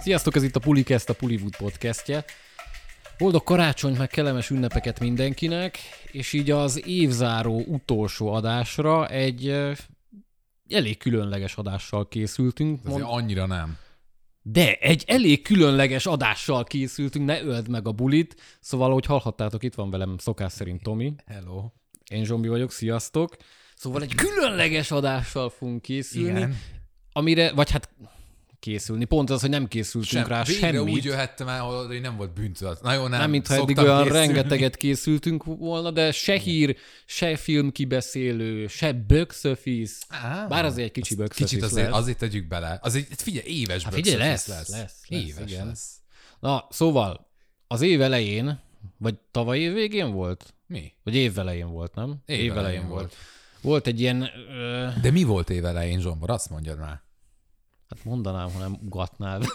Sziasztok, ez itt a Pulicast, a Pullywood podcastje. Boldog karácsony, meg kellemes ünnepeket mindenkinek, és így az évzáró utolsó adásra egy elég különleges adással készültünk. Azért annyira nem. De egy elég különleges adással készültünk, ne öld meg a bulit. Szóval, ahogy hallhattátok, itt van velem szokás szerint Tomi. Hello. Én Zsombi vagyok, sziasztok. Szóval egy különleges adással fogunk készülni. Igen. Amire, vagy hát készülni. Pont az, hogy nem készültünk rá semmit. Úgy jöhettem el, hogy nem volt bűntudat. Na jó, nem mintha eddig olyan rengeteget készültünk volna, de se hír, se film kibeszélő, se box office. Bár azért egy kicsi box office kicsit lesz. azért tegyük bele. Azért figyelj, éves box figyelj, office lesz. Éves Igen. lesz. Na, szóval az év elején, vagy tavaly év végén volt? Mi? Vagy év elején volt, nem? Év elején volt. Volt egy ilyen... De mi volt év elején, Zsombor? Azt mondjad már. Hát mondanám, ha nem ugatnád.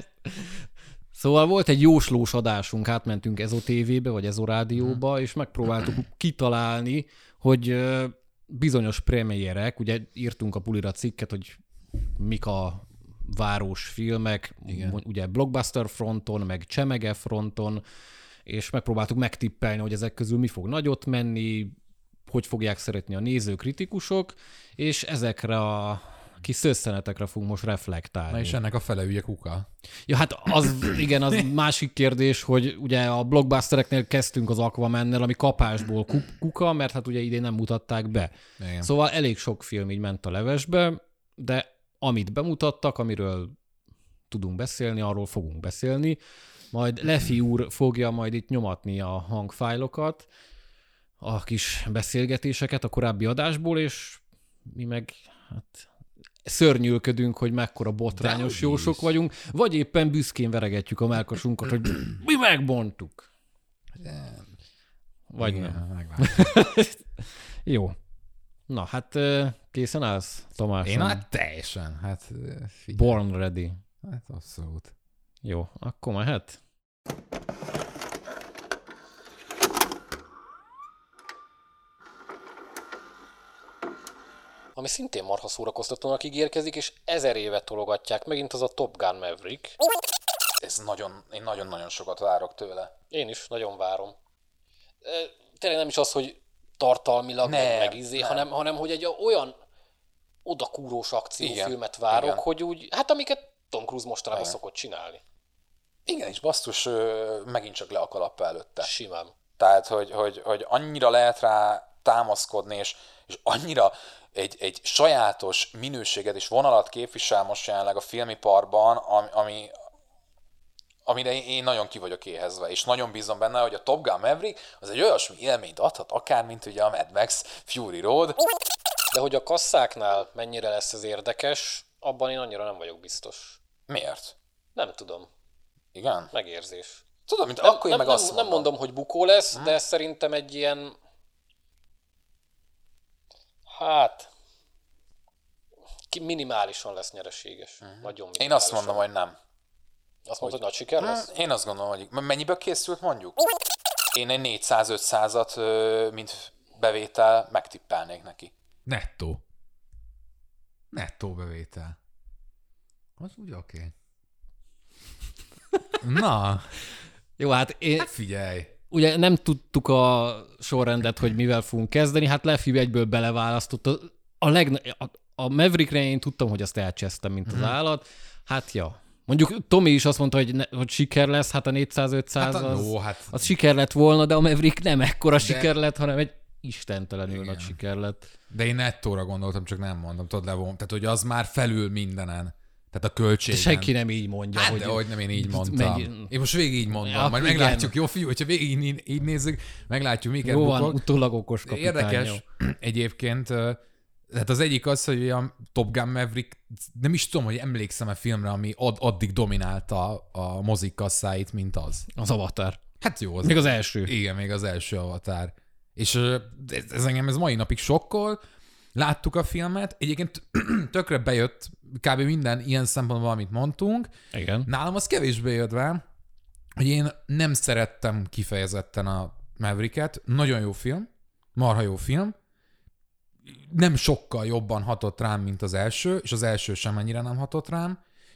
Szóval volt egy jóslós adásunk, átmentünk Ezo TV-be, vagy Ezo Rádióba, és megpróbáltuk kitalálni, hogy bizonyos premierek, ugye írtunk a Pulira cikket, hogy mik a város filmek, ugye blockbuster fronton, meg csemege fronton, és megpróbáltuk megtippelni, hogy ezek közül mi fog nagyot menni, hogy fogják szeretni a nézőkritikusok, és ezekre a kis szösszenetekre fogunk most reflektálni. Na és ennek a fele ugye kuka. Ja, hát az, igen, az másik kérdés, hogy ugye a blockbustereknél kezdtünk az Aquamannel, ami kapásból kuka, mert hát ugye idén nem mutatták be. Igen. Szóval elég sok film így ment a levesbe, de amit bemutattak, amiről tudunk beszélni, arról fogunk beszélni. Majd Lefi úr fogja majd itt nyomatni a hangfájlokat, a kis beszélgetéseket a korábbi adásból, és mi meg hát szörnyűlködünk, hogy mekkora botrányos jósok vagyunk, vagy éppen büszkén veregetjük a mellkasunkat, hogy mi megbontuk. Vagy igen, nem. Jó. Na, hát készen állsz, Tamás? Én hát teljesen. Hát, figyelj. Born ready. Hát abszolút. Jó, akkor mehet? Ami szintén marha szórakoztatónak ígérkezik, és 1000 évet tologatják megint, az a Top Gun Maverick. Én nagyon-nagyon sokat várok tőle. Én is, nagyon várom. Tényleg nem is az, hogy tartalmilag hanem hogy egy olyan odakúrós akciófilmet várok, hogy úgy, hát amiket Tom Cruise mostanában szokott csinálni. Igen, és basszus, megint csak le a kalappa előtte. Simán. Tehát, hogy annyira lehet rá támaszkodni, és annyira egy sajátos minőséget és vonalat képvisel most jelenleg a filmiparban, amire én nagyon ki vagyok éhezve, és nagyon bízom benne, hogy a Top Gun Maverick az egy olyasmi élményt adhat, akár, mint ugye a Mad Max Fury Road. De hogy a kasszáknál mennyire lesz ez érdekes, abban én annyira nem vagyok biztos. Miért? Nem tudom. Igen? Megérzés. Tudom, mint akkor én meg azt mondom. Nem mondom, hogy bukó lesz, de szerintem egy ilyen... Hát... minimálisan lesz nyereséges. Nagyon minimálisan. Én azt mondom, hogy nem. Azt mondod, hogy nagy siker lesz? Én azt gondolom, hogy mennyiből készült mondjuk? Én egy 400-500-at, mint bevétel megtippelnék neki. Nettó. Nettó bevétel. Az úgy oké. Na. Jó, hát én... Hát figyelj. Ugye nem tudtuk a sorrendet, hogy mivel fogunk kezdeni, hát Lefi egyből beleválasztott. A Maverickre én tudtam, hogy azt elcsesztem, mint az állat. Hát ja. Mondjuk Tomi is azt mondta, hogy siker lesz, hát a 400-500 az siker lett volna, de a Maverick nem ekkora siker lett, hanem egy istentelenül nagy siker lett. De én nettóra gondoltam, csak nem mondom. Tudod, tehát, hogy az már felül mindenen. Tehát a költségen. De senki nem így mondja. Hát, hogy nem én így mondtam. Én most végig így mondom. Ja, majd meglátjuk, jó fiú, hogyha végig így nézzük, meglátjuk, miket jó bukok. Van, utólag okos kapitány. Érdekes egyébként, tehát az egyik az, hogy a Top Gun Maverick, nem is tudom, hogy emlékszem a filmre, ami addig dominálta a mozik kasszáit, mint az. Az Avatar. Hát jó. Még az első. Igen, még az első Avatar. És ez mai napig sokkol. Láttuk a filmet, egyébként tökre bejött kb. Minden ilyen szempontból, amit mondtunk. Igen. Nálam az kevésbé jött be, hogy én nem szerettem kifejezetten a Mavericket. Nagyon jó film, marha jó film. Nem sokkal jobban hatott rám, mint az első, és az első sem ennyire nem hatott rám,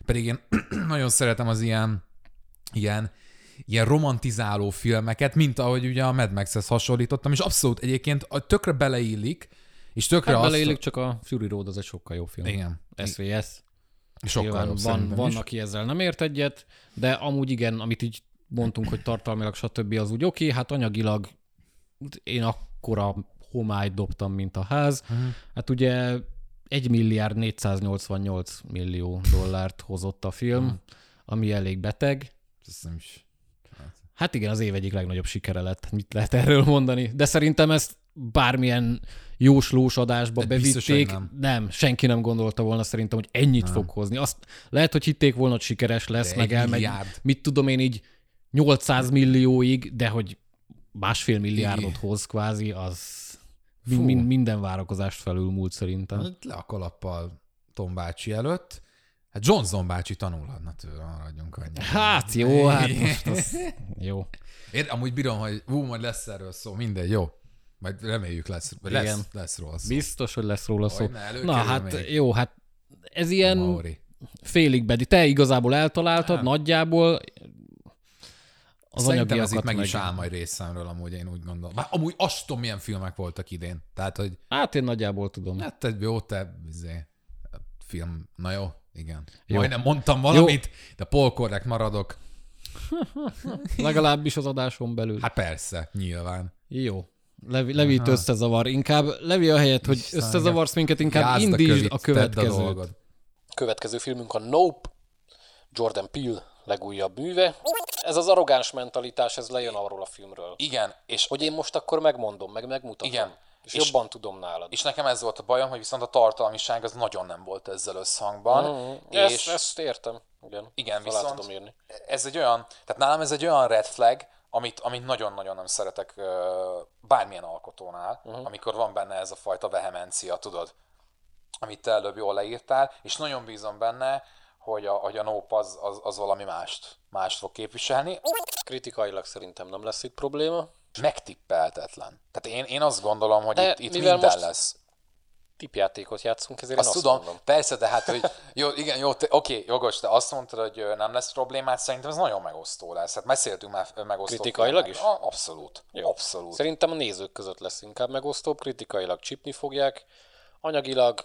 Pedig én nagyon szeretem az ilyen romantizáló filmeket, mint ahogy ugye a Mad Max-hez hasonlítottam, és abszolút egyébként tökre beleillik, és tökre beleillik, csak a Fury Road az egy sokkal jó film. Igen. SVS. Sokkal jobb van, aki ezzel nem ért egyet, de amúgy igen, amit így mondtunk, hogy tartalmilag stb. Az úgy oké, hát anyagilag én akkora homályt dobtam, mint a ház. Hát ugye 1 milliárd 488 millió dollárt hozott a film, ami elég beteg. Ez nem is... Hát igen, az év egyik legnagyobb sikere lett. Mit lehet erről mondani? De szerintem ezt bármilyen jóslós adásba bevitték. Nem, senki nem gondolta volna szerintem, hogy ennyit fog hozni. Azt lehet, hogy hitték volna, hogy sikeres lesz, meg elmegy. Mit tudom én így 800 millióig, de hogy 1,5 milliárdot hoz kvázi, az minden várakozást felülmúlt szerintem. Le a kalappal Tom bácsi előtt. Hát Johnson bácsi tanulhatna tőle, maradjunk annyi. Hát jó, hát most az... Jó. Én amúgy bírom, hogy majd lesz erről szó, mindegy, jó. Majd reméljük lesz róla szó. Biztos, hogy lesz róla szó. Na hát még. Jó, hát ez ilyen Maori. Félig bedi. Te igazából eltaláltad, nagyjából az szerintem ez itt meg is áll majd részemről, amúgy én úgy gondolom. Amúgy azt tudom, milyen filmek voltak idén. Tehát, hogy... Hát én nagyjából tudom. Hát jó, film, na jó. Igen. Jó. Majdnem mondtam valamit, de polkorrekt maradok. Legalábbis az adáson belül. Hát persze, nyilván. Jó. Levi itt összezavar. Inkább Levi a helyet, hogy összezavarsz minket, inkább indítsd a következőt. Következő filmünk a Nope, Jordan Peele legújabb műve. Ez az arrogáns mentalitás, ez lejön arról a filmről. Igen. És hogy én most akkor megmondom, megmutatom. Igen. És jobban tudom nálad. És nekem ez volt a bajom, hogy viszont a tartalmiság az nagyon nem volt ezzel összhangban. És ezt értem. Igen, viszont tudom írni. Ez egy olyan, tehát nálam ez egy olyan red flag, amit nagyon-nagyon nem szeretek bármilyen alkotónál, amikor van benne ez a fajta vehemencia, tudod, amit te előbb jól leírtál, és nagyon bízom benne, hogy a Nope az valami mást fog képviselni. Kritikailag szerintem nem lesz itt probléma. Megtippeltetlen. Tehát én azt gondolom, hogy itt minden lesz. Tippjátékot játszunk, ezért azt én tudom, mondom. Persze, de hát, hogy jó, igen, oké, jogos, de azt mondtad, hogy nem lesz problémát, szerintem ez nagyon megosztó lesz. Hát beszéltünk már megosztó. Kritikailag is? Abszolút. Jó. Abszolút. Szerintem a nézők között lesz inkább megosztóbb, kritikailag csipni fogják, anyagilag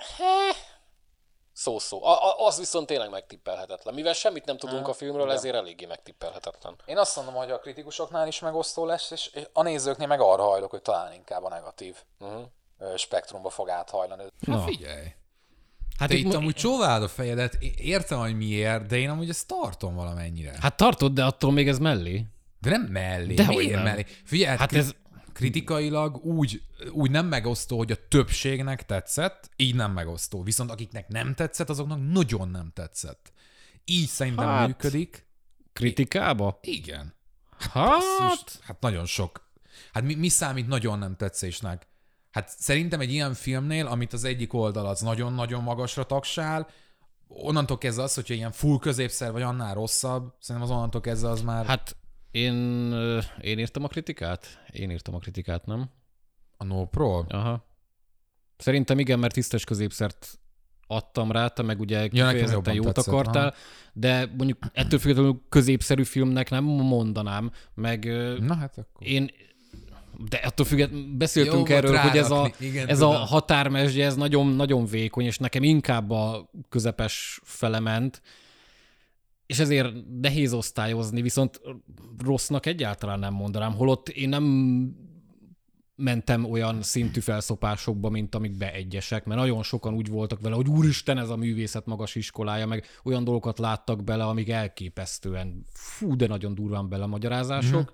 szó-szó. Az viszont tényleg megtippelhetetlen. Mivel semmit nem tudunk a filmről, ezért eléggé megtippelhetetlen. Én azt mondom, hogy a kritikusoknál is megosztó lesz, és a nézőknél meg arra hajlok, hogy talán inkább a negatív spektrumba fog áthajlani. Hát figyelj! Hát itt amúgy csóváld a fejedet, értem, hogy miért, de én amúgy ezt tartom valamennyire. Hát tartod, de attól még ez mellé. De nem mellé. De miért mellé? Figyelj, hát ez... kritikailag úgy nem megosztó, hogy a többségnek tetszett, így nem megosztó. Viszont akiknek nem tetszett, azoknak nagyon nem tetszett. Így szerintem működik. Kritikába? Igen. Hát nagyon sok. Hát mi számít nagyon nem tetszésnek? Hát szerintem egy ilyen filmnél, amit az egyik oldal az nagyon-nagyon magasra tagsál, onnantól kezdve az, hogyha ilyen full középszer vagy annál rosszabb, szerintem az onnantól kezdve az már... Hát én írtam a kritikát? Én írtam a kritikát, nem? A Nope-ról? Aha. Szerintem igen, mert tisztes középszert adtam rá, te meg ugye kifejezetten jót tetszett, akartál, de mondjuk ettől függetlenül középszerű filmnek nem mondanám, meg na hát akkor... De attól függetlenül beszéltünk erről, hogy ez a határmesdje, ez nagyon, nagyon vékony, és nekem inkább a közepes fele ment, és ezért nehéz osztályozni, viszont rossznak egyáltalán nem mondanám, holott én nem mentem olyan szintű felszopásokba, mint amikbe egyesek, mert nagyon sokan úgy voltak vele, hogy úristen, ez a művészet magas iskolája, meg olyan dolgokat láttak bele, amik elképesztően, de nagyon durván belemagyarázások.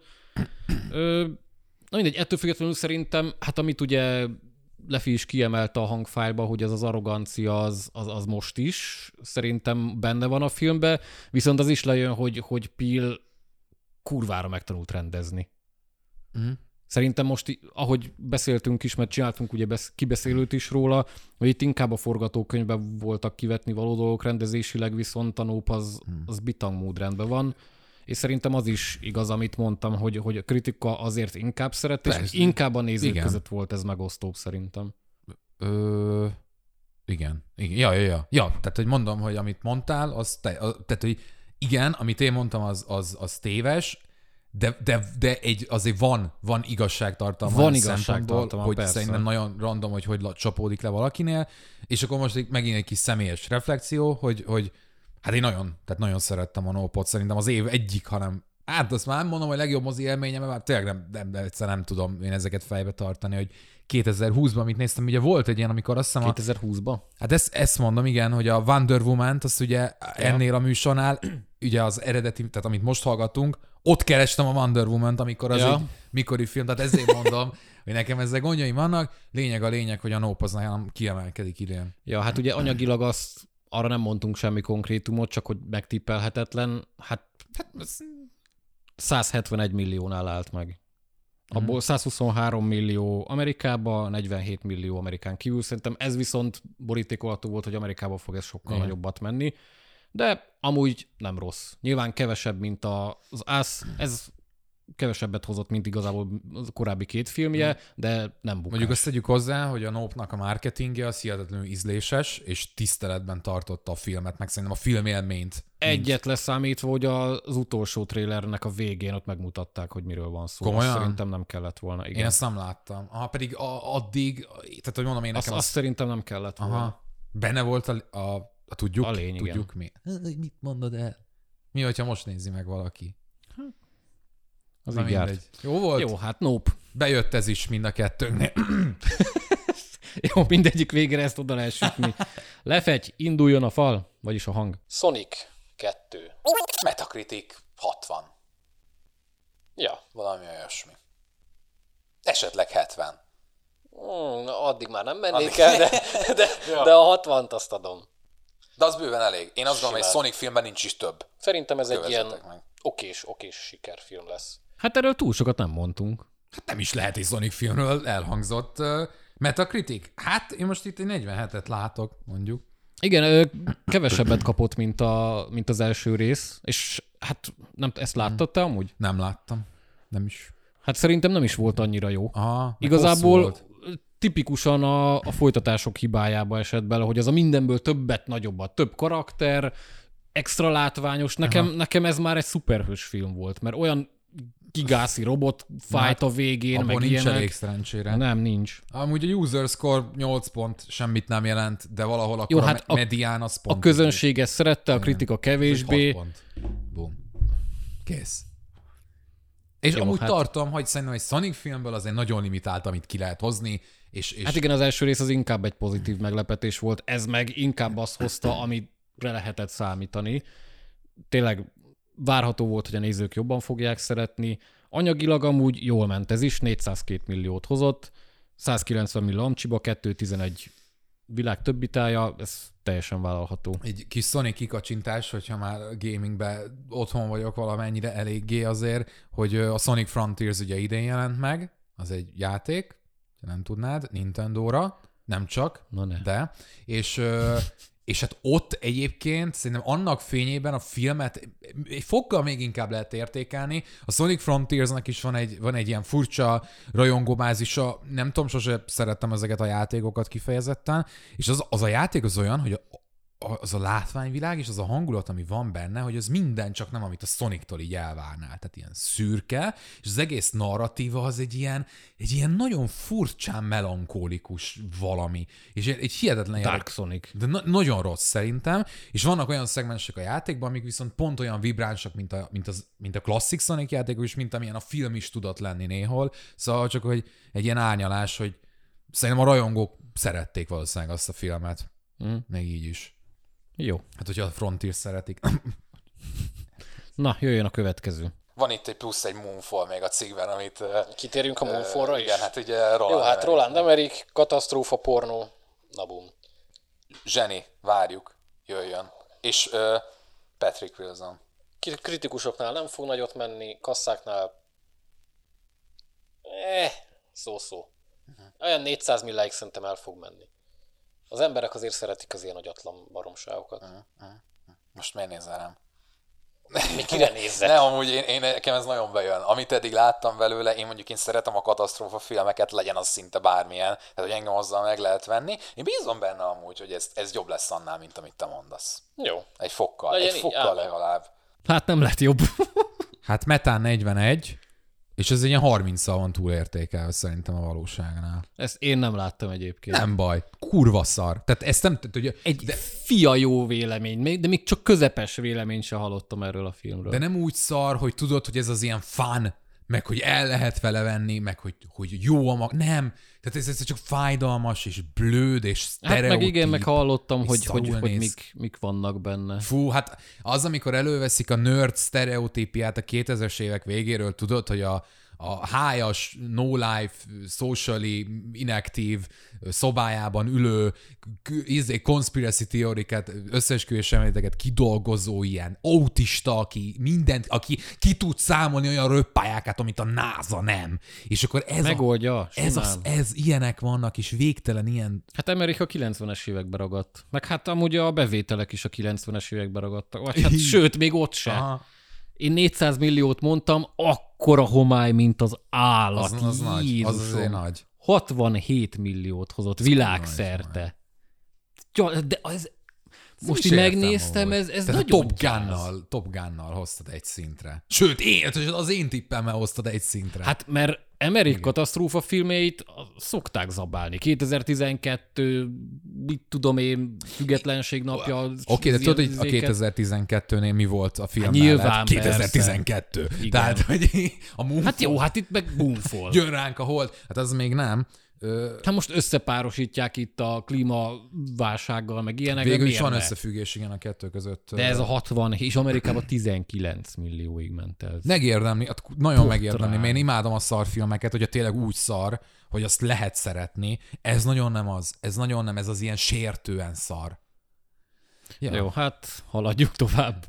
Na mindegy, ettől függetlenül szerintem, hát amit ugye Lefi is kiemelte a hangfájlba, hogy ez az arrogancia az most is szerintem benne van a filmben, viszont az is lejön, hogy Peele kurvára megtanult rendezni. Szerintem most, ahogy beszéltünk is, mert csináltunk ugye kibeszélőt is róla, hogy itt inkább a forgatókönyvben voltak kivetni való dolgok rendezésileg, viszont a Nope az bitang mód rendben van. És szerintem az is igaz, amit mondtam, hogy a kritika azért inkább szeret, és inkább a nézők között volt ez megosztóbb szerintem. Igen. Ja, tehát, hogy mondom, hogy amit mondtál, tehát, hogy igen, amit én mondtam, az téves, de azért van igazságtartalma. Van igazságtartalma, hogy persze. szerintem nagyon random, hogy csapódik le valakinél, és akkor most megint egy kis személyes reflexió, hogy hát én nagyon szerettem a Nope-ot, szerintem az év egyik, hanem hát azt már nem mondom, hogy legjobb mozi élményem, mert tényleg nem tudom én ezeket fejbe tartani, hogy 2020-ban, amit néztem, ugye volt egy ilyen, amikor azt hiszem 2020-ban? Hát ezt mondom, igen, hogy a Wonder Woman-t, azt ugye ennél a műsornál, ugye az eredeti, tehát amit most hallgatunk, ott kerestem a Wonder Woman-t, amikor az egy mikori film, tehát ezért mondom, hogy nekem ezzel gondjaim vannak. Lényeg, hogy a Nope az nálam kiemelkedik idén. Ja, hát ugye anyagilag arra nem mondtunk semmi konkrétumot, csak hogy megtippelhetetlen. Hát 171 milliónál állt meg. Abból 123 millió Amerikába, 47 millió Amerikán kívül. Szerintem ez viszont borítékolható volt, hogy Amerikába fog ez sokkal nagyobbat menni. De amúgy nem rossz. Nyilván kevesebb, mint az Us. Ez kevesebbet hozott, mint igazából a korábbi két filmje, de nem bukás. Mondjuk azt tegyük hozzá, hogy a Nope-nak a marketingje az hihetetlenül ízléses, és tiszteletben tartotta a filmet, meg szerintem a filmélményt. Egyet leszámítva, hogy az utolsó trélernek a végén ott megmutatták, hogy miről van szó. Komolyan? Szerintem nem kellett volna. Igen. Én ezt nem láttam. Pedig addig, tehát hogy mondom én nekem azt szerintem nem kellett volna. Benne volt a tudjuk? A lény, tudjuk mi? Mit mondod el? Mi, hogyha most nézi meg valaki? Az így járt. Jó volt? Jó, hát Nope. Bejött ez is mind a kettőnknél. Jó, mindegyik végre ezt oda lehet sütni. Lefegy, induljon a fal, vagyis a hang. Sonic 2. Metacritic 60. Ja. Valami olyasmi. Esetleg 70. Addig már nem mennék el, de a 60-t azt adom. De az bőven elég. Én azt gondolom, hogy egy Sonic filmben nincs is több. Szerintem ez egy ilyen okés sikerfilm lesz. Hát erről túl sokat nem mondtunk. Hát nem is lehet egy Sonic filmről, elhangzott. Metacritic? Hát én most itt egy 47-et látok, mondjuk. Igen, kevesebbet kapott, mint az első rész, és hát nem, ezt láttad te amúgy? Nem láttam. Nem is. Hát szerintem nem is volt annyira jó. Aha, igazából tipikusan a folytatások hibájába esett bele, hogy az a mindenből többet, nagyobbat, több karakter, extra látványos. Nekem ez már egy szuperhős film volt, mert olyan gigászi robot fight a végén, abban meg nincs ilyenek. Elég szerencsére. Nem, nincs. Amúgy a user score 8 pont semmit nem jelent, de valahol akkor jó, hát a medián az pont. A közönség ezt szerette, a kritika kevésbé. 6 pont. Boom. Kész. És jó, amúgy hát tartom, hogy szerintem egy Sonic filmből azért nagyon limitált, amit ki lehet hozni. És... Hát igen, az első rész az inkább egy pozitív meglepetés volt, ez meg inkább azt hozta, amire lehetett számítani. Tényleg várható volt, hogy a nézők jobban fogják szeretni. Anyagilag amúgy jól ment ez is, 402 milliót hozott, 190 millió amcsiba, 211 világ többi tája, ez teljesen vállalható. Egy kis Sonic kikacsintás, hogyha már gamingben otthon vagyok valamennyire eléggé azért, hogy a Sonic Frontiers ugye idén jelent meg, az egy játék, nem tudnád, Nintendóra, nem csak, de, és hát ott egyébként szerintem annak fényében a filmet egy fokkal még inkább lehet értékelni. A Sonic Frontiersnak is van egy ilyen furcsa rajongóbázisa, nem tudom, sose szerettem ezeket a játékokat kifejezetten, és az a játék az olyan, hogy az a látványvilág és az a hangulat, ami van benne, hogy az minden csak nem, amit a Sonictól így elvárnál. Tehát ilyen szürke, és az egész narratíva az egy ilyen nagyon furcsán melankólikus valami. És egy hihetetlen Dark Sonic. De nagyon rossz szerintem, és vannak olyan szegmensek a játékban, amik viszont pont olyan vibránsak, mint a klasszik Sonic játékok, és mint amilyen a film is tudott lenni néhol. Szóval csak, hogy egy ilyen árnyalás, hogy szerintem a rajongók szerették valószínűleg azt a filmet. Még így is. Jó. Hát, hogyha a Frontier szeretik. Na, jöjjön a következő. Van itt egy plusz egy Moonfall még a cikkben, amit... Kitérjünk a Moonfallra is? Igen, hát ugye Roland Jó, hát Roland Emmerich, katasztrófa pornó, na bum. Zseni, várjuk, jöjjön. És Patrick Wilson. Kritikusoknál nem fog nagyot menni, kasszáknál szó-szó. Olyan 400 milliáig szerintem el fog menni. Az emberek azért szeretik az ilyen agyatlan baromságokat. Most miért nézel rám? Még kire nézzek? Nem, amúgy én nekem ez nagyon bejön. Amit eddig láttam belőle, én szeretem a katasztrófa filmeket, legyen az szinte bármilyen, tehát hogy engem azzal meg lehet venni. Én bízom benne amúgy, hogy ez jobb lesz annál, mint amit te mondasz. Jó. Egy fokkal legalább. Hát nem lett jobb. Hát Metán 41, és ez egy ilyen 30-szal van túlértékelve szerintem a valóságnál. Ezt én nem láttam egyébként. Nem baj. Kurva szar. Tehát ezt nem... Egy fia jó vélemény, de még csak közepes véleményt se hallottam erről a filmről. De nem úgy szar, hogy tudod, hogy ez az ilyen fun, meg hogy el lehet vele venni, meg hogy jó a mag... Nem. Tehát ez csak fájdalmas, és blőd, és sztereotíp. Hát meg igen, meg hallottam, hogy mik vannak benne. Fú, hát az, amikor előveszik a nerd sztereotípiát a 2000-es évek végéről, tudod, hogy a hájas, no-life, socially inactive szobájában ülő conspiracy teorikát, összeesküvés elméleteket kidolgozó ilyen autista, aki ki tud számolni olyan röppályákat, amit a NASA nem. És akkor megoldja. Ez ilyenek vannak, és végtelen ilyen... Hát Amerika 90-es években ragadt. Meg hát amúgy a bevételek is a 90-es években ragadtak. Vagy hát sőt, még ott se. Aha. Én 400 milliót mondtam, akkora homály, mint az állat. Az nagy. Az azért nagy. 67 milliót hozott világszerte. De ez... Most így megnéztem, ez nagyon Top Gunnal hoztad egy szintre. Sőt, az én tippemmel hoztad egy szintre. Hát mert Amerik katasztrófa filmjeit szokták zabálni. 2012, mit tudom én, függetlenség napja. Oké, de tudod, hogy a 2012-nél mi volt a film nyilván, mellett? 2012. Igen. Tehát, hogy a Moonfall... Hát jó, hát itt meg Moonfall. Jön ránk a hold. Hát az még nem. Hát most összepárosítják itt a klímaválsággal, meg ilyenek. Végül is van összefüggés, igen, a kettő között. De ez a 60, és Amerikában 19 millióig ment ez. Megérdemli, nagyon megérdemli, mert én imádom a szarfilmeket, hogyha tényleg úgy szar, hogy azt lehet szeretni. Ez nagyon nem az. Ez az ilyen sértően szar. Ja. Jó, hát haladjuk tovább.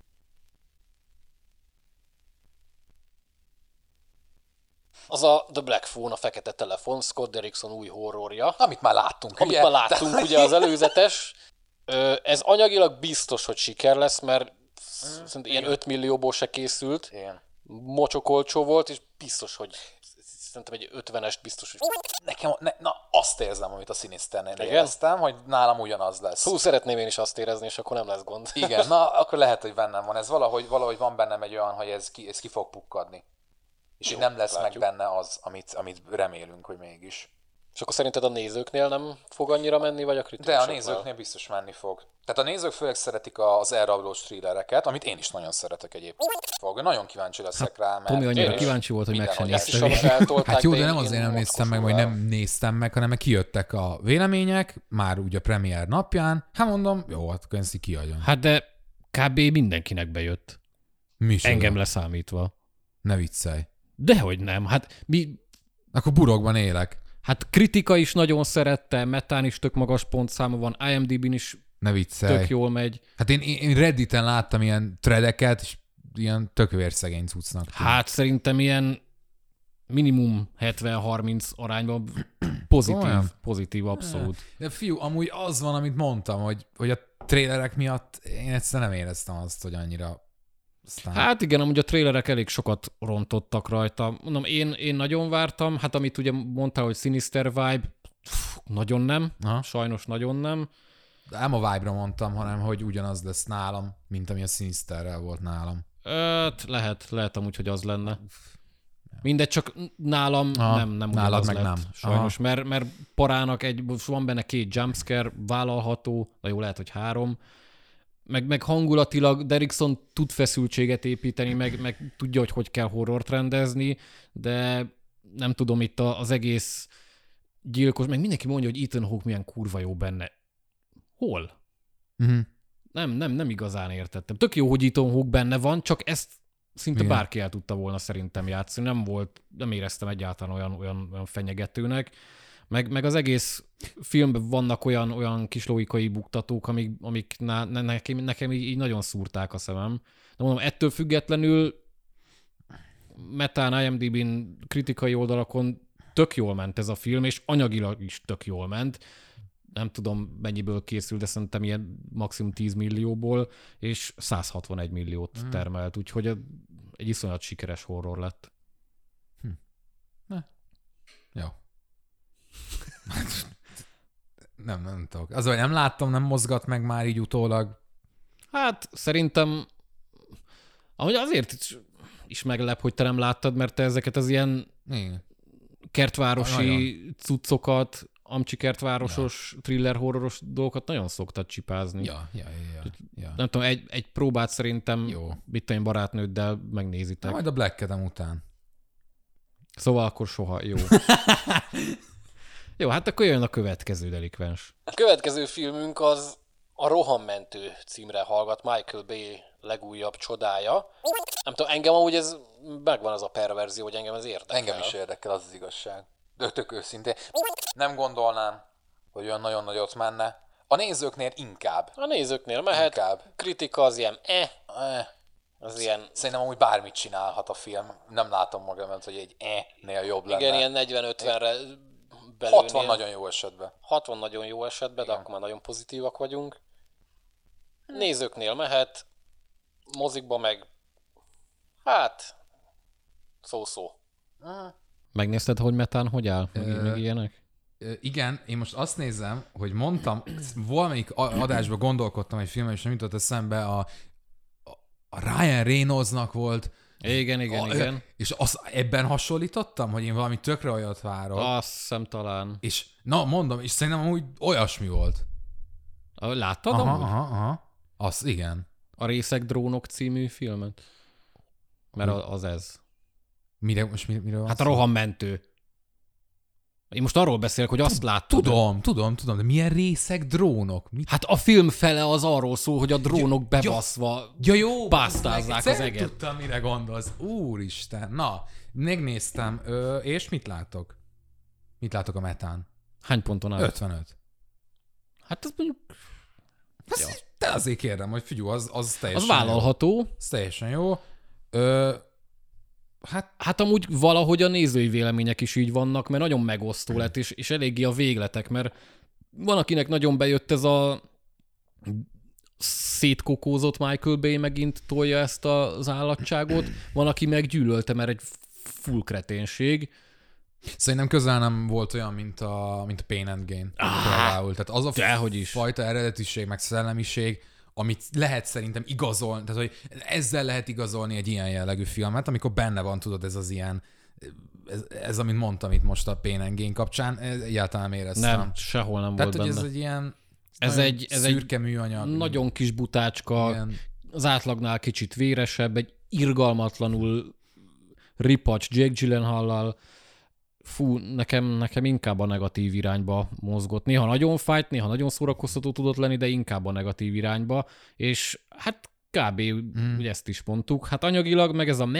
Az a The Black Phone, a fekete telefon, Scott Derrickson új horrorja. Amit már láttunk, ugye az előzetes. Ez anyagilag biztos, hogy siker lesz, mert szerintem ilyen 5 millióból se készült. Igen. Mocsokolcsó volt, és biztos, hogy szerintem egy 50-est biztos, hogy... Nekem, azt érzem, amit a Sinisternél éreztem, hogy nálam ugyanaz lesz. Hú, szeretném én is azt érezni, és akkor nem lesz gond. Igen, akkor lehet, hogy bennem van. Ez valahogy van bennem egy olyan, hogy ez ki fog pukkadni. És így nem lesz meg benne az, amit remélünk, hogy mégis. És akkor szerinted a nézőknél nem fog annyira menni, vagy a kritikusoknál? De a nézőknél biztos menni fog. Tehát a nézők főleg szeretik az elrablós thrillereket, amit én is nagyon szeretek egyébként. Nagyon kíváncsi leszek rá, mert... Tomi annyira kíváncsi volt, hogy meg sem néztem. Hát jó, de nem azért nem néztem meg, vagy nem néztem meg, hanem kijöttek a vélemények, már ugye a premier napján. Hát mondom, jó, hát akkor ezt kiadjon. Hát de kb. Mindenkinek bejött. Engem leszámítva. Ne viccelj. Dehogy nem, hát mi... Akkor burokban élek. Hát kritika is nagyon szerette, Metán is tök magas pontszáma van, IMDb-n is tök jól megy. Hát én Redditen láttam ilyen threadeket, és ilyen tök vérszegény cuccnak. Hát szerintem ilyen minimum 70-30 arányban pozitív abszolút. De fiú, amúgy az van, amit mondtam, hogy a trailerek miatt én egyszerűen nem éreztem azt, hogy annyira... Aztán... Hát igen, amúgy a trailerek elég sokat rontottak rajta. Mondom, én nagyon vártam, hát amit ugye mondtál, hogy Sinister vibe, nagyon nem, sajnos nagyon nem. De nem a vibe-ra mondtam, hanem hogy ugyanaz lesz nálam, mint ami a Sinisterrel volt nálam. Lehet amúgy, hogy az lenne. Mindegy, csak nálam nem nálad meg lett, nem. Sajnos, mert parának van benne 2 jumpscare vállalható, de jó, lehet, hogy 3, meg hangulatilag Derrickson tud feszültséget építeni, meg tudja, hogy kell horrort rendezni, de nem tudom, itt az egész gyilkos, meg mindenki mondja, hogy Ethan Hawke milyen kurva jó benne. Hol? Uh-huh. Nem igazán értettem. Tök jó, hogy Ethan Hawke benne van, csak ezt szinte bárki el tudta volna szerintem játszani. Nem éreztem egyáltalán olyan fenyegetőnek. Meg az egész filmben vannak olyan kis logikai buktatók, amik nekem így nagyon szúrták a szemem. De mondom, ettől függetlenül Metán, IMDb-n, kritikai oldalakon tök jól ment ez a film, és anyagilag is tök jól ment. nem tudom mennyiből készül, de szerintem ilyen maximum 10 millióból, és 161 milliót termelt, úgyhogy egy iszonyat sikeres horror lett. Jó. nem tudok. Az, hogy nem láttam, nem mozgat meg már így utólag. Hát szerintem ahogy azért is meglep, hogy te nem láttad, mert te ezeket az ilyen kertvárosi cuccokat, amcsi kertvárosos, thriller horroros dolgokat nagyon szoktad csipázni. Ja. Nem tudom, egy próbát szerintem Jó. mit tudom, barátnőddel megnézitek. Majd a Black Adam után. Szóval akkor soha. Jó. Jó, hát akkor jön a következő delikvens. A következő filmünk az a Rohammentő címre hallgat, Michael Bay legújabb csodája. Nem tudom, engem amúgy ez megvan az a perverzió, hogy engem ez érdekel. Engem is érdekel, az az igazság. De tök őszintén. Nem gondolnám, hogy olyan nagyon nagyot menne. A nézőknél inkább. A nézőknél mehet, Inkább. kritika az ilyen az ilyen... Szerintem amúgy bármit csinálhat a film. Nem látom magamat, hogy egy nél jobb lenne. Igen, ilyen 40-50-re belülnél. 60 nagyon jó esetben. 60 nagyon jó esetben, de akkor már nagyon pozitívak vagyunk. Nézőknél mehet, mozikba meg, hát, szó-szó. Megnézted, hogy Metán hogy áll? Meg ilyenek? Igen, én most azt nézem, hogy mondtam, valamelyik adásban gondolkodtam egy filmen, és nem jutott eszembe, a Ryan Reynoldsnak volt. Igen. És ebben hasonlítottam, hogy én valami tökre olyat várok. Azt hiszem talán. És mondom, és szerintem úgy olyasmi volt. Láttad amúgy? Aha. Az igen. A Részek drónok című filmet? Mert az ez. Miről van Hát a szó? Rohammentő. Én most arról beszélek, hogy azt láttad. Tudom, de milyen részek drónok? Hát a film fele az arról szól, hogy a drónok bebaszva jó, pásztázzák az eget. Tudtam, mire gondolsz. Úristen. Na, megnéztem, és mit látok? Mit látok a Metán? Hány ponton áll? 55. Hát ez mondjuk... Te azért kérdem, hogy figyelj, az teljesen Az vállalható. jó. Az teljesen jó. Hát amúgy valahogy a nézői vélemények is így vannak, mert nagyon megosztó lett, és eléggé a végletek, mert van, akinek nagyon bejött ez a szétkokózott Michael Bay megint tolja ezt az állatságot, van, aki meg gyűlölte, mert egy full kreténség. Szerintem közel nem volt olyan, mint a Pain and Gain. Például. Tehát az a fajta eredetiség, meg szellemiség, amit lehet szerintem igazolni, tehát hogy ezzel lehet igazolni egy ilyen jellegű filmet, amikor benne van, tudod, ez az ilyen, ez amit mondtam itt most a Pain and Gain kapcsán, egyáltalán nem éreztem. Nem, sehol nem tehát, volt benne. Tehát, hogy ez egy ilyen ez szürke egy műanyag. Nagyon kis butácska, igen. Az átlagnál kicsit véresebb, egy irgalmatlanul ripacs Jake Gyllenhaal-lal. Fú, nekem inkább a negatív irányba mozgott. Néha nagyon fájt, néha nagyon szórakoztató tudott lenni, de inkább a negatív irányba. És hát kb. Ugye ezt is mondtuk. Hát anyagilag meg ez a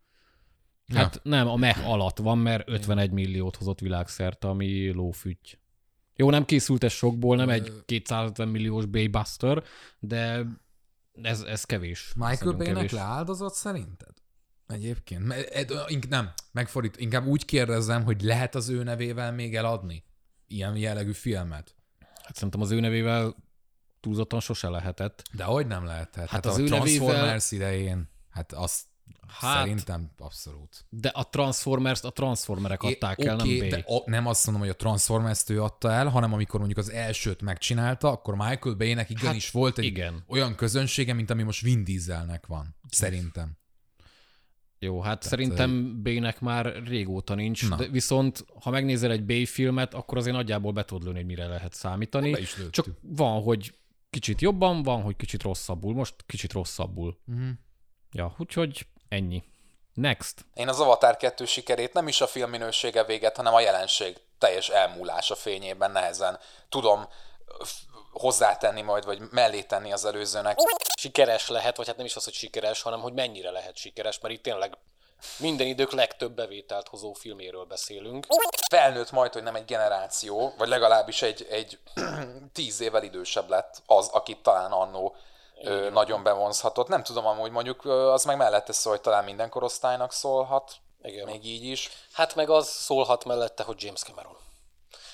hát nem, a alatt van, mert 51 milliót hozott világszerte, ami lófüty. Jó, nem készült ez sokból, nem egy 250 milliós Baybuster, de ez kevés. Michael Bay-nek leáldozott szerinted? Egyébként. Nem, megfordít. Inkább úgy kérdezzem, hogy lehet az ő nevével még eladni ilyen jellegű filmet? Hát szerintem az ő nevével túlzottan sose lehetett. De hogy nem lehetett? Hát az a ő Transformers idején, hát azt szerintem abszolút. De a Transformers-t a Transformerek adták el, nem Bay. De nem azt mondom, hogy a Transformers-t ő adta el, hanem amikor mondjuk az elsőt megcsinálta, akkor Michael Bay-nek igenis volt egy olyan közönsége, mint ami most Vin Dieselnek van. Szerintem. Jó, hát szerintem Bay-nek már régóta nincs, de viszont ha megnézel egy Bay filmet, akkor azért nagyjából be tudod lőni, hogy mire lehet számítani. Csak van, hogy kicsit jobban, van, hogy kicsit rosszabbul. Most kicsit rosszabbul. Ja, úgyhogy ennyi. Next. Én az Avatar 2 sikerét nem is a film minősége véget, hanem a jelenség teljes elmúlása fényében nehezen tudom hozzátenni majd, vagy mellé tenni az előzőnek. Sikeres lehet, vagy hát nem is az, hogy sikeres, hanem hogy mennyire lehet sikeres, mert itt tényleg minden idők legtöbb bevételt hozó filméről beszélünk. Felnőtt majd, hogy nem egy generáció, vagy legalábbis egy 10 évvel idősebb lett az, akit talán annó nagyon bevonzhatott. Nem tudom, amúgy mondjuk az meg mellette szól, hogy talán minden korosztálynak szólhat. Igen. Még így is. Hát meg az szólhat mellette, hogy James Cameron.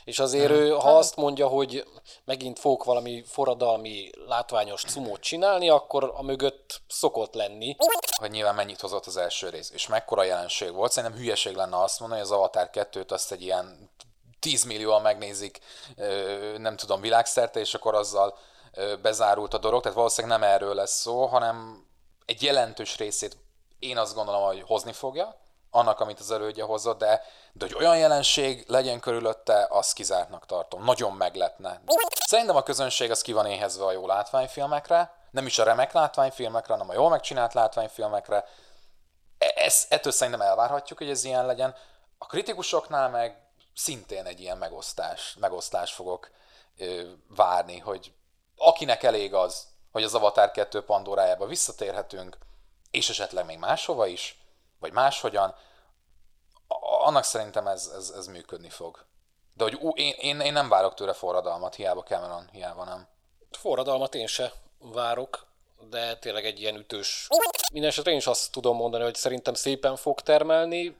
És azért ő, ha azt mondja, hogy megint fogok valami forradalmi, látványos cumót csinálni, akkor a mögött szokott lenni. Hogy nyilván mennyit hozott az első rész, és mekkora jelenség volt. Szerintem hülyeség lenne azt mondani, hogy az Avatar 2-t azt egy ilyen 10 millióan megnézik, nem tudom, világszerte, és akkor azzal bezárult a dolog. Tehát valószínűleg nem erről lesz szó, hanem egy jelentős részét én azt gondolom, hogy hozni fogja, annak, amit az elődje hozott, de hogy olyan jelenség legyen körülötte, azt kizártnak tartom. Nagyon meglepne. Szerintem a közönség az ki van éhezve a jó látványfilmekre, nem is a remek látványfilmekre, hanem a jól megcsinált látványfilmekre. Ettől szerintem elvárhatjuk, hogy ez ilyen legyen. A kritikusoknál meg szintén egy ilyen megosztást fogok várni, hogy akinek elég az, hogy az Avatar 2 Pandorájába visszatérhetünk, és esetleg még máshova is, vagy máshogyan, annak szerintem ez működni fog. De hogy én nem várok tőle forradalmat, hiába Cameron, hiába nem. Forradalmat én se várok, de tényleg egy ilyen ütős. Mindenesetre én is azt tudom mondani, hogy szerintem szépen fog termelni.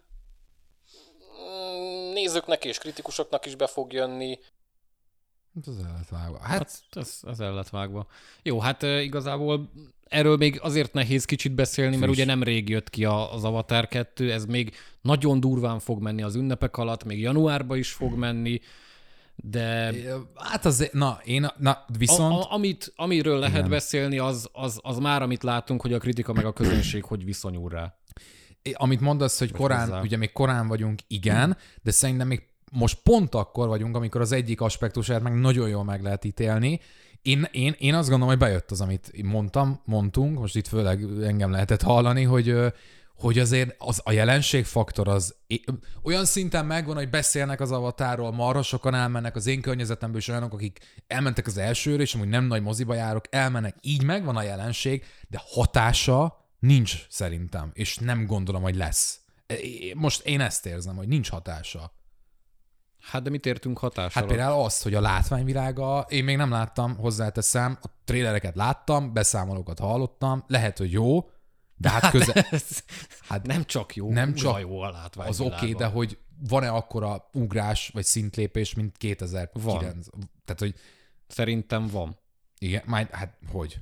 Nézőknek és kritikusoknak is be fog jönni. Ez el lett vágva. Ez el lett vágva. Jó, hát igazából erről még azért nehéz kicsit beszélni, mert ugye nem rég jött ki az Avatar 2, ez még nagyon durván fog menni az ünnepek alatt, még januárba is fog menni, de... Hát azért, viszont... Amiről lehet beszélni, az már, amit látunk, hogy a kritika meg a közönség hogy viszonyul rá. Amit mondasz, hogy korán, ugye még korán vagyunk, igen, de szerintem még most pont akkor vagyunk, amikor az egyik aspektusát meg nagyon jól meg lehet ítélni. Én azt gondolom, hogy bejött az, amit mondtunk, most itt főleg engem lehetett hallani, hogy azért a jelenségfaktor az olyan szinten megvan, hogy beszélnek az Avatarról, marha sokan elmennek, az én környezetemből is olyanok, akik elmentek az elsőre, és amúgy nem nagy moziba járok, elmennek, így megvan a jelenség, de hatása nincs szerintem, és nem gondolom, hogy lesz. Most én ezt érzem, hogy nincs hatása. Hát de mit értünk hatással? Hát például azt, hogy a látványvilága, én még nem láttam, hozzáteszem, a trélereket láttam, beszámolókat hallottam, lehet, hogy jó, de hát hát nem csak jó, nem csak jó a látványvilága. Az oké, de hogy van-e akkora ugrás vagy szintlépés, mint 2009? Van. Tehát, hogy... Szerintem van. Igen, majd, hát hogy?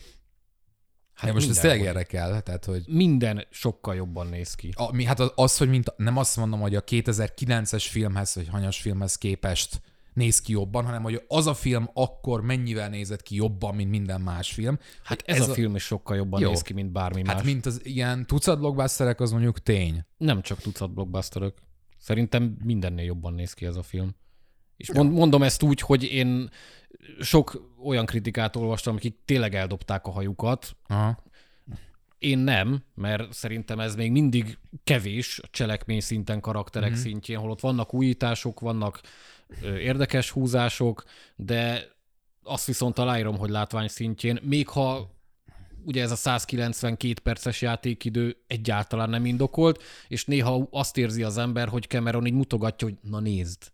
Hát most ez tényleg érdekel, tehát, hogy... Minden sokkal jobban néz ki. Hát az, hogy nem azt mondom, hogy a 2009-es filmhez, vagy hanyas filmhez képest néz ki jobban, hanem hogy az a film akkor mennyivel nézett ki jobban, mint minden más film. Hát ez a film is sokkal jobban néz ki, mint bármi más. Hát mint az ilyen tucat blockbusterek, az mondjuk tény. Nem csak tucat blockbusterek. Szerintem mindennél jobban néz ki ez a film. És mondom ezt úgy, hogy én sok olyan kritikát olvastam, akik tényleg eldobták a hajukat. Aha. Én nem, mert szerintem ez még mindig kevés a cselekmény szinten, karakterek szintjén, holott vannak újítások, vannak érdekes húzások, de azt viszont aláírom, hogy látvány szintjén, még ha ugye ez a 192 perces játékidő egyáltalán nem indokolt, és néha azt érzi az ember, hogy Cameron így mutogatja, hogy na nézd.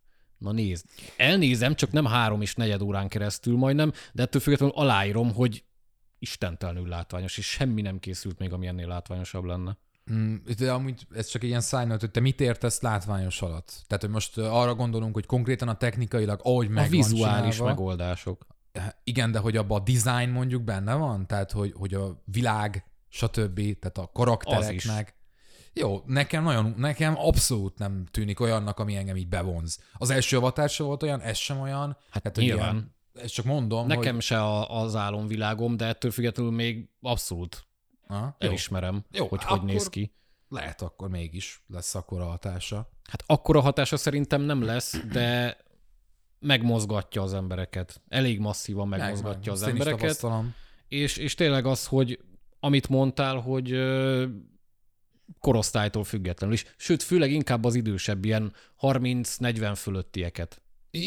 Elnézem, csak nem 3,4 órán keresztül majdnem, de ettől függetlenül aláírom, hogy istentelenül látványos, és semmi nem készült még, ami ennél látványosabb lenne. De amúgy ez csak egy ilyen side note, hogy te mit értesz látványos alatt? Tehát, hogy most arra gondolunk, hogy konkrétan a technikailag, ahogy meg van vizuális csinálva, megoldások. Igen, de hogy abban a design mondjuk benne van? Tehát, hogy a világ, stb., tehát a karaktereknek. Jó, nekem abszolút nem tűnik olyannak, ami engem így bevonz. Az első Avatar sem volt olyan, ez sem olyan. Hát nyilván. Ilyen, ezt csak mondom, nekem hogy... se az álomvilágom, de ettől függetlenül még abszolút elismerem, jó, hogy néz ki. Lehet akkor mégis lesz akkora hatása. Hát akkora hatása szerintem nem lesz, de megmozgatja az embereket. Elég masszívan megmozgatja az embereket. És tényleg az, hogy amit mondtál, hogy korosztálytól függetlenül is. Sőt, főleg inkább az idősebb, ilyen 30-40 fölöttieket.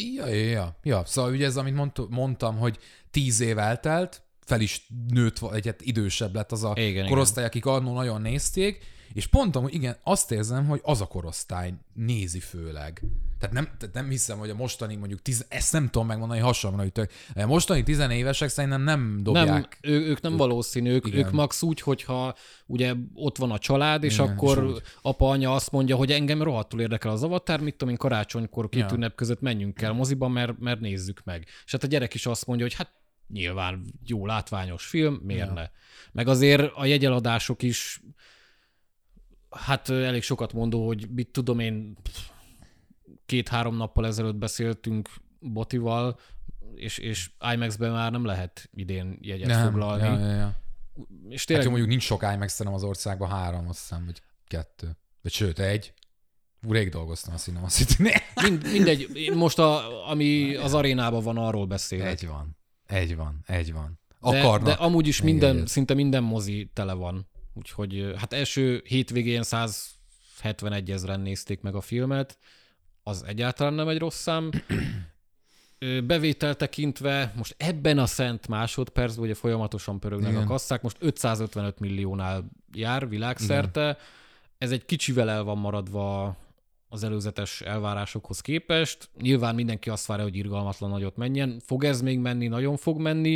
Ja. Szóval ugye ez, amit mondtam, hogy 10 év eltelt, fel is nőtt, egyet idősebb lett az a korosztály, akik annól nagyon nézték, És pont amúgy, igen, azt érzem, hogy az a korosztály nézi főleg. Tehát nem hiszem, hogy a mostani mondjuk, ezt nem tudom megmondani hasonlóan, hogy a mostani 10 évesek szerintem nem dobják. Nem, ők nem valószínűk, ők max úgy, hogyha ugye ott van a család, és igen, akkor és apa, anya azt mondja, hogy engem rohadtul érdekel az Avatar, mit tudom én, karácsonykor, 2 ünnep között menjünk el moziba, mert nézzük meg. És hát a gyerek is azt mondja, hogy hát nyilván jó látványos film, miért ne? Meg azért a jegyeladások is hát elég sokat mondó, hogy mit tudom én, 2-3 nappal ezelőtt beszéltünk Botival, és IMAX-ben már nem lehet idén jegyet foglalni. Ja. És tényleg... Hát mondjuk nincs sok IMAX, hanem az országban 3, azt hiszem, vagy 2. Vagy sőt, 1. Rég dolgoztam a Cinema City-nél. Mindegy, most ami az arénában van, arról beszélek. Egy van. De amúgy is szinte minden mozi tele van. Úgyhogy hát első hétvégén 171 000 nézték meg a filmet, az egyáltalán nem egy rossz szám. Bevétel tekintve most ebben a szent másodpercben, ugye folyamatosan pörögnek a kasszák, most 555 milliónál jár világszerte. Igen. Ez egy kicsivel el van maradva az előzetes elvárásokhoz képest. Nyilván mindenki azt várja, hogy irgalmatlan nagyot menjen. Fog ez még menni? Nagyon fog menni.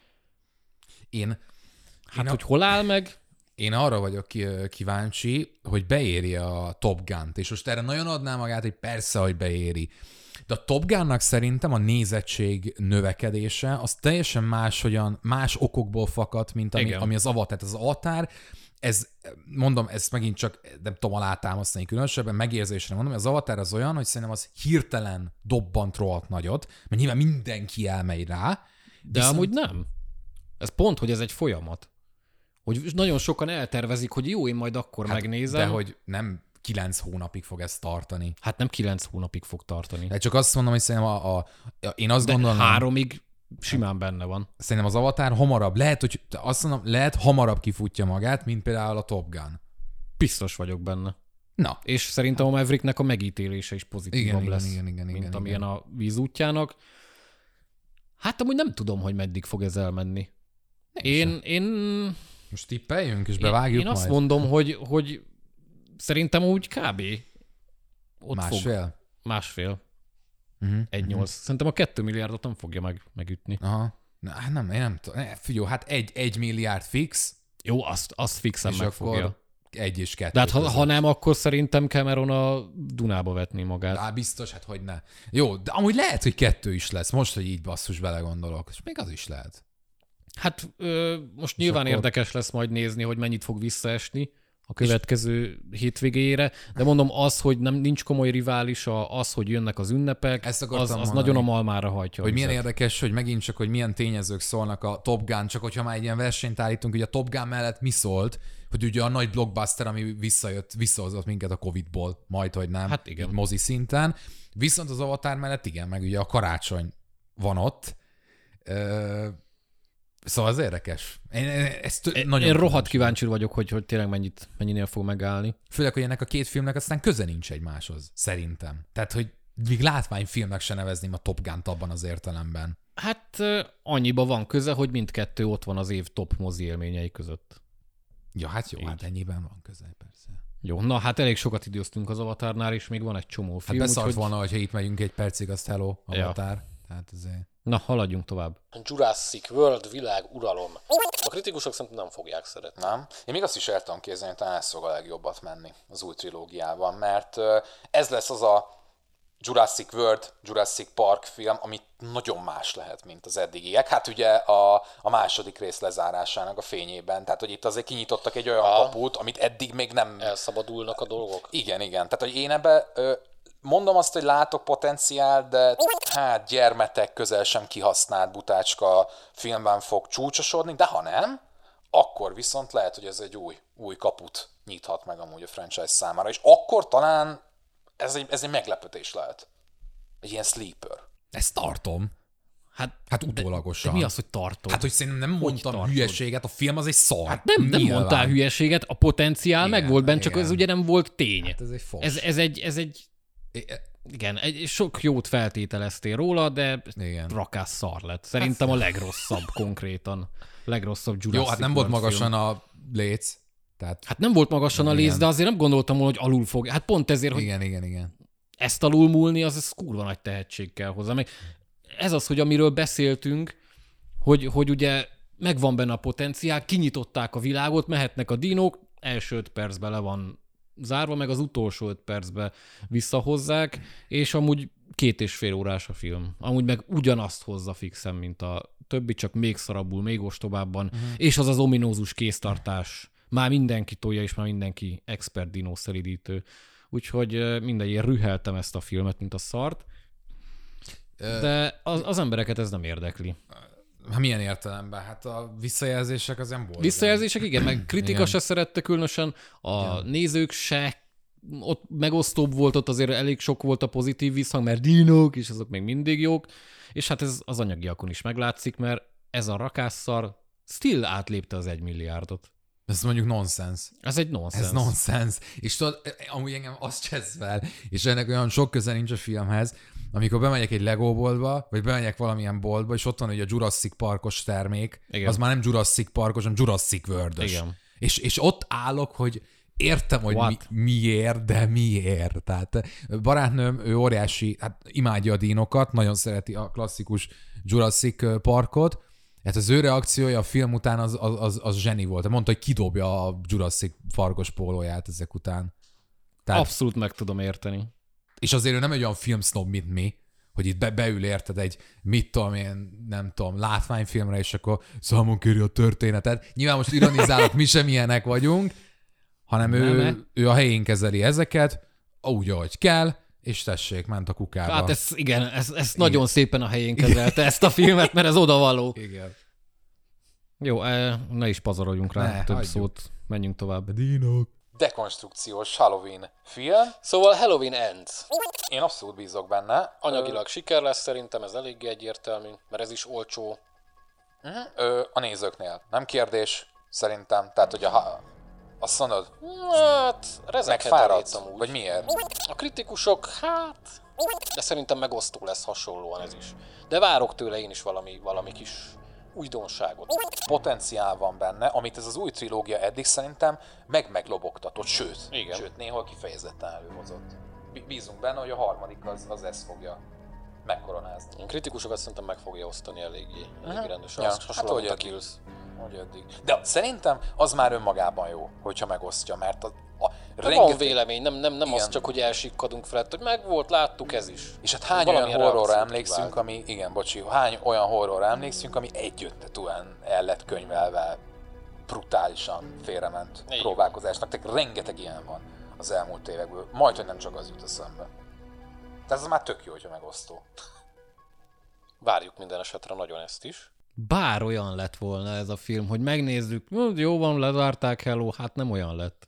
Hogy hol áll meg? Én arra vagyok kíváncsi, hogy beéri a Top Gun-t, és most erre nagyon adná magát, hogy persze, hogy beéri. De a Top Gun-nak szerintem a nézettség növekedése az teljesen más okokból fakadt, mint ami az Avatar. Tehát az Avatar, ezt megint csak nem tudom alátámasztani különösebben, megérzésre mondom, hogy az Avatar az olyan, hogy szerintem az hirtelen dobbant rohadt nagyot, mert nyilván mindenki elmegy rá. De amúgy nem. Ez pont, hogy ez egy folyamat. Hogy nagyon sokan eltervezik, hogy jó, én majd akkor megnézem. De hogy nem 9 hónapig fog ez tartani. Hát nem 9 hónapig fog tartani. De csak azt mondom, hogy szerintem én azt gondolom... 3-ig simán benne van. Szerintem az Avatar hamarabb, lehet hamarabb kifutja magát, mint például a Top Gun. Biztos vagyok benne. Na. És szerintem a Mavericknek a megítélése is pozitívabb lesz, mint amilyen a Víz útjának. Hát amúgy nem tudom, hogy meddig fog ez elmenni. Én most tippeljünk, és bevágjuk Én azt mondom, hogy szerintem úgy kb. Ott Másfél. 1,8. Szerintem a 2 milliárdot nem fogja megütni. Aha. Nem, én nem tudom. Figyelj, hát 1 milliárd fix. Jó, azt fixen megfogja. 1 és 2. De hát ha nem, akkor szerintem Cameron a Dunába vetné magát. Biztos, hát hogy ne. Jó, de amúgy lehet, hogy 2 is lesz. Most, hogy így basszus belegondolok. És még az is lehet. Hát most nyilván érdekes lesz majd nézni, hogy mennyit fog visszaesni a következő hétvégéjére, de mondom hogy nincs komoly riválisa, az, hogy jönnek az ünnepek, az nagyon a malmára hajtja. Hogy milyen érdekes, hogy megint csak, hogy milyen tényezők szólnak a Top Gun, csak hogyha már egy ilyen versenyt állítunk, hogy a Top Gun mellett mi szólt, hogy ugye a nagy blockbuster, ami visszahozott minket a Covid-ból, majd, hogy nem, hát igen. Mozi szinten. Viszont az Avatar mellett igen, meg ugye a karácsony van ott. Szóval az érdekes. Én rohadt kíváncsi vagyok, hogy tényleg mennyinél fog megállni. Főleg, hogy ennek a 2 filmnek aztán köze nincs egymáshoz, szerintem. Tehát, hogy még látványfilmnek se nevezném a Top Gun-t abban az értelemben. Hát annyiba van köze, hogy mindkettő ott van az év top mozi élményei között. Ja, hát jó, hát ennyiben van köze, persze. Jó, na hát elég sokat időztünk az Avatarnál, és még van egy csomó film. Hát beszart volna, hogyha itt megyünk egy percig, azt hello, Avatar. Ja. Tehát azért... Na, haladjunk tovább. Jurassic World világ uralom. A kritikusok szerintem nem fogják szeretni. Nem. Én még azt is el tudom képzelni, hogy talán ez fog a legjobbat menni az új trilógiában, mert ez lesz az a Jurassic World, Jurassic Park film, ami nagyon más lehet, mint az eddigiek. Hát ugye a második rész lezárásának a fényében, tehát hogy itt azért kinyitottak egy olyan kaput, amit eddig még nem... Elszabadulnak a dolgok. Igen. Tehát, hogy én ebbe... Mondom azt, hogy látok potenciál, de hát gyermetek közel sem kihasznált butácska filmben fog csúcsosodni, de ha nem, akkor viszont lehet, hogy ez egy új kaput nyithat meg amúgy a franchise számára, és akkor talán ez egy meglepetés lehet. Egy ilyen sleeper. Ezt tartom. Hát utólagosan. De mi az, hogy tartom? Hát, hogy szerintem nem mondtam hülyeséget, a film az egy szar. Hát nem mondtál hülyeséget, a potenciál meg volt benne, csak ez ugye nem volt tény. Hát ez egy fos. Ez egy igen, sok jót feltételeztél róla, de rakás szar lett. Szerintem a legrosszabb konkrétan. Legrosszabb Jurassic Jó, hát nem volt magasan film. A léc. Tehát, Hát nem volt magasan a léz, igen. de azért nem gondoltam volna, hogy alul fog. Hát pont ezért, hogy igen. ezt alulmúlni, az kurva nagy tehetség kell hozzá. Meg ez az, hogy amiről beszéltünk, hogy ugye megvan benne a potenciál, kinyitották a világot, mehetnek a dinók, első 5 percben le van zárva, meg az utolsó 5 percben visszahozzák, és amúgy 2,5 órás a film. Amúgy meg ugyanazt hozza fixen, mint a többi, csak még szarabbul, még ostobábban, és az ominózus kéztartás. Már mindenki tolja, és már mindenki expert dinószelidítő. Úgyhogy mindegy, én rüheltem ezt a filmet, mint a szart, de az embereket ez nem érdekli. Hát milyen értelemben? Hát a visszajelzések az nem volt. Visszajelzések, igen, meg kritika Igen. se szerette különösen, a nézők se, ott megosztóbb volt, ott azért elég sok volt a pozitív visszhang, mert dinók, és azok még mindig jók, és hát ez az anyagiakon is meglátszik, mert ez a rakásszar still átlépte az 1 milliárdot. Ez mondjuk nonsens. Ez egy nonsens. Ez nonsens. És tudod, amúgy engem azt csesz fel, és ennek olyan sok köze nincs a filmhez, amikor bemegyek egy Lego boltba, vagy bemegyek valamilyen boltba, és ott van ugye a Jurassic Parkos termék, igen. Az már nem Jurassic Parkos, hanem Jurassic World-ös. Igen. És ott állok, hogy értem, hogy miért, de miért. Tehát barátnőm, ő óriási, hát imádja a dínokat, nagyon szereti a klasszikus Jurassic Parkot. Hát az ő reakciója a film után az zseni volt. Mondta, hogy kidobja a Jurassic farkos pólóját ezek után. Tehát, abszolút meg tudom érteni. és azért ő nem egy olyan filmsznob, mint mi, hogy itt beül érted egy, mit tudom én, nem tudom, látványfilmre, és akkor számon kéri a történetet. Nyilván most ironizálok, mi sem ilyenek vagyunk, hanem ő a helyén kezeli ezeket, úgy, ahogy kell, és tessék, ment a kukába. Hát ez nagyon szépen a helyén kezelte ezt a filmet, mert ez odavaló. Igen. Jó, ne is pazaroljunk rá több hagyjuk. szót, menjünk tovább. Dínok. Dekonstrukciós Halloween film. Szóval Halloween Ends. Én abszolút bízok benne. Anyagilag siker lesz szerintem, ez eléggé egyértelmű, mert ez is olcsó. A nézőknél. Nem kérdés, szerintem. Tehát, hogy azt mondod, Hát, rezeghet a megfáradsz, léc amúgy. vagy miért? A kritikusok, hát... De szerintem megosztó lesz hasonlóan ez is. De várok tőle én is valami kis újdonságot. Potenciál van benne, amit ez az új trilógia eddig szerintem meglobogtatott, sőt, néhol kifejezetten előhozott. Bízunk benne, hogy a harmadik az ezt fogja megkoronázni. A kritikusokat szerintem meg fogja osztani eléggé rendesen. Ja, Hasonlóan, mint a eddig. Kills. Hogy eddig. De szerintem az már önmagában jó, hogyha megosztja, mert De van vélemény, nem az Igen. csak, hogy elsikkadunk felett, hogy megvolt, láttuk ez is. És hát hány Valamilyen olyan horrorra reakciót emlékszünk, kivált. ami, igen, bocsi, hány olyan horrorra emlékszünk, ami egyöttetően el lett könyvelve, brutálisan félrement Igen. próbálkozásnak. Tehát rengeteg ilyen van az elmúlt évekből. Majdhogy nem csak az jut eszembe. Tehát ez már tök jó, hogyha megosztó. Várjuk minden esetre nagyon ezt is. Bár olyan lett volna ez a film, hogy megnézzük, jó van, lezárták, hello, hát nem olyan lett.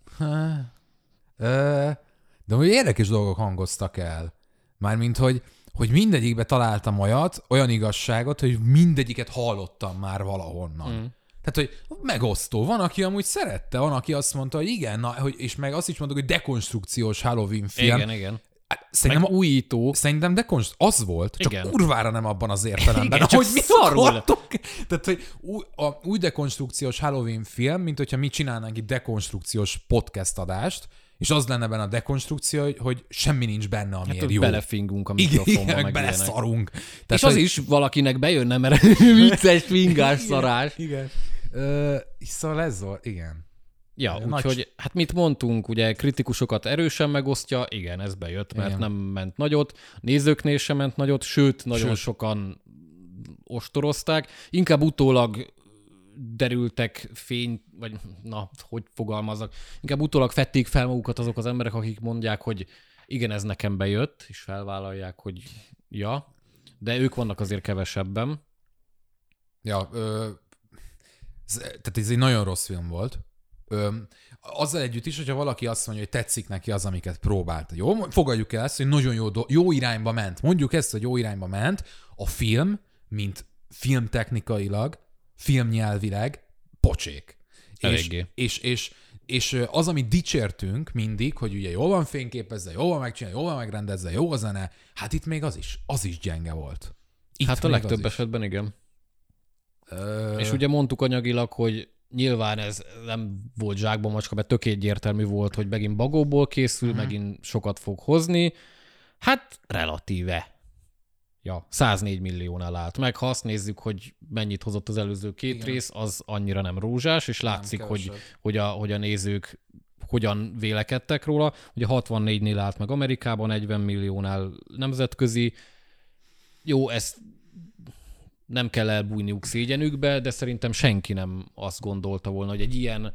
De hogy érdekes dolgok hangoztak el. Mármint, hogy mindegyikbe találtam olyan igazságot, hogy mindegyiket hallottam már valahonnan. Tehát, hogy megosztó. Van, aki amúgy szerette, van, aki azt mondta, hogy igen, és meg azt is mondtuk, hogy dekonstrukciós Halloween film. Igen. Hát, szerintem Meg újító. Szerintem az volt, csak Igen. kurvára nem abban az értelemben, Igen, csak ahogy mi szarul. akartok. Tehát, hogy új dekonstrukciós Halloween film, mint hogyha mi csinálnánk egy dekonstrukciós podcast adást, és az lenne benne a dekonstrukció, hogy semmi nincs benne, ami Hát jó. belefingunk a Igen, mikrofonba, meg ilyenek. beleszarunk. És az is valakinek bejönne, mert vicces fingás szarás. Igen. Szóval ez volt, igen. Ja, Nagy- úgyhogy hát mit mondtunk, ugye kritikusokat erősen megosztja, igen, ez bejött, mert Igen. nem ment nagyot, nézőknél sem ment nagyot, sőt, nagyon sokan ostorozták, inkább utólag derültek fény, vagy na, hogy fogalmazzak, inkább utólag fették fel magukat azok az emberek, akik mondják, hogy igen, ez nekem bejött, és felvállalják, hogy ja, de ők vannak azért kevesebben. Ja, tehát ez egy nagyon rossz film volt. Azzal együtt is, hogyha valaki azt mondja, hogy tetszik neki az, amiket próbált. Jó, fogadjuk el ezt, hogy nagyon jó irányba ment. Mondjuk ezt, hogy jó irányba ment. A film, mint filmtechnikailag, filmnyelvileg pocsék. Eléggé. És az, amit dicsértünk mindig, hogy ugye jól van fényképezve, jól van megcsinálva, jól van megrendezve, jó a zene, hát itt még az is gyenge volt. Itt Hát a még legtöbb az is. esetben igen. És ugye mondtuk anyagilag, hogy nyilván ez nem volt zsákba macska, mert tök egyértelmű volt, hogy megint bagóból készül, megint sokat fog hozni. Hát relatíve. Ja, 104 milliónál állt meg. Ha azt nézzük, hogy mennyit hozott az előző két rész, az annyira nem rózsás, és látszik, hogy a nézők hogyan vélekedtek róla. Ugye 64-nél állt meg Amerikában, 40 milliónál nemzetközi. Jó, ezt nem kell elbújniuk szégyenükbe, de szerintem senki nem azt gondolta volna, hogy egy ilyen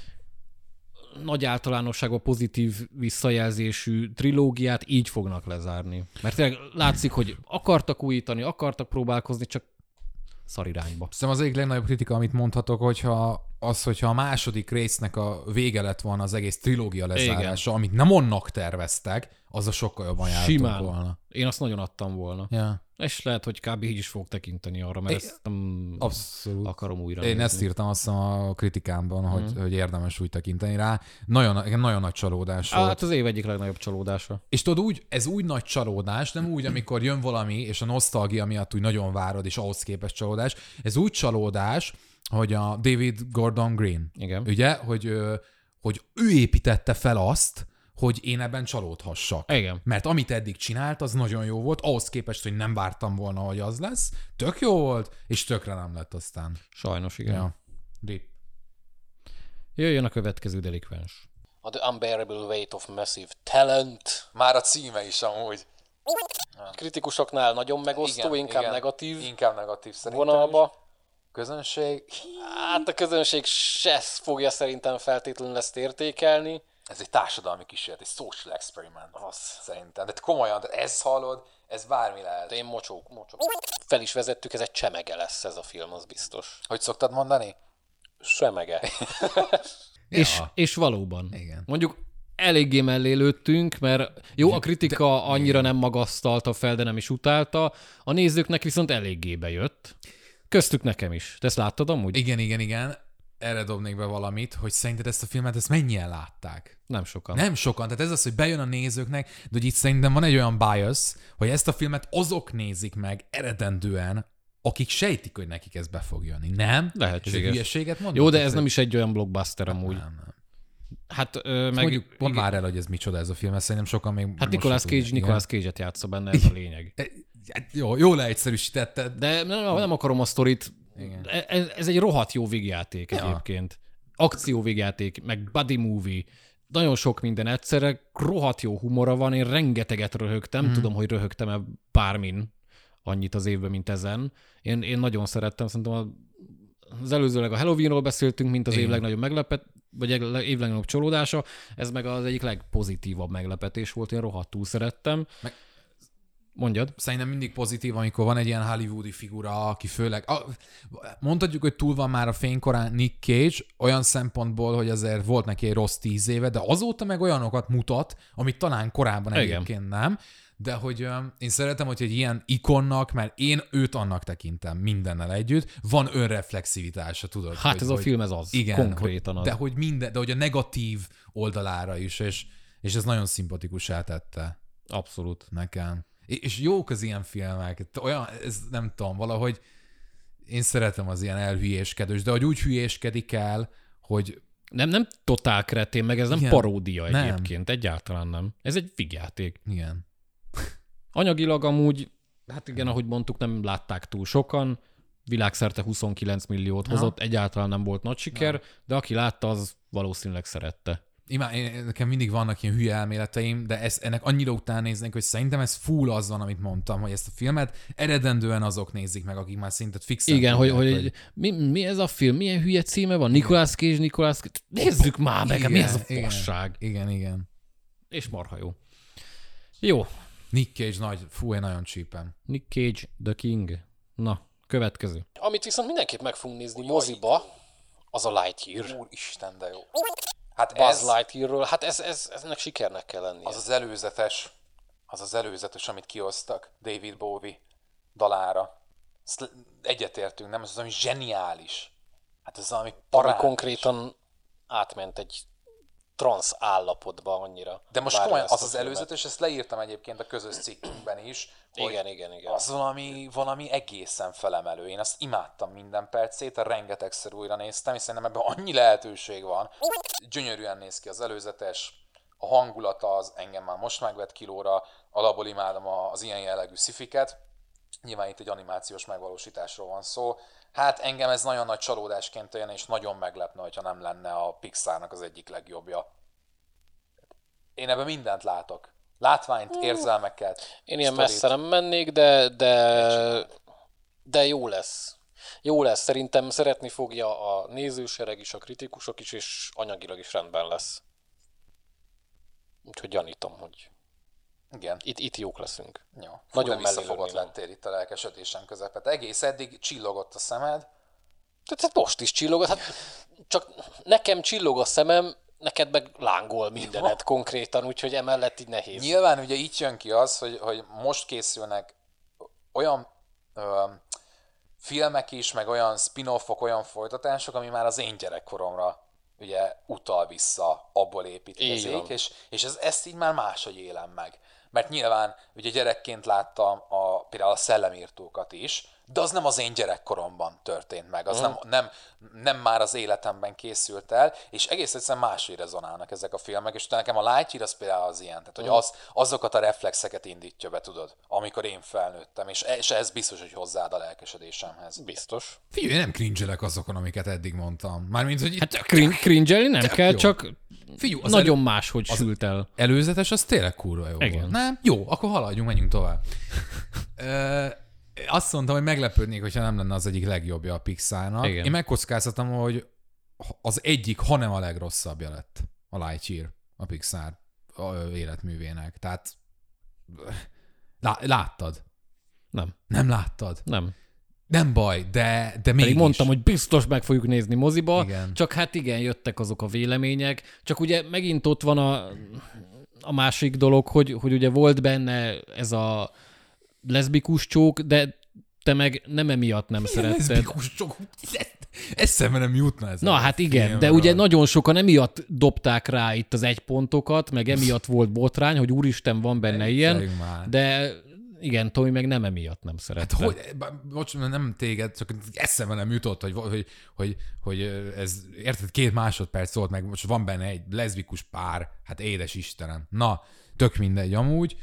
nagy általánosságban pozitív visszajelzésű trilógiát így fognak lezárni. Mert tényleg látszik, hogy akartak újítani, akartak próbálkozni, csak szarirányba. Szerintem az egyik legnagyobb kritika, amit mondhatok, hogyha a második résznek a vége lett volna az egész trilógia lezárása, amit nem onnak terveztek, az a sokkal jobban jártunk volna. Én azt nagyon adtam volna. Ja. És lehet, hogy kb. Így is fog tekinteni arra, mert ezt nem akarom újra Én nézni. ezt írtam azt a kritikámban, hogy érdemes úgy tekinteni rá. Nagyon nagy csalódás volt. Hát az év egyik legnagyobb csalódása. És tudod, ez úgy nagy csalódás, nem úgy, amikor jön valami, és a nosztalgia miatt úgy nagyon várod, és ahhoz képest csalódás. Ez úgy csalódás, hogy a David Gordon Green, Igen. ugye, hogy ő építette fel azt, hogy én ebben csalódhassak. Igen. Mert amit eddig csinált, az nagyon jó volt, ahhoz képest, hogy nem vártam volna, hogy az lesz. Tök jó volt, és tökre nem lett aztán. Sajnos, igen. Ja. Rip. Jöjjön a következő delikvens. A The Unbearable Weight of Massive Talent. Már a címe is amúgy. Kritikusoknál nagyon megosztó, inkább negatív. Inkább negatív szerintem vonalba. is. Közönség. Hát a közönség se fogja szerintem feltétlenül ezt értékelni. Ez egy társadalmi kísérlet, egy social experiment. Az. Szerintem. De komolyan, de ezt hallod, ez bármi lehet. De én mocsok. Fel is vezettük, ez egy csemege lesz ez a film, az biztos. Hogy szoktad mondani? Semege. És valóban. Igen. Mondjuk eléggé mellé lőttünk, mert jó, a kritika annyira nem magasztalta fel, de nem is utálta. A nézőknek viszont eléggé bejött. Köztük nekem is. Te ezt láttad amúgy? Igen. Erre dobnék be valamit, hogy szerinted ezt a filmet, ezt mennyien látták? Nem sokan. Nem sokan. Tehát ez az, hogy bejön a nézőknek, de hogy itt szerintem van egy olyan bias, hogy ezt a filmet azok nézik meg eredendően, akik sejtik, hogy nekik ez be fog jönni. Nem? Lehetséges. Ez egy hülyeséget mondom? Jó, de ez nem is egy olyan blockbuster amúgy. Nem. Hát Mondjuk, mondd már el, hogy ez micsoda ez a film, ezt szerintem sokan még Hát most Nicolas Cage-et játsza benne, ez a lényeg. Jó leegyszerűsítetted. De nem akarom a sztorit. Ez egy rohadt jó vígjáték egyébként. Akcióvígjáték, meg buddy movie. Nagyon sok minden egyszerre. Rohadt jó humora van, én rengeteget röhögtem. Tudom, hogy röhögtem-e bármin annyit az évben, mint ezen. Én nagyon szerettem, szerintem az előzőleg a Halloweenról beszéltünk, mint az év legnagyobb vagy év legnagyobb csalódása. Ez meg az egyik legpozitívabb meglepetés volt, én rohadtul szerettem. Mondjad. Szerintem mindig pozitív, amikor van egy ilyen hollywoodi figura, aki főleg... Mondhatjuk, hogy túl van már a fénykorán Nick Cage, olyan szempontból, hogy azért volt neki egy rossz 10 éve, de azóta meg olyanokat mutat, amit talán korábban egyébként nem. De hogy én szeretem, hogy egy ilyen ikonnak, mert én őt annak tekintem mindennel együtt, van önreflexivitása, tudod? Hát ez a film ez az, igen, konkrétan az. De hogy a negatív oldalára is, és ez nagyon szimpatikussá tette. Abszolút. Nekem. És jók az ilyen filmek. Olyan, ez nem tudom, valahogy én szeretem az ilyen elhülyéskedős, de hogy úgy hülyéskedik el, hogy... Nem totál kretén, meg ez nem paródia egyébként, nem. Egyáltalán nem. Ez egy vígjáték. Igen. Anyagilag amúgy, hát igen, ahogy mondtuk, nem látták túl sokan, világszerte 29 milliót hozott, egyáltalán nem volt nagy siker, de aki látta, az valószínűleg szerette. Nekem mindig vannak ilyen hülye elméleteim, de ennek annyira után néznék, hogy szerintem ez full az van, amit mondtam, hogy ezt a filmet eredendően azok nézik meg, akik már szinte fixen. Igen, hogy mi ez a film? Milyen hülye címe van? Nicolas Cage. Nézzük már meg, mi ez a fasság. Igen. És marha jó. Jó. Nick Cage én nagyon csípem. Nick Cage, The King. Na, következő. Amit viszont mindenképp meg fogunk nézni moziba, az a Lightyear. Úristen, de jó. Hát Buzz Lightyearről, hát ennek sikernek kell lennie. Az az előzetes, amit kihoztak David Bowie dalára. Ezt egyetértünk, nem? Ez az, ami zseniális. Hát ez az, ami parán. Konkrétan átment egy transz állapotban annyira. De most komolyan, az előzetes, ezt leírtam egyébként a közös cikkünkben is, hogy igen. az valami egészen felemelő. Én azt imádtam minden percét, rengetegszer újra néztem, és szerintem ebben annyi lehetőség van. Gyönyörűen néz ki az előzetes, a hangulata az engem már most megvett kilóra, alapból imádom az ilyen jellegű sci-fiket. Nyilván itt egy animációs megvalósításról van szó. Hát engem ez nagyon nagy csalódásként jön, és nagyon meglepne, hogyha nem lenne a Pixarnak az egyik legjobbja. Én ebben mindent látok. Látványt, érzelmeket. Én ilyen sztorit. messze nem mennék, de jó lesz. Jó lesz. Szerintem szeretni fogja a nézősereg is, a kritikusok is, és anyagilag is rendben lesz. Úgyhogy gyanítom, hogy igen. Itt jók leszünk. Jó. Nagyon visszafogott lettél itt a lelkesedésem közepet. Egész eddig csillogott a szemed. Tehát most is csillog. Hát csak nekem csillog a szemem, neked meg lángol mindened konkrétan, úgyhogy emellett így nehéz. Nyilván ugye itt jön ki az, hogy most készülnek olyan filmek is, meg olyan spin-offok, olyan folytatások, ami már az én gyerekkoromra ugye utal vissza, abból építkezik, és ezt így már máshogy élem meg. Mert nyilván ugye gyerekként láttam például a Szellemírtókat is, de az nem az én gyerekkoromban történt meg, az nem már az életemben készült el, és egész egyszerűen máshogy rezonálnak ezek a filmek, és nekem a Lightyear az például az ilyen, tehát hogy azokat a reflexeket indítja be, tudod, amikor én felnőttem, és ez biztos, hogy hozzáad a lelkesedésemhez. Biztos. Figyelj, nem cringe-elek azokon, amiket eddig mondtam. Mármint, hogy Hát cringe-elni nem kell, jó. csak Figyelj, nagyon máshogy sült el. Előzetes, az tényleg kurva jó Igen. volt. Nem? Jó, akkor haladjunk, menjünk tovább. Azt mondtam, hogy meglepődnék, hogyha nem lenne az egyik legjobbja a Pixarnak. Igen. Én megkockáztatom, hogy az egyik, hanem a legrosszabbja lett a Lightyear a Pixar életművének. Tehát láttad? Nem. Nem láttad? Nem. Nem baj, de mégis. Pedig mondtam, hogy biztos meg fogjuk nézni moziba, Igen. csak hát igen, jöttek azok a vélemények, csak ugye megint ott van a másik dolog, hogy ugye volt benne ez a leszbikus csók, de te meg nem emiatt nem szeretted. Leszbikus csók, eszembe nem jutna ez. Na hát igen, de ugye nagyon sokan emiatt dobták rá itt az 1 pontokat, meg emiatt volt botrány, hogy úristen, van benne ilyen, de igen, Tomi meg nem emiatt nem szerette. Hát hogy, nem téged, csak eszembe nem jutott, hogy ez, érted, 2 másodperc volt, meg most van benne egy leszbikus pár, hát édes Istenem. Na, tök mindegy amúgy.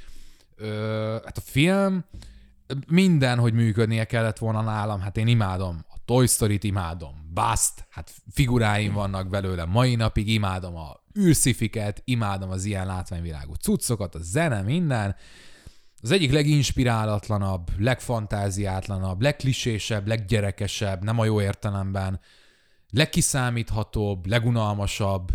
Hát a film minden, hogy működnie kellett volna nálam, hát én imádom. A Toy Story-t imádom. Bust, hát figuráim vannak belőle mai napig, imádom a űrszifiket, imádom az ilyen látványvilágú cuccokat, a zene, minden. Az egyik leginspirálatlanabb, legfantáziátlanabb, legklisésebb, leggyerekesebb, nem a jó értelemben, legkiszámíthatóbb, legunalmasabb,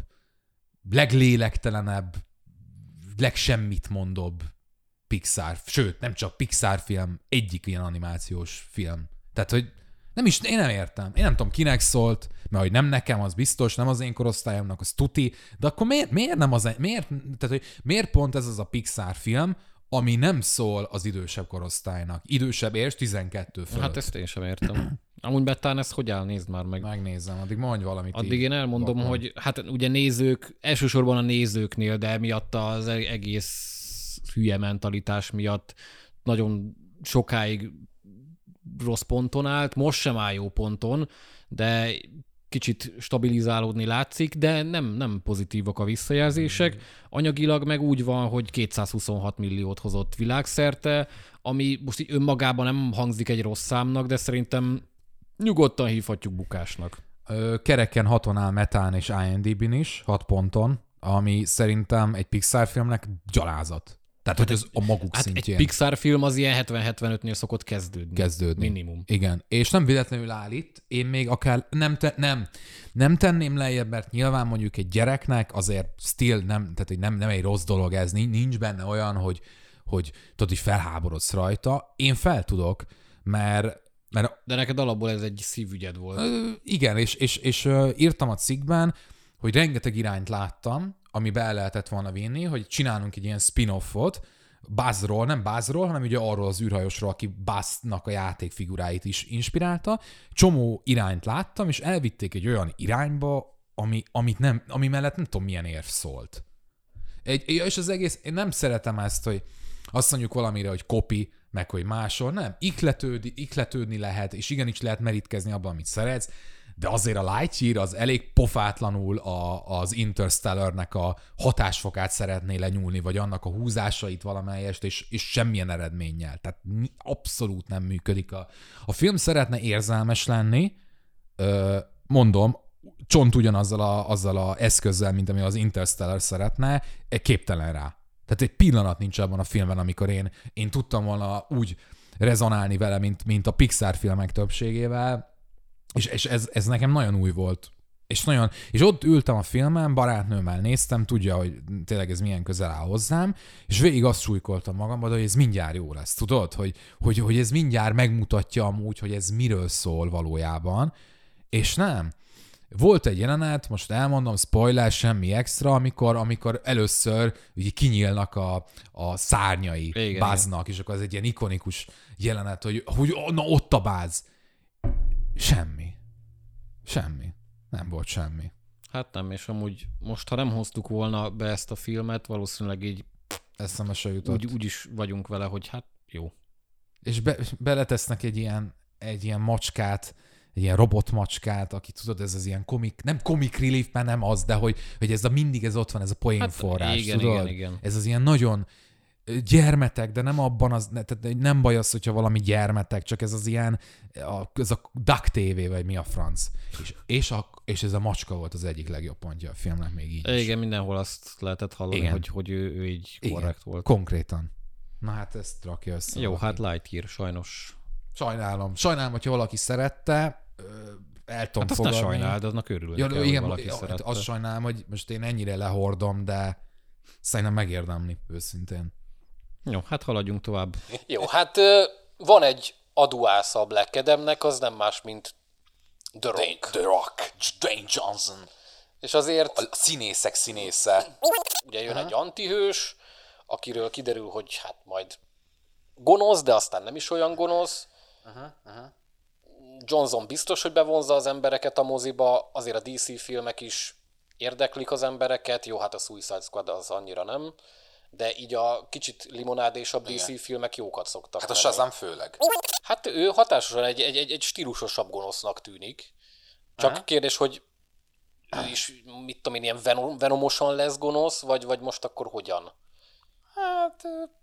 leglélektelenebb, legsemmit mondóbb Pixar, sőt, nem csak Pixar film, egyik ilyen animációs film. Tehát, hogy én nem értem. Én nem tudom, kinek szólt, mert hogy nem nekem, az biztos, nem az én korosztályomnak, az tuti, de akkor miért nem tehát, hogy miért pont ez az a Pixar film, ami nem szól az idősebb korosztálynak. Idősebb és 12 fölött. Hát ezt én sem értem. Amúgy Bettán ez hogy áll? Nézd már meg. Megnézem, addig mondj valamit. Addig én elmondom, hogy hát ugye nézők, elsősorban a nézőknél, de miatt az egész hülye mentalitás miatt nagyon sokáig rossz ponton állt, most sem áll jó ponton, de kicsit stabilizálódni látszik, de nem pozitívak a visszajelzések. Anyagilag meg úgy van, hogy 226 milliót hozott világszerte, ami most így önmagában nem hangzik egy rossz számnak, de szerintem nyugodtan hívhatjuk bukásnak. Kereken 6-on áll Metán és IMDb-n is, 6 ponton, ami szerintem egy Pixar filmnek gyalázat. Tehát, hogy ez a maguk szintjén. Egy Pixar film az ilyen 70-75-nél szokott kezdődni. Minimum. Igen. És nem véletlenül áll itt. Én még akár nem tenném lejjebb, mert nyilván mondjuk egy gyereknek azért still nem egy rossz dolog ez. Nincs benne olyan, hogy tudod, hogy felháborodsz rajta. Én fel tudok, mert de neked alapból ez egy szívügyed volt. Igen, és írtam a cikkben, hogy rengeteg irányt láttam, amibe el lehetett volna vinni, hogy csinálunk egy ilyen spin-offot, Buzzról, nem Buzzról, hanem ugye arról az űrhajósról, aki Buzznak a játékfiguráit is inspirálta. Csomó irányt láttam, és elvitték egy olyan irányba, ami mellett nem tudom milyen érv szólt. És az egész, én nem szeretem ezt, hogy azt mondjuk valamire, hogy copy, meg hogy máshol, nem. Ikletődni lehet, és igenis lehet merítkezni abban, amit szeretsz, de azért a Lightyear az elég pofátlanul az Interstellarnek a hatásfokát szeretné lenyúlni, vagy annak a húzásait valamelyest, és semmilyen eredménnyel. Tehát abszolút nem működik. A film szeretne érzelmes lenni, mondom, csont ugyanazzal a eszközzel, mint ami az Interstellar szeretne, képtelen rá. Tehát egy pillanat nincs abban a filmben, amikor én tudtam volna úgy rezonálni vele, mint a Pixar filmek többségével, és ez nekem nagyon új volt. És ott ültem a filmen, barátnőmmel néztem, tudja, hogy tényleg ez milyen közel áll hozzám, és végig azt súlykoltam magamban, hogy ez mindjárt jó lesz, tudod? Hogy ez mindjárt megmutatja amúgy, hogy ez miről szól valójában, és nem. Volt egy jelenet, most elmondom, spoiler, semmi extra, amikor először ugye kinyílnak a szárnyai Buzznak, és akkor ez egy ilyen ikonikus jelenet, hogy na ott a Buzz. Semmi. Nem volt semmi. Hát nem, és amúgy most, ha nem hoztuk volna be ezt a filmet, valószínűleg így eszembe se jutott. Úgy is vagyunk vele, hogy hát jó. És beletesznek egy ilyen macskát, egy ilyen robotmacskát, aki tudod, ez az ilyen nem comic relief, mert nem az, de hogy ez mindig ez ott van, ez a poénforrás, igen, tudod? Igen. Ez az ilyen nagyon gyermetek, de nem abban tehát nem baj az, hogyha valami gyermetek, csak ez az ilyen, ez a Duck TV, vagy mi a franc. És ez a macska volt az egyik legjobb pontja a filmnek még így is. Igen, mindenhol azt lehetett hallani, hogy ő így korrekt volt. Konkrétan. Na hát ezt rakja össze. Jó, hát Lightyear, sajnos. Sajnálom, hogyha valaki szerette, el tudom hát fogadni. Hát azt ne sajnáld, aznak örülök ja, kell, igen, hogy valaki szerette. Azt sajnálom, hogy most én ennyire lehordom, de szerintem megérdemli, őszintén. Jó, hát haladjunk tovább. Jó, hát van egy aduásza a Black Adamnek, az nem más, mint The Rock. The Rock, Dwayne Johnson. És azért... A színészek színésze. Ugye jön egy antihős, akiről kiderül, hogy hát majd gonosz, de aztán nem is olyan gonosz. Johnson biztos, hogy bevonza az embereket a moziba, azért a DC filmek is érdeklik az embereket. Jó, hát a Suicide Squad az annyira nem. De így a kicsit limonádésabb DC filmek jókat szoktak. Hát a Shazam főleg. Hát ő hatásosan egy stílusosabb gonosznak tűnik. Csak kérdés, hogy ő is, mit tudom én, ilyen venomosan lesz gonosz, vagy most akkor hogyan? Hát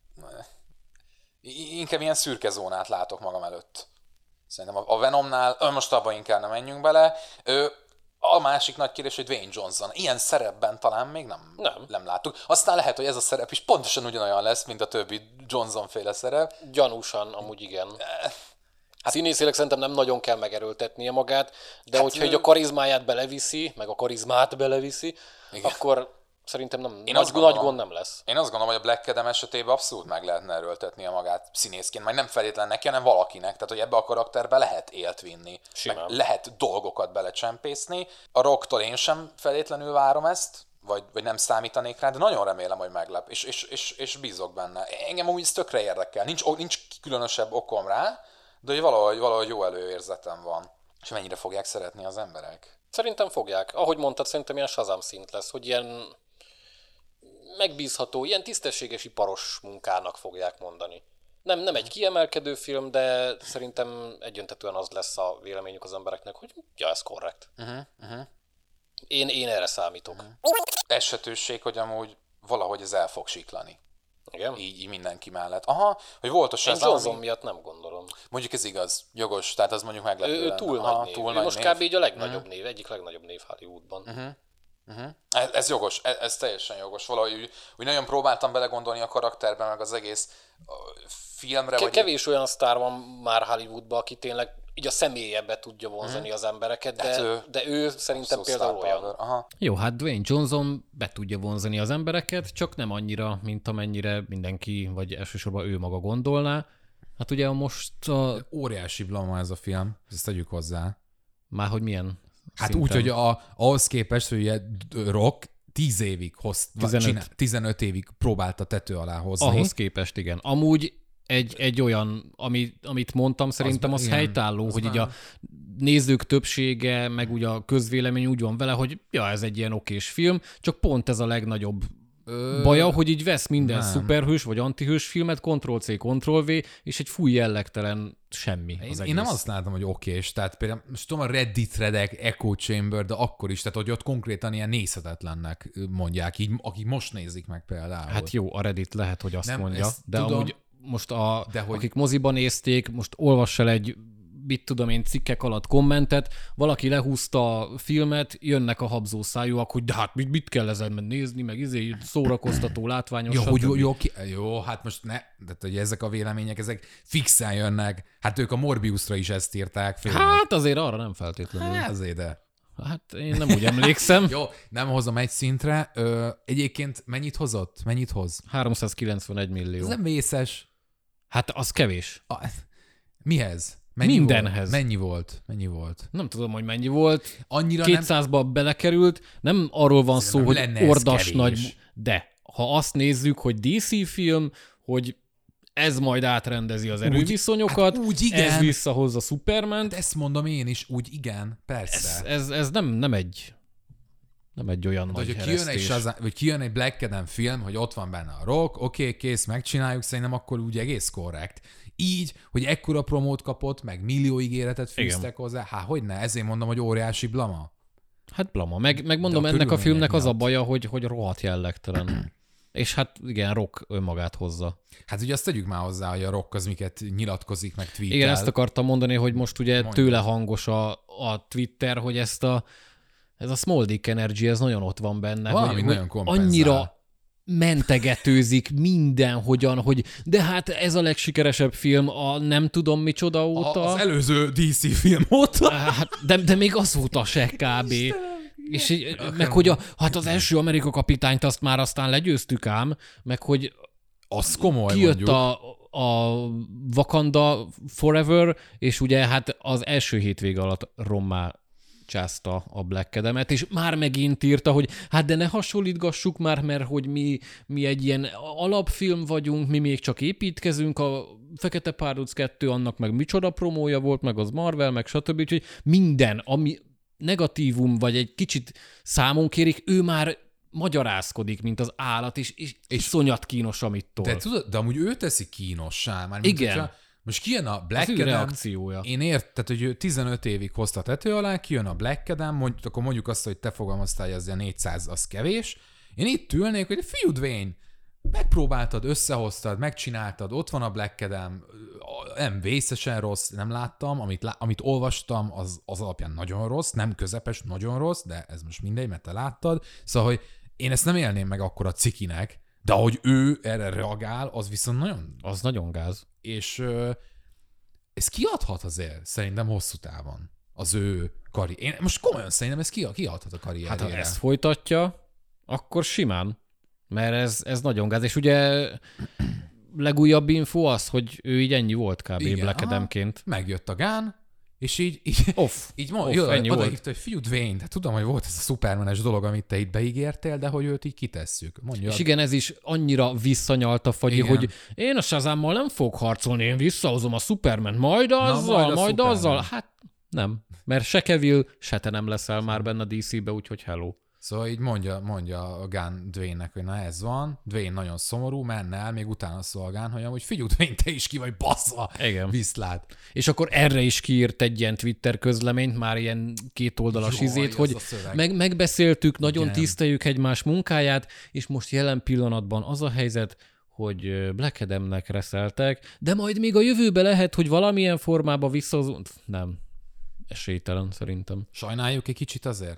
inkább ilyen szürke zónát látok magam előtt. Szerintem a Venomnál, most abban inkább nem menjünk bele. A másik nagy kérdés, hogy Dwayne Johnson. Ilyen szerepben talán még nem láttuk. Aztán lehet, hogy ez a szerep is pontosan ugyanolyan lesz, mint a többi Johnson-féle szerep. Gyanúsan, amúgy igen. Hát színészileg szerintem nem nagyon kell megerőltetnie magát, de hát, hogyha így a karizmáját beleviszi, meg a karizmát beleviszi, igen, akkor szerintem nagy gond nem lesz. Én azt gondolom, hogy a Black Adam esetében abszolút meg lehetne erőltetnie magát színészként, majd nem feltétlenül neki, hanem valakinek. Tehát, hogy ebbe a karakterbe lehet élt vinni. Meg lehet dolgokat belecsempészni. A Rocktól én sem feltétlenül várom ezt, vagy nem számítanék rá, de nagyon remélem, hogy meglep, és bízok benne. Engem úgy ez tökre érdekel. Nincs különösebb okom rá, de hogy valahogy jó előérzetem van. És mennyire fogják szeretni az emberek? Szerintem fogják. Ahogy mondtad, szerintem ilyen Shazam szint lesz, hogy ilyen megbízható, ilyen tisztességes iparos munkának fogják mondani. Nem egy kiemelkedő film, de szerintem egyöntetően az lesz a véleményük az embereknek, hogy ja, ez korrekt. Én erre számítok. Esetőség, hogy amúgy valahogy ez el fog siklani. Igen? Így mindenki mellett. Aha, hogy volt a Shazam. Én Johnson miatt nem gondolom. Mondjuk ez igaz, jogos, tehát az mondjuk meglepő. Ő túl nagy név. Ő most kb. Így a legnagyobb név, egyik legnagyobb név Hollywoodban. Ez jogos, ez teljesen jogos. Valahogy úgy nagyon próbáltam belegondolni a karakterben, meg az egész filmre. Kevés olyan sztár van már Hollywoodban, aki tényleg így a személyebe tudja vonzani az embereket, de ő szerintem például olyan. Aha. Jó, hát Dwayne Johnson be tudja vonzani az embereket, csak nem annyira, mint amennyire mindenki, vagy elsősorban ő maga gondolná. Hát ugye most óriási blama ez a film, ezt tegyük hozzá. Már hogy milyen? Hát szinten? Úgy, hogy ahhoz képest, hogy ugye Rock 10 évig 15 évig próbálta tető alá hozni. Ahhoz képest, igen. Amúgy egy olyan, amit mondtam, szerintem az helytálló, hogy így a nézők többsége, meg ugye a közvélemény úgy van vele, hogy ja, ez egy ilyen okés film, csak pont ez a legnagyobb baja, hogy így vesz minden szuperhős vagy antihős filmet, Ctrl-C, Ctrl-V, és egy fúj jellegtelen semmi az egész. Én nem azt látom, hogy okés, tehát például most tudom a Reddit threadek, Echo Chamber, de akkor is, tehát hogy ott konkrétan ilyen nézhetetlennek mondják, így akik most nézik meg például. Hát jó, a Reddit lehet, hogy azt nem, mondja, de tudom, amúgy most hogy... akik moziban nézték, most olvass el egy mit tudom én, cikkek alatt kommentet, valaki lehúzta a filmet, jönnek a habzószájúak, hogy de hát mit kell ezen nézni, meg szórakoztató, látványos, jó, hát most ne, de hogy ezek a vélemények, ezek fixen jönnek. Hát ők a Morbiusra is ezt írták. Hát azért arra nem feltétlenül. Hát azért, de. Hát én nem úgy emlékszem. Jó, nem hozom egy szintre. Egyébként mennyit hozott? Mennyit hoz? 391 millió. Ez nem vészes. Hát az kevés. Mihez? Mindenhez. Mennyi volt? Nem tudom, hogy mennyi volt. Annyira 200-ba belekerült. Nem arról van szó, hogy ordas nagy... De ha azt nézzük, hogy DC film, hogy ez majd átrendezi az erőviszonyokat, úgy igen. Ez visszahozza Supermant. Hát ezt mondom én is, úgy igen, persze. Ez nem egy olyan de nagy heresztés. Hogy kijön egy Black Adam film, hogy ott van benne a Rock, oké, kész, megcsináljuk, szerintem akkor úgy egész korrekt. Így, hogy ekkora promót kapott, meg millió ígéretet fűztek hozzá, hogyne, ezért mondom, hogy óriási blama. Hát blama. Meg mondom, ennek a filmnek az a baja, hogy rohadt jellegtelen. És hát igen, Rock önmagát hozza. Hát ugye azt tegyük már hozzá, hogy a Rock az miket nyilatkozik, meg tweetel. Igen, ezt akartam mondani, hogy most ugye tőle hangos a Twitter, hogy ez a Small Dick Energy, ez nagyon ott van benne. Valami hogy nagyon kompenzál. Annyira mentegetőzik mindenhogyan, hogy de hát ez a legsikeresebb film a nem tudom micsoda óta. Az előző DC film óta. Hát, de még azóta se kb. És meg hogy hát az első Amerika kapitányt azt már aztán legyőztük ám, meg hogy az komoly, kijött a Wakanda Forever, és ugye hát az első hétvége alatt rommá csázta a Black Adam-et, és már megint írta, hogy hát de ne hasonlítgassuk már, mert hogy mi egy ilyen alapfilm vagyunk, mi még csak építkezünk, a Fekete Párduc 2 annak meg micsoda promója volt, meg az Marvel, meg stb. Úgyhogy minden, ami negatívum, vagy egy kicsit számon kérik, ő már magyarázkodik, mint az állat, és iszonyat kínos, amit tol. De tudod, de amúgy ő teszi kínossá. Már igen. Most kijön a Black az Adam. reakciója. Én tehát, hogy ő 15 évig hozta tető alá, kijön a Black Adam, akkor mondjuk azt, hogy te fogalmaztál, hogy az a 400 az kevés. Én itt ülnék, hogy fiú Dwayne, megpróbáltad, összehoztad, megcsináltad, ott van a Black Adam, nem vészesen rossz, nem láttam, amit olvastam, az alapján nagyon rossz, nem közepes, nagyon rossz, de ez most mindegy, mert te láttad. Szóval, hogy én ezt nem élném meg akkor a cikinek, de ahogy ő erre reagál, az viszont nagyon... Az nagyon gáz. És ez kiadhat azért, szerintem hosszú távon az ő karrier. Én most komolyan szerintem ez kiadhat a karrierjére. Hát ha ezt folytatja, akkor simán. Mert ez nagyon gáz. És ugye legújabb info az, hogy ő így ennyi volt kb. Black Adamként. Megjött a Gunn, és így ennyi odaírta, hogy fiú Dwayne, de tudom, hogy volt ez a szupermenes dolog, amit te itt beígértél, de hogy őt így kitesszük. És igen, ez is annyira visszanyalt a fagyi, hogy én a Shazammal nem fogok harcolni, én visszahozom a Superman, majd azzal. Hát nem, mert se Cavill, se te nem leszel már benne a DC-be, úgyhogy hello. Szóval így mondja a Gunn Dwayne-nek, hogy na ez van, Dwayne nagyon szomorú, menne el, még utána szól a Gunn, hogy figyelj, Dwayne, te is ki vagy, bassza, viszlát. És akkor erre is kiírt egy ilyen Twitter közleményt, már ilyen kétoldalas izét, hogy megbeszéltük, nagyon tiszteljük egymás munkáját, és most jelen pillanatban az a helyzet, hogy Black Adamnek reszeltek, de majd még a jövőben lehet, hogy valamilyen formában visszahozunk. Nem. Esélytelen szerintem. Sajnáljuk egy kicsit azért?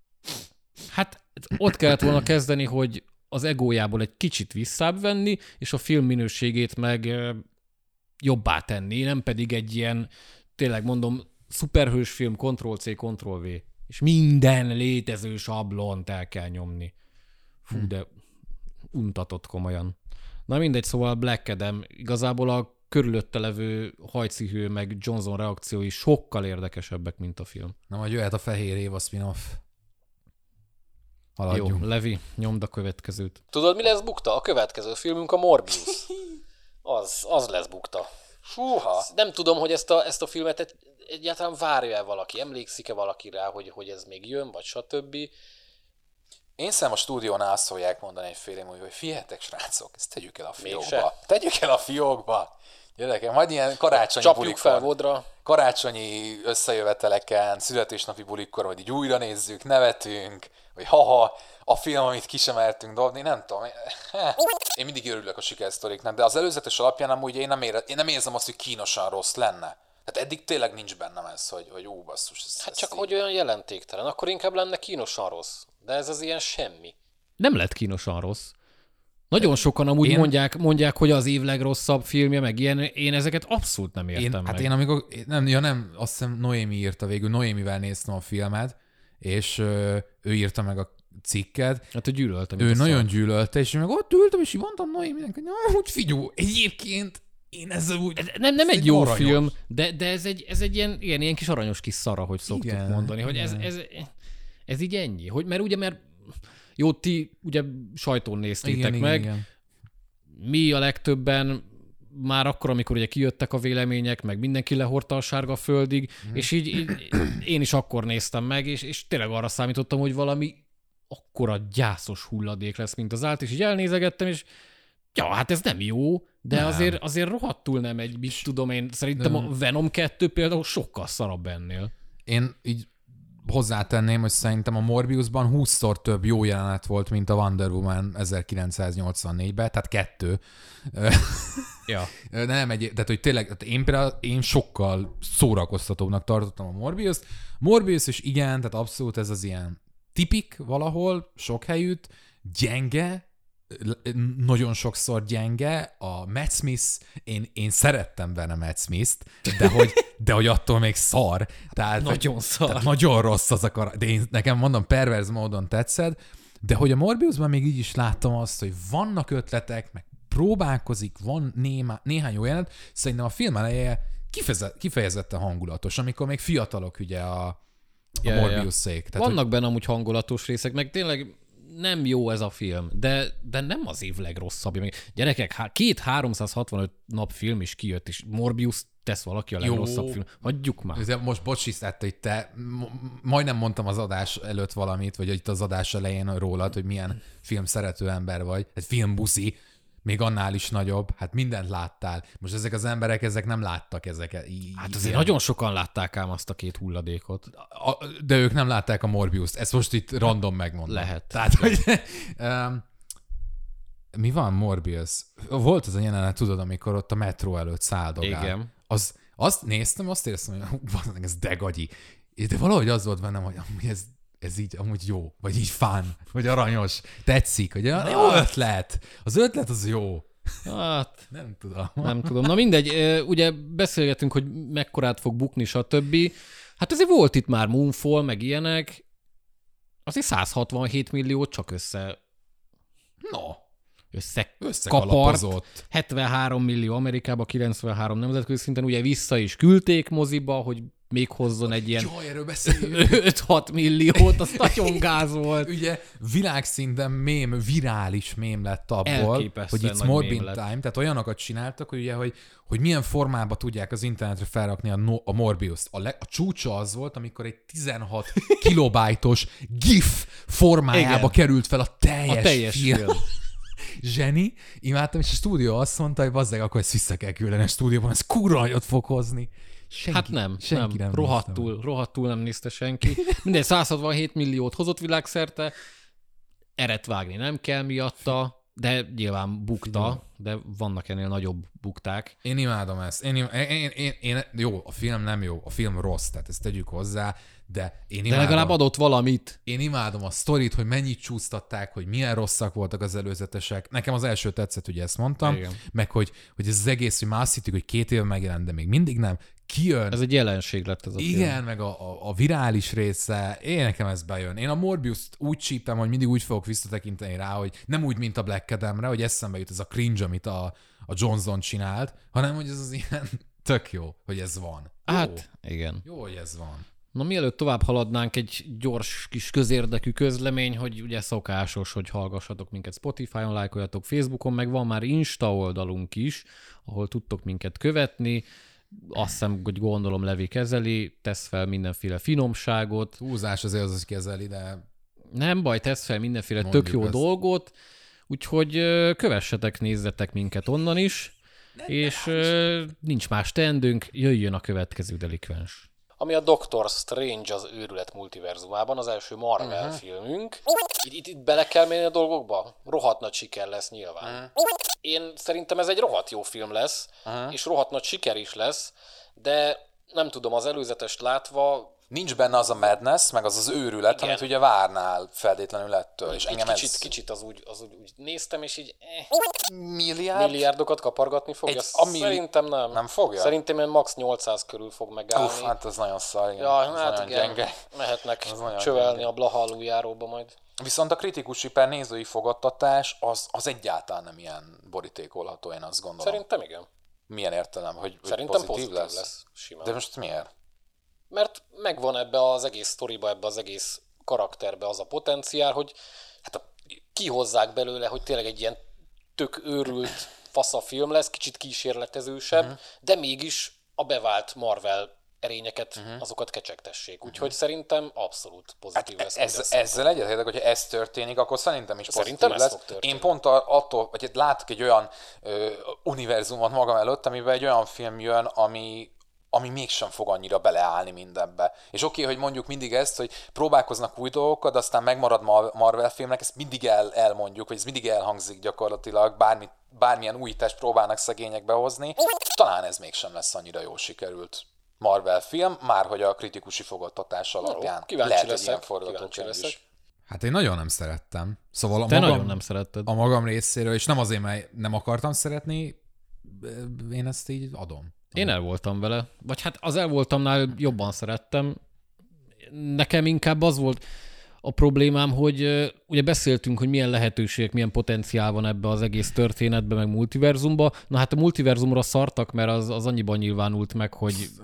Hát ott kellett volna kezdeni, hogy az egójából egy kicsit visszább venni, és a film minőségét meg jobbá tenni, nem pedig egy ilyen, tényleg mondom, szuperhős film, Ctrl-C, Ctrl-V, és minden létező sablont el kell nyomni. Fú, de untatott komolyan. Na mindegy, szóval Black Adam igazából a körülötte levő hajcihő meg Johnson reakciói sokkal érdekesebbek, mint a film. Na majd jöhet a Fehér Éva spin-off. Haladjunk. Jó, Levi, nyomd a következőt. Tudod, mi lesz bukta? A következő filmünk a Morbius. Az lesz bukta. Fúha! Nem tudom, hogy ezt a filmet egyáltalán várja-e valaki, emlékszik-e valaki rá, hogy ez még jön, vagy stb. Én szerintem a stúdiónál azt szólják mondani egy fél év múlva, hogy figyeljetek srácok, ezt tegyük el a fiókba. Mégse. Tegyük el a fiókba. Gyerekek, majd ilyen karácsonyi Csapjuk fel vodra. Karácsonyi összejöveteleken, születésnapi bulikkor, vagy így újra nézzük, nevetünk, vagy haha, a film, amit ki sem mertünk dobni, nem tudom. Én mindig örülök a sikersztoriknak, de az előzetes alapján amúgy én nem érzem azt, hogy kínosan rossz lenne. Tehát eddig tényleg nincs bennem ez, hogy ó, basszus. Hát csak hogy olyan jelentéktelen, akkor inkább lenne kínosan rossz. De ez az ilyen semmi. Nem lett kínosan rossz. Nagyon sokan amúgy mondják, hogy az év legrosszabb filmje, meg ilyen, én ezeket abszolút nem értem meg. Hát én amikor, nem, azt hiszem Noémi írta végül, Noémivel néztem a filmet, és ő írta meg a cikket. Hát ő gyűlölte. Ő nagyon gyűlölte, és én meg ott ültem, és így mondtam Noéminek, hogy úgy figyelj, egyébként én ezzel úgy... Nem egy jó aranyos film, de ez egy ilyen kis aranyos kis szara, hogy szoktuk mondani, hogy ez így ennyi. Mert jó, ti ugye sajtón néztétek meg. Igen. Mi a legtöbben már akkor, amikor ugye kijöttek a vélemények, meg mindenki lehordta a sárga földig, és így én is akkor néztem meg, és tényleg arra számítottam, hogy valami akkora gyászos hulladék lesz, mint az és így elnézegettem, és ja, hát ez nem jó, de nem. Azért rohadtul nem egy, mit tudom én, szerintem a Venom 2 például sokkal szarabb ennél. Én így hozzátenném, hogy szerintem a Morbiusban 20-szor több jó jelenet volt, mint a Wonder Woman 1984-ben, tehát 2. Ja. De nem tehát hogy tényleg, én sokkal szórakoztatóbbnak tartottam a Morbiust. Morbius is igen, tehát abszolút ez az ilyen tipik valahol, sok helyütt, gyenge, nagyon sokszor gyenge. A Matt Smith, én szerettem benne Matt Smith-t, de hogy attól még szar. Tehát, nagyon szar. Tehát nagyon rossz az a de nekem mondom, perverz módon tetszett, de hogy a Morbiusban még így is láttam azt, hogy vannak ötletek, meg próbálkozik, van néhány jó jelenet. Szerintem a film eleje kifejezetten hangulatos, amikor még fiatalok ugye a Morbiusék. Vannak benne amúgy hangulatos részek, meg tényleg nem jó ez a film, de nem az év legrosszabbja. Gyerekek, 365 nap film is kijött, és Morbius tesz valaki a legrosszabb film. Hagyjuk már. Most bocsis, hogy te majdnem mondtam az adás előtt valamit, vagy itt az adás elején rólad, hogy milyen film szerető ember vagy. Egy filmbuszi, még annál is nagyobb. Hát mindent láttál. Most ezek az emberek, ezek nem láttak ezeket. Hát azért nagyon sokan látták ám azt a 2 hulladékot. De ők nem látták a Morbiust. Ezt most itt random megmondom. Lehet. Tehát, hogy... mi van, Morbius? Volt az a jelenet, tudod, amikor ott a metró előtt száldogál. Igen. Azt néztem, azt éreztem, hogy ez degagyi. De valahogy az volt bennem, hogy ez így amúgy jó, vagy így fán, vagy aranyos, tetszik, hogy jó ötlet. Az ötlet az jó. Hát, nem tudom. Nem tudom. Na mindegy, ugye beszélgetünk, hogy mekkorát fog bukni, stb. Hát azért volt itt már Moonfall, meg ilyenek. Azért 167 milliót csak összekapart. 73 millió Amerikába, 93 nemzetközi szinten, ugye vissza is küldték moziba, hogy még hozzon egy ilyen 5-6 milliót, az nagyon gáz volt. Ugye világszinten virális mém lett abból, hogy It's Morbid Time, tehát olyanokat csináltak, hogy, ugye, hogy milyen formába tudják az internetre felrakni a Morbiust. A csúcsa az volt, amikor egy 16 kilobájtos GIF formájába került fel a teljes film. Zseni, imádtam, és a stúdió azt mondta, hogy bazzeg, akkor ezt vissza kell küldeni a stúdióban, ez kurva nagyot fog hozni. Hát nem. Rohadtul nem nézte senki. Mindegy, 167 milliót hozott világszerte, eret vágni nem kell miatta, de nyilván bukta, de vannak ennél nagyobb bukták. Én imádom ezt. Jó, a film nem jó, a film rossz, tehát ezt tegyük hozzá, de én imádom. De legalább adott valamit. Én imádom a sztorit, hogy mennyit csúsztatták, hogy milyen rosszak voltak az előzetesek. Nekem az első tetszett, ugye ezt mondtam, igen. Meg hogy ez az egész, hogy már azt hittük, hogy 2 éve megjelent, de még mindig nem. Kijön. Ez egy jelenség lett ez a igen, film. Meg a virális része, nekem ez bejön. Én a Morbiust úgy csíptem, hogy mindig úgy fogok visszatekinteni rá, hogy nem úgy, mint a Black Adamre, hogy eszembe jut ez a cringe, amit a Johnson csinált, hanem hogy ez az ilyen tök jó, hogy ez van. Jó. Hát, igen. Jó, hogy ez van. Na, mielőtt tovább haladnánk, egy gyors kis közérdekű közlemény, hogy ugye szokásos, hogy hallgassatok minket Spotify-on, lájkoljatok Facebookon, meg van már Insta oldalunk is, ahol tudtok minket követni. Azt hiszem, hogy gondolom Levi kezeli, tesz fel mindenféle finomságot. Húzás azért az kezeli, de... Nem baj, tesz fel mindenféle Mondjuk tök jó dolgot, úgyhogy kövessetek, nézzetek minket onnan is, és nincs más teendőnk, jöjjön a következő delikvens. Ami a Doctor Strange az őrület multiverzumában, az első Marvel filmünk. Itt bele kell menni a dolgokba? Rohadt nagy siker lesz nyilván. Én szerintem ez egy rohadt jó film lesz, és rohadt nagy siker is lesz, de nem tudom, az előzetest látva... Nincs benne az a madness, meg az őrület, amit ugye várnál feltétlenül ettől. És engem kicsit az úgy néztem, és így... Milliárdokat kapargatni fogja? Szerintem nem. Nem fogja? Szerintem én max 800 körül fog megállni. Hát az nagyon szar, igen. Ja, az hát nagyon igen, gyenge. mehetnek csövelni a Blaha aluljáróba majd. Viszont a kritikusi per nézői fogadtatás az egyáltalán nem ilyen borítékolható, én azt gondolom. Szerintem igen. Milyen értelem, hogy szerintem pozitív lesz simán. De most miért? Mert megvan ebbe az egész sztoriba, ebbe az egész karakterbe az a potenciál, hogy hát kihozzák belőle, hogy tényleg egy ilyen tök őrült fasza film lesz, kicsit kísérletezősebb, de mégis a bevált Marvel erényeket, azokat kecsegtessék. Úgyhogy szerintem abszolút pozitív lesz. Ezzel egyetértek, hogyha ez történik, akkor szerintem is pozitív lesz. Fog történni. Én pont attól, vagy látok egy olyan univerzumot magam előtt, amiben egy olyan film jön, ami mégsem fog annyira beleállni mindenbe. És oké, hogy mondjuk mindig ezt, hogy próbálkoznak új dolgokkal, de aztán megmarad Marvel filmnek, ezt mindig elmondjuk, vagy ez mindig elhangzik gyakorlatilag, bármilyen újítást próbálnak szegények behozni. Talán ez mégsem lesz annyira jól sikerült Marvel film, már hogy a kritikusi fogadtatás alapján lehet egy ilyen forgatókönyv is. Hát én nagyon nem szerettem. Szóval nagyon nem szeretted. A magam részéről, és nem azért, mert nem akartam szeretni, én ezt így adom. Én el voltam vele. Vagy hát az el voltamnál jobban szerettem. Nekem inkább az volt a problémám, hogy ugye beszéltünk, hogy milyen lehetőségek, milyen potenciál van ebbe az egész történetbe, meg multiverzumba. Na hát a multiverzumra szartak, mert az annyiban nyilvánult meg,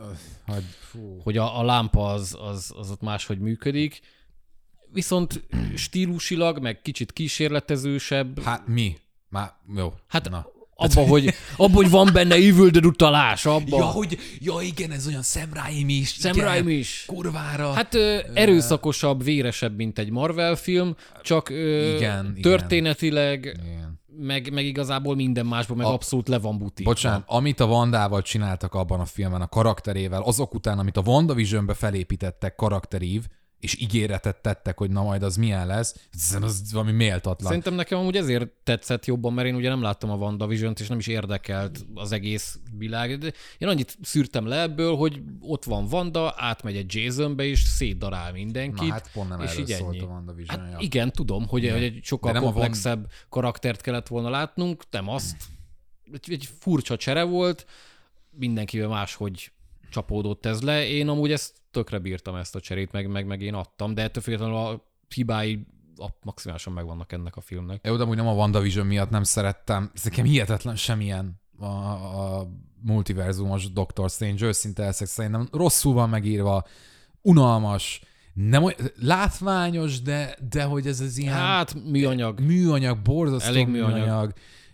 hogy a lámpa az ott máshogy működik. Viszont stílusilag, meg kicsit kísérletezősebb. Hát mi? Már jó. Hát abba, hogy van benne Evil Dead utalás, abba. Ja, igen, ez olyan Sam Raimi is. Sam Raimi is. Kurvára. Hát erőszakosabb, véresebb, mint egy Marvel film, csak történetileg, igen. Meg igazából minden másban, meg abszolút le van butítva. Bocsánat, amit a Wandával csináltak abban a filmben, a karakterével, azok után, amit a WandaVisionbe felépítettek karakterív, és ígéretet tettek, hogy na majd az milyen lesz, az valami méltatlan. Szerintem nekem amúgy ezért tetszett jobban, mert én ugye nem láttam a WandaVision-t, és nem is érdekelt az egész világ. De én annyit szűrtem le ebből, hogy ott van Wanda, átmegy egy Jasonbe, és szétdarál mindenkit. Na hát pont nem és erről szólt a WandaVision. Hát igen, tudom, hogy egy sokkal komplexebb karaktert kellett volna látnunk, nem azt. Egy furcsa csere volt, mindenkivel máshogy csapódott ez le. Én amúgy ezt tökre bírtam ezt a cserét, meg én adtam, de ettől függetlenül a hibái maximálisan megvannak ennek a filmnek. Jó, de amúgy nem a WandaVision miatt nem szerettem. Ez nekem hihetetlen semmilyen a multiverzumos Doctor Strange, őszinte leszek, szerintem rosszul van megírva, unalmas, nem látványos, de hogy ez ilyen... Hát műanyag. Műanyag, borzasztó elég műanyag.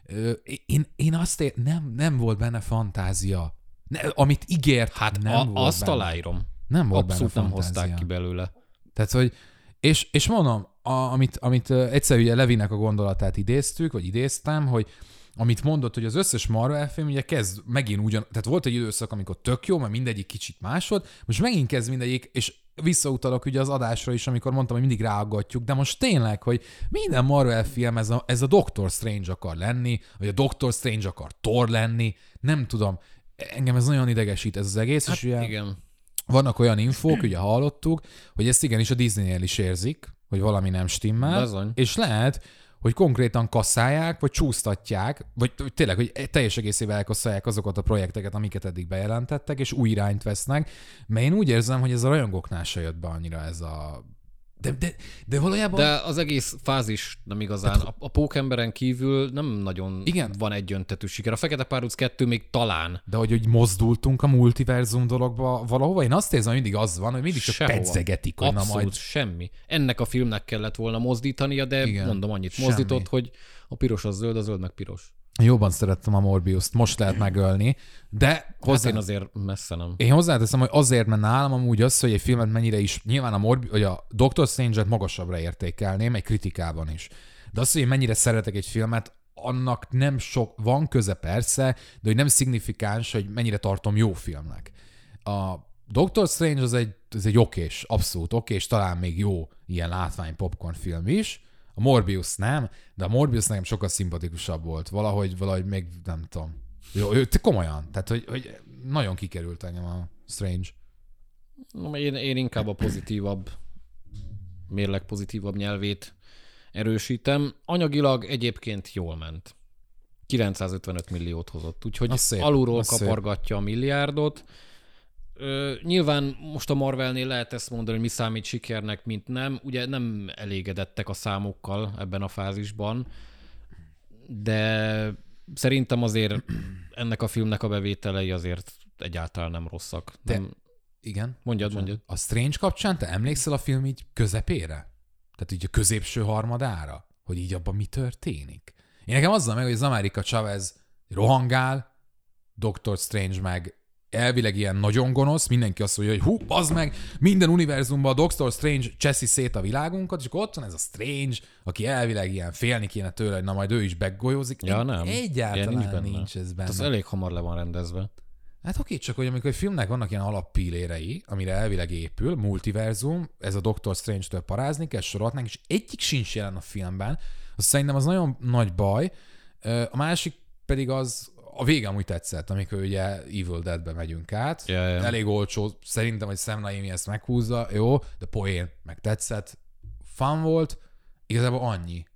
Én azt nem volt benne fantázia. Amit ígért, hát nem volt azt benne. aláírom. Nem volt abszolút benne nem hozták ki belőle. Tehát, hogy és mondom, amit egyszer ugye Levinek a gondolatát idéztük, vagy idéztem, hogy amit mondott, hogy az összes Marvel film ugye kezd megint tehát volt egy időszak, amikor tök jó, mert mindegyik kicsit más volt, most megint kezd mindegyik, és visszautalok ugye az adásra is, amikor mondtam, hogy mindig ráaggatjuk, de most tényleg, hogy minden Marvel film ez a Doctor Strange akar lenni, vagy a Doctor Strange akar Thor lenni, nem tudom, engem ez nagyon idegesít ez az egész, hát és ugye igen. Vannak olyan infók, ugye hallottuk, hogy ezt igenis a Disneynél is érzik, hogy valami nem stimmel, Bezony. És lehet, hogy konkrétan kasszálják, vagy csúsztatják, vagy tényleg, hogy teljes egészével elkasszálják azokat a projekteket, amiket eddig bejelentettek, és új irányt vesznek, mert én úgy érzem, hogy ez a rajongóknál se jött be annyira De valójában... De az egész fázis nem igazán. A pókemberen kívül nem nagyon van egyöntetű siker. A Fekete Párduc 2 még talán. De hogy mozdultunk a multiverzum dologba valahova, én azt érzem, hogy mindig az van, hogy mindig csak Sehova. pedzegetik, hogy Abszolút majd... semmi. Ennek a filmnek kellett volna mozdítania, de mondom, annyit mozdított, hogy a piros az zöld meg piros. Jobban szerettem a Morbiust, most lehet megölni, de hozzá... én azért messze nem. Én hozzáteszem, hogy azért, mert nálam amúgy az, hogy egy filmet mennyire is, nyilván vagy a Doctor Strange-et magasabbra értékelném, egy kritikában is. De az, hogy mennyire szeretek egy filmet, annak nem sok, van köze persze, de hogy nem szignifikáns, hogy mennyire tartom jó filmnek. A Doctor Strange az egy okés, abszolút okés, talán még jó ilyen látvány popcorn film is. A Morbius nem, de a Morbius nekem sokkal szimpatikusabb volt. Valahogy még nem tudom. Jó, komolyan. Tehát, hogy nagyon kikerült engem a Strange. Én inkább a pozitívabb, mérleg pozitívabb nyelvét erősítem. Anyagilag egyébként jól ment. 955 milliót hozott, úgyhogy alulról kapargatja a milliárdot. Nyilván most a Marvelnél lehet ezt mondani, hogy mi számít sikernek, mint nem. Ugye nem elégedettek a számokkal ebben a fázisban, de szerintem azért ennek a filmnek a bevételei azért egyáltalán nem rosszak. Igen? Mondjad. A Strange kapcsán te emlékszel a film így közepére? Tehát így a középső harmadára? Hogy így abban mi történik? Én nekem azzal meg, hogy az America Chavez rohangál, Doctor Strange meg elvileg ilyen nagyon gonosz, mindenki azt mondja, hogy hú, bazd meg, minden univerzumban a Doctor Strange cseszi szét a világunkat, és akkor ott van ez a Strange, aki elvileg ilyen félni kéne tőle, hogy na majd ő is beggolyózik. Ja, nem. Egyáltalán nincs ez benne. Ez elég hamar le van rendezve. Hát oké, csak hogy amikor egy filmnek vannak ilyen alappillérei, amire elvileg épül, multiverzum, ez a Doctor Strange-től parázni kell, sorolhatnánk, és egyik sincs jelen a filmben, azt szerintem az nagyon nagy baj. A másik pedig az, a vége amúgy tetszett, amikor ugye Evil Deadbe megyünk át. Yeah. Elég olcsó, szerintem, hogy Sam Raimi ezt meghúzza, jó, de poén, meg tetszett, fun volt, igazából annyi.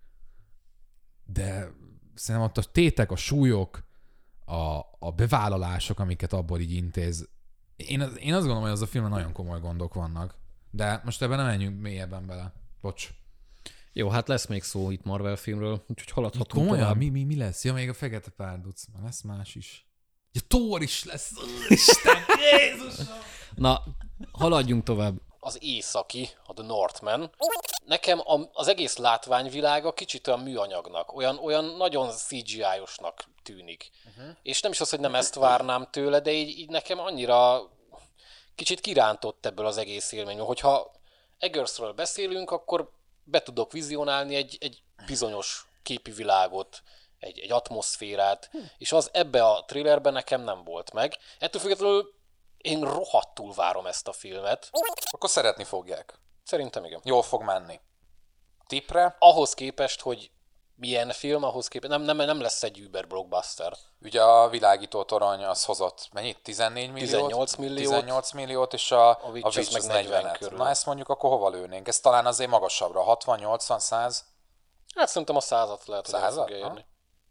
De szerintem ott a tétek, a súlyok, a bevállalások, amiket abból így intéz. Én azt gondolom, hogy az a filmben nagyon komoly gondok vannak. De most ebben nem menjünk mélyebben bele. Bocs. Jó, hát lesz még szó itt Marvel filmről, úgyhogy haladhatunk komolyan, tovább. Mi lesz? Ja, még a Fekete Párduc. Lesz más is. Ja, Thor is lesz. Isten, Jézusom! Na, haladjunk tovább. Az északi, a The Northman. Nekem az egész látványvilága kicsit olyan műanyagnak, olyan nagyon CGI-osnak tűnik. És nem is az, hogy nem ezt várnám tőle, de így nekem annyira kicsit kirántott ebből az egész élményből. Hogyha Eggersről beszélünk, akkor be tudok vizionálni egy bizonyos képi világot, egy atmoszférát, és az ebbe a thrillerben nekem nem volt meg. Ettől függetlenül én rohadtul várom ezt a filmet. Akkor szeretni fogják. Szerintem igen. Jól fog menni. Tipre? Ahhoz képest, hogy milyen film, ahhoz képest nem lesz egy Uber blockbuster. Ugye a világító torony az hozott mennyit? 14 milliót? 18 milliót, és a Witch az meg 40-et. Na ezt mondjuk akkor hova lőnénk? Ez talán azért magasabbra, 60, 80, 100? Hát szerintem a 100-at lehet, hogy el fogja érni.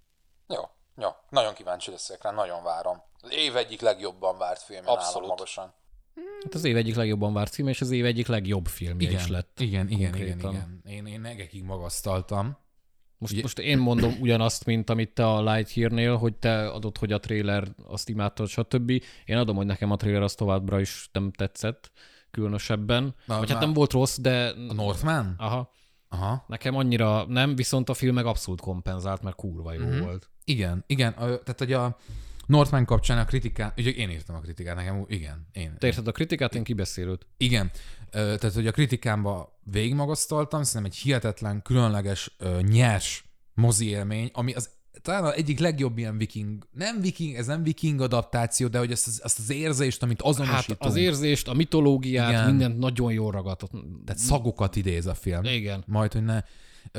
Jó. Nagyon kíváncsi leszek rá, nagyon várom. Az év egyik legjobban várt filmje nálam magasan. Hát az év egyik legjobban várt film, és az év egyik legjobb filmje is lett. Igen. Én egekig magasztaltam. Most én mondom ugyanazt, mint amit te a Lightyear-nél, hogy te adod, hogy a trailer azt imádtad, stb. Én adom, hogy nekem a trailer az továbbra is nem tetszett különösebben. Vagy hát nem volt rossz, de... A Northman? Aha. Nekem annyira nem, viszont a film meg abszolút kompenzált, mert kurva jó volt. Igen. Tehát, hogy a Northman kapcsán a kritikát, ugye én írtam a kritikát, nekem igen. Te érted a kritikát, én kibeszélőt. Igen. Tehát, hogy a kritikámba végigmagasztaltam, szerintem egy hihetetlen, különleges, nyers mozi élmény, ami az talán az egyik legjobb ilyen ez nem viking adaptáció, de hogy azt az érzést, amit azonosítunk. Hát az érzést, a mitológiát, igen. Mindent nagyon jól ragadott. Tehát szagokat idéz a film. Igen. Majd, hogy ne...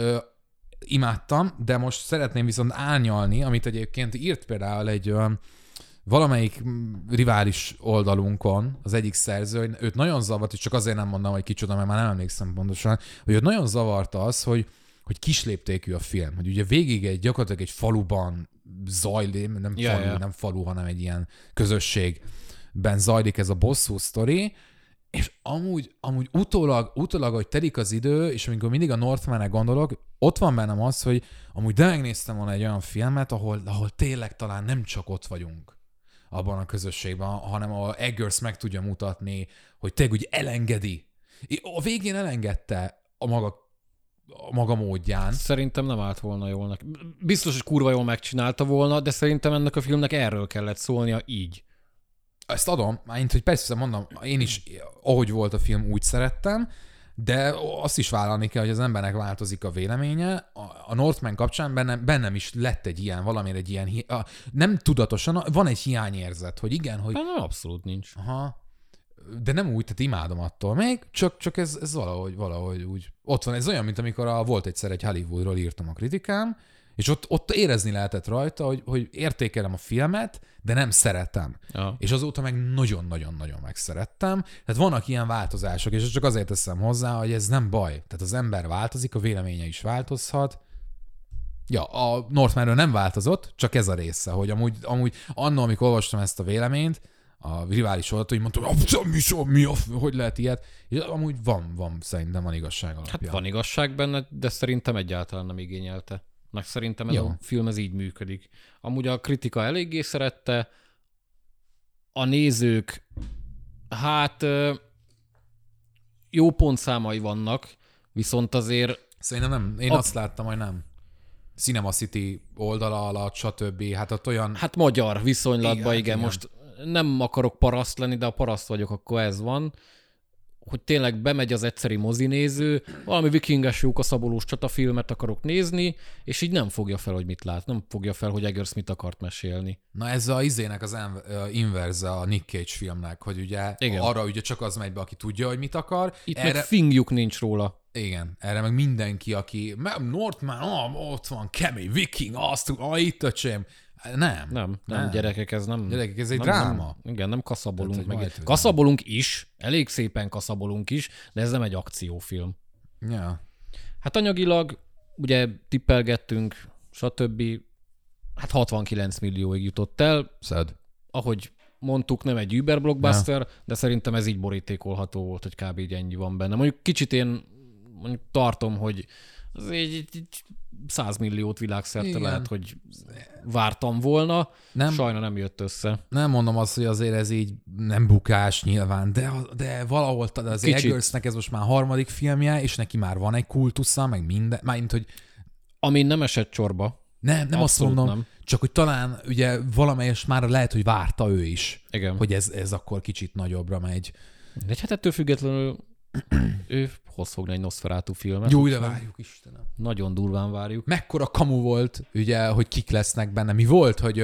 imádtam, de most szeretném viszont árnyalni, amit egyébként írt például egy valamelyik rivális oldalunkon az egyik szerző, hogy őt nagyon zavart, és csak azért nem mondom, hogy kicsoda, mert már nem emlékszem pontosan, hogy őt nagyon zavarta az, hogy kisléptékű a film. Hogy ugye végig gyakorlatilag egy faluban zajlik, nem falu, hanem egy ilyen közösségben zajlik ez a bosszú sztori, És amúgy utólag, hogy telik az idő, és amikor mindig a Northman-re gondolok, ott van bennem az, hogy amúgy de megnéztem volna egy olyan filmet, ahol tényleg talán nem csak ott vagyunk abban a közösségben, hanem ahol Eggers meg tudja mutatni, hogy tényleg úgy elengedi. A végén elengedte a maga módján. Szerintem nem állt volna jól. Biztos, hogy kurva jól megcsinálta volna, de szerintem ennek a filmnek erről kellett szólnia így. Ezt adom, mint hogy persze mondom, én is, ahogy volt a film, úgy szerettem, de azt is vállalni kell, hogy az embernek változik a véleménye. A Northman kapcsán bennem is lett egy ilyen, valamire egy ilyen, nem tudatosan, van egy hiányérzet, hogy igen, hogy... Abszolút nincs. Aha, de nem úgy, tehát imádom attól még, csak ez valahogy úgy ott van. Ez olyan, mint amikor volt egyszer egy Hollywoodról írtam a kritikám, és ott érezni lehetett rajta, hogy értékelem a filmet, de nem szeretem. Ja. És azóta meg nagyon-nagyon-nagyon megszerettem. Tehát vannak ilyen változások, és csak azért teszem hozzá, hogy ez nem baj. Tehát az ember változik, a véleménye is változhat. Ja, a Northmanről nem változott, csak ez a része, hogy amúgy annól, amikor olvastam ezt a véleményt, a rivális oldalt, hogy mondtam, hogy lehet ilyet, és amúgy van szerintem van igazság alapja. Hát van igazság benne, de szerintem egyáltalán nem igényelte. Meg szerintem ez a film ez így működik. Amúgy a kritika eléggé szerette, a nézők, hát jó pontszámai vannak, viszont azért... Szerintem nem. Én azt láttam, hogy nem. Cinema City oldala alatt, stb. Hát ott olyan... Hát magyar viszonylatban, igen. Most nem akarok paraszt lenni, de ha paraszt vagyok, akkor ez van, hogy tényleg bemegy az egyszeri mozinéző, valami vikinges jókaszabolós csatafilmet akarok nézni, és így nem fogja fel, hogy mit lát. Nem fogja fel, hogy Eggers mit akart mesélni. Na ez a izének az inverse a Nick Cage filmnek, hogy ugye igen. Arra ugye csak az megy be, aki tudja, hogy mit akar. Itt erre... meg fingjuk nincs róla. Igen, erre meg mindenki, aki Northman, ott van, kemény viking, azt, itt öcsém. Nem, gyerekek, ez nem... Gyerekek, ez egy dráma. Igen, nem kaszabolunk meg. Kaszabolunk is, elég szépen kaszabolunk is, de ez nem egy akciófilm. Ja. Hát anyagilag, ugye tippelgettünk, stb. Hát 69 millióig jutott el. Szed. Ahogy mondtuk, nem egy Uber blockbuster, de szerintem ez így borítékolható volt, hogy kb. Így ennyi van benne. Mondjuk kicsit én tartom, hogy az egy 100 milliót világszerte igen. Lehet, hogy vártam volna. Sajna nem jött össze. Nem mondom azt, hogy azért ez így nem bukás nyilván, de valahol az Eggersnek ez most már harmadik filmje, és neki már van egy kultusza, meg minden, mármint, hogy... Amin nem esett csorba. Nem azt mondom, nem. Csak hogy talán ugye valamelyest már lehet, hogy várta ő is, igen. Hogy ez akkor kicsit nagyobbra megy. De hát ettől függetlenül ő hoz fogna egy Nosferatu filmet. Jó, de várjuk, Istenem. Nagyon durván várjuk. Mekkora kamu volt, ugye, hogy kik lesznek benne. Mi volt, hogy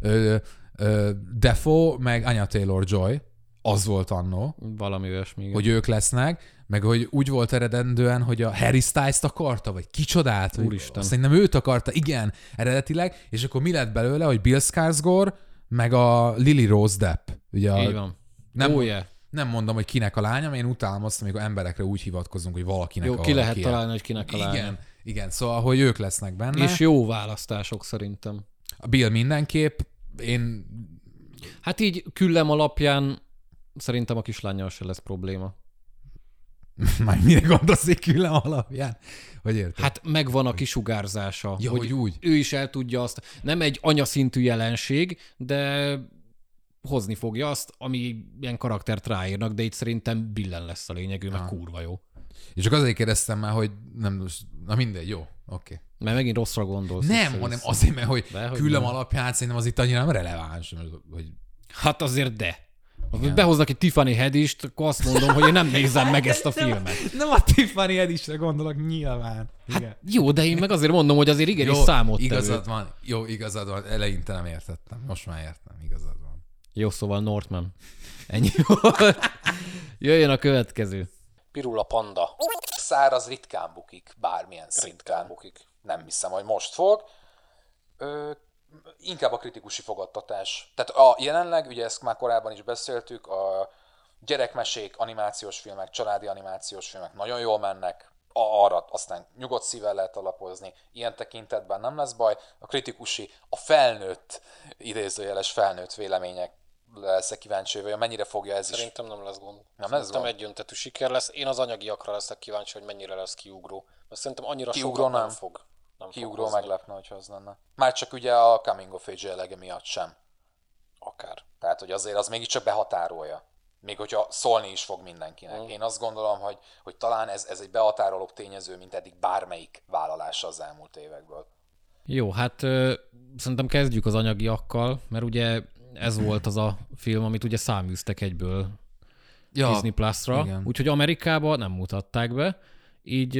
Dafoe meg Anya Taylor-Joy, az volt annó. Valami olyasmi. Hogy ők lesznek, meg hogy úgy volt eredendően, hogy a Harry Styles-t akarta, vagy kicsodát. Úristen. Szerintem őt akarta, igen, eredetileg, és akkor mi lett belőle, hogy Bill Skarsgård, meg a Lily Rose Depp. Ugye így van. Nem mondom, hogy kinek a lánya, mert én utálom azt, amikor emberekre úgy hivatkozunk, hogy valakinek jó, ki lehet találni, hogy kinek a lánya. Igen, szóval, hogy ők lesznek benne. És jó választások szerintem. A Bill mindenképp, hát így küllem alapján szerintem a kislánnyal se lesz probléma. Már mire gondolsz, hogy küllem alapján? Hogy érted? Hát megvan a kisugárzása. Ja, hogy úgy. Ő is el tudja azt. Nem egy anyaszintű jelenség, de hozni fogja azt, ami ilyen karaktert ráírnak, de itt szerintem Billen lesz a lényeg, ő meg kurva jó. És csak azért kérdeztem már, hogy nem, na mindegy, jó, oké. Mert megint rosszra gondolsz. Nem, hanem azért, mert hogy küllem alapján szerintem az itt annyira nem releváns. Hogy... Hát azért de. Ha behoznak egy Tiffany Haddist, akkor azt mondom, hogy én nem nézem meg ezt a filmet. Nem a Tiffany Haddistre gondolok nyilván. Hát jó, de én meg azért mondom, hogy azért igenis számottevő. Igazad van, eleinte nem értettem. Most már értem, igazad van. Jó, szóval Northman. Ennyi volt. Jöjjön a következő. Pirula Panda. Száraz ritkán bukik, bármilyen szinten bukik. Nem hiszem, hogy most fog. Inkább a kritikusi fogadtatás. Tehát jelenleg, ugye ezt már korábban is beszéltük, a gyerekmesék, animációs filmek, családi animációs filmek nagyon jól mennek, arra aztán nyugodt szívvel lehet alapozni, ilyen tekintetben nem lesz baj. A kritikusi, a felnőtt, idézőjeles felnőtt vélemények leszek kíváncsi, vagy mennyire fogja ez Szerintem nem lesz gond. Nem lesz gond? Egyöntetű siker lesz. Én az anyagiakra leszek kíváncsi, hogy mennyire lesz kiugró. Mert szerintem annyira Kiugró sokat nem. nem fog. Kiugró meglepne, hogyha az lenne. Már csak ugye a coming of age jellege miatt sem. Akár. Tehát, hogy azért az mégiscsak behatárolja. Még hogyha szólni is fog mindenkinek. Én azt gondolom, hogy talán ez egy behatárolóbb tényező, mint eddig bármelyik vállalása az elmúlt évekből. Jó, hát szerintem kezdjük az anyagiakkal, mert ugye ez volt az a film, amit ugye száműztek egyből Disney Plus-ra, úgyhogy Amerikában nem mutatták be, így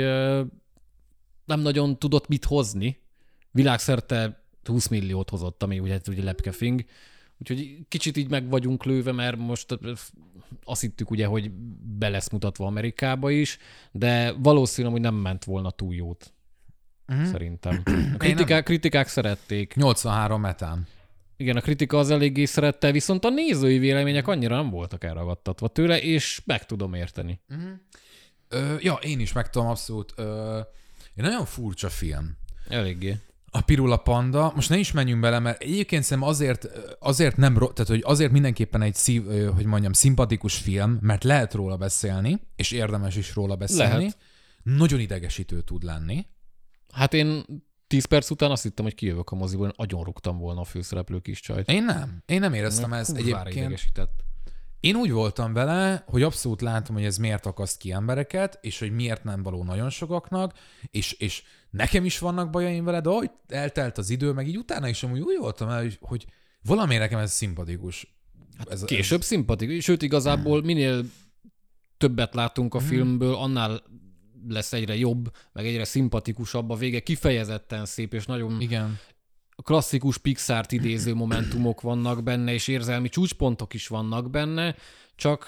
nem nagyon tudott mit hozni. Világszerte 20 milliót hozott, ami ugye lepkefing. Úgyhogy kicsit így meg vagyunk lőve, mert most azt hittük ugye, hogy be lesz mutatva Amerikába is, de valószínűleg, hogy nem ment volna túl jót. Szerintem. A kritikák szerették. 83 metán. Igen, a kritika az eléggé szerette, viszont a nézői vélemények annyira nem voltak elragadtatva tőle, és meg tudom érteni. Ja, én is meg tudom abszolút. Egy nagyon furcsa film. Eléggé. A Pirula Panda. Most ne is menjünk bele, mert egyébként szerintem azért nem, tehát hogy azért mindenképpen egy szimpatikus film, mert lehet róla beszélni, és érdemes is róla beszélni. Lehet. Nagyon idegesítő tud lenni. Hát én 10 perc után azt hittem, hogy kijövök a moziból, én agyonrúgtam volna a főszereplő kis csajt. Én nem éreztem ezt egyébként. Idegesített. Én úgy voltam vele, hogy abszolút látom, hogy ez miért akaszt ki embereket, és hogy miért nem való nagyon sokaknak, és nekem is vannak bajaim vele, de ahogy eltelt az idő, meg így utána is amúgy úgy voltam vele, hogy valamiért nekem ez szimpatikus. Hát később szimpatikus, sőt igazából minél többet látunk a filmből, annál lesz egyre jobb, meg egyre szimpatikusabb, a vége kifejezetten szép, és nagyon klasszikus Pixart idéző momentumok vannak benne, és érzelmi csúcspontok is vannak benne, csak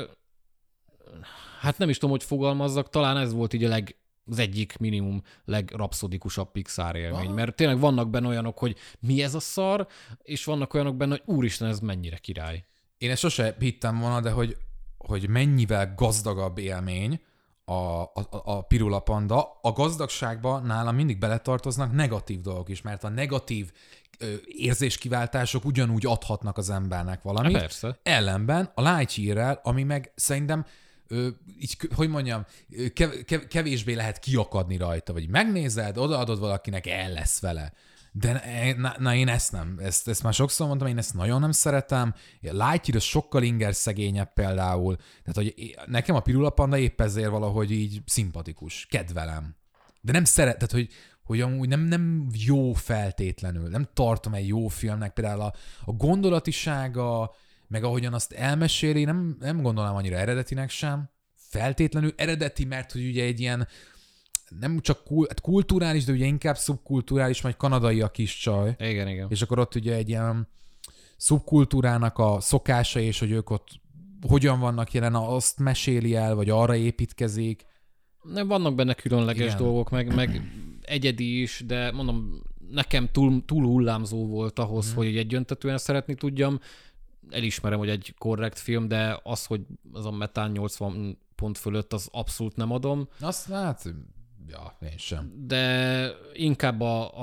hát nem is tudom, hogy fogalmazzak, talán ez volt így az egyik minimum legrapszodikusabb Pixar élmény, mert tényleg vannak benne olyanok, hogy mi ez a szar, és vannak olyanok benne, hogy úristen, ez mennyire király. Én ezt sose hittem volna, de hogy mennyivel gazdagabb élmény a Pirula Panda. A gazdagságba nálam mindig beletartoznak negatív dolgok is, mert a negatív érzéskiváltások ugyanúgy adhatnak az embernek valamit. Persze. Ellenben a Lightyear-rel, ami meg szerintem így, hogy mondjam, kevésbé lehet kiakadni rajta, vagy megnézed, odaadod valakinek, el lesz vele. De én ezt nem. Ezt már sokszor mondtam, én ezt nagyon nem szeretem. Lightyear sokkal ingerszegényebb például. Tehát, hogy nekem a Pirula Panda épp ezért valahogy így szimpatikus. Kedvelem. De nem tehát, hogy amúgy nem jó feltétlenül. Nem tartom egy jó filmnek. Például a gondolatisága, meg ahogyan azt elmeséli, nem gondolom annyira eredetinek sem. Feltétlenül eredeti, mert hogy ugye egy ilyen nem csak kulturális, de ugye inkább szubkulturális, majd kanadai a kis csaj. Igen. És akkor ott ugye egy ilyen szubkultúrának a szokása, és hogy ők ott hogyan vannak jelen, azt meséli el, vagy arra építkezik. Vannak benne különleges dolgok, meg egyedi is, de mondom, nekem túl hullámzó volt ahhoz, hogy egyöntetően szeretni tudjam. Elismerem, hogy egy korrekt film, de az, hogy az a metán 80 pont fölött, az abszolút nem adom. Azt hát, ja, én sem. De inkább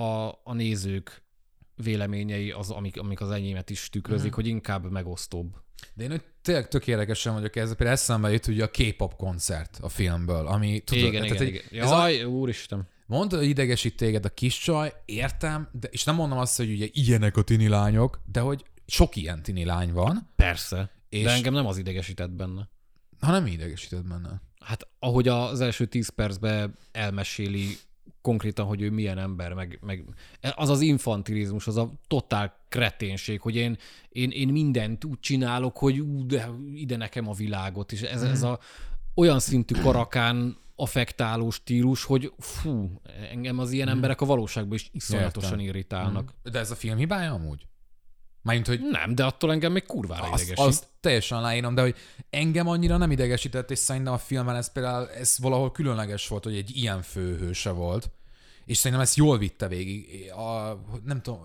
a nézők véleményei az, amik az enyémet is tükrözik, hogy inkább megosztóbb. De én tényleg tök érdekesen vagyok ezzel, például eszembe jut ugye a K-pop koncert a filmből, ami tudod... Igen. Jaj, úristen. Mondtad, hogy idegesít téged a kis csaj, értem, de, és nem mondom azt, hogy ugye ilyenek a tini lányok, de hogy sok ilyen tini lány van. Persze, de engem nem az idegesített benne. Ha nem idegesített benne. Hát ahogy az első 10 percben elmeséli konkrétan, hogy ő milyen ember, meg az az infantilizmus, az a totál kreténség, hogy én mindent úgy csinálok, hogy de ide nekem a világot, és ez a olyan szintű karakán affektáló stílus, hogy fú, engem az ilyen emberek a valóságban is iszonyatosan irritálnak. De ez a film hibája amúgy? Mármint, hogy nem, de attól engem még kurvára idegesít. Azt teljesen aláírom, de hogy engem annyira nem idegesített, és szerintem a filmben ez valahol különleges volt, hogy egy ilyen főhőse volt, és szerintem ezt jól vitte végig. Nem tudom,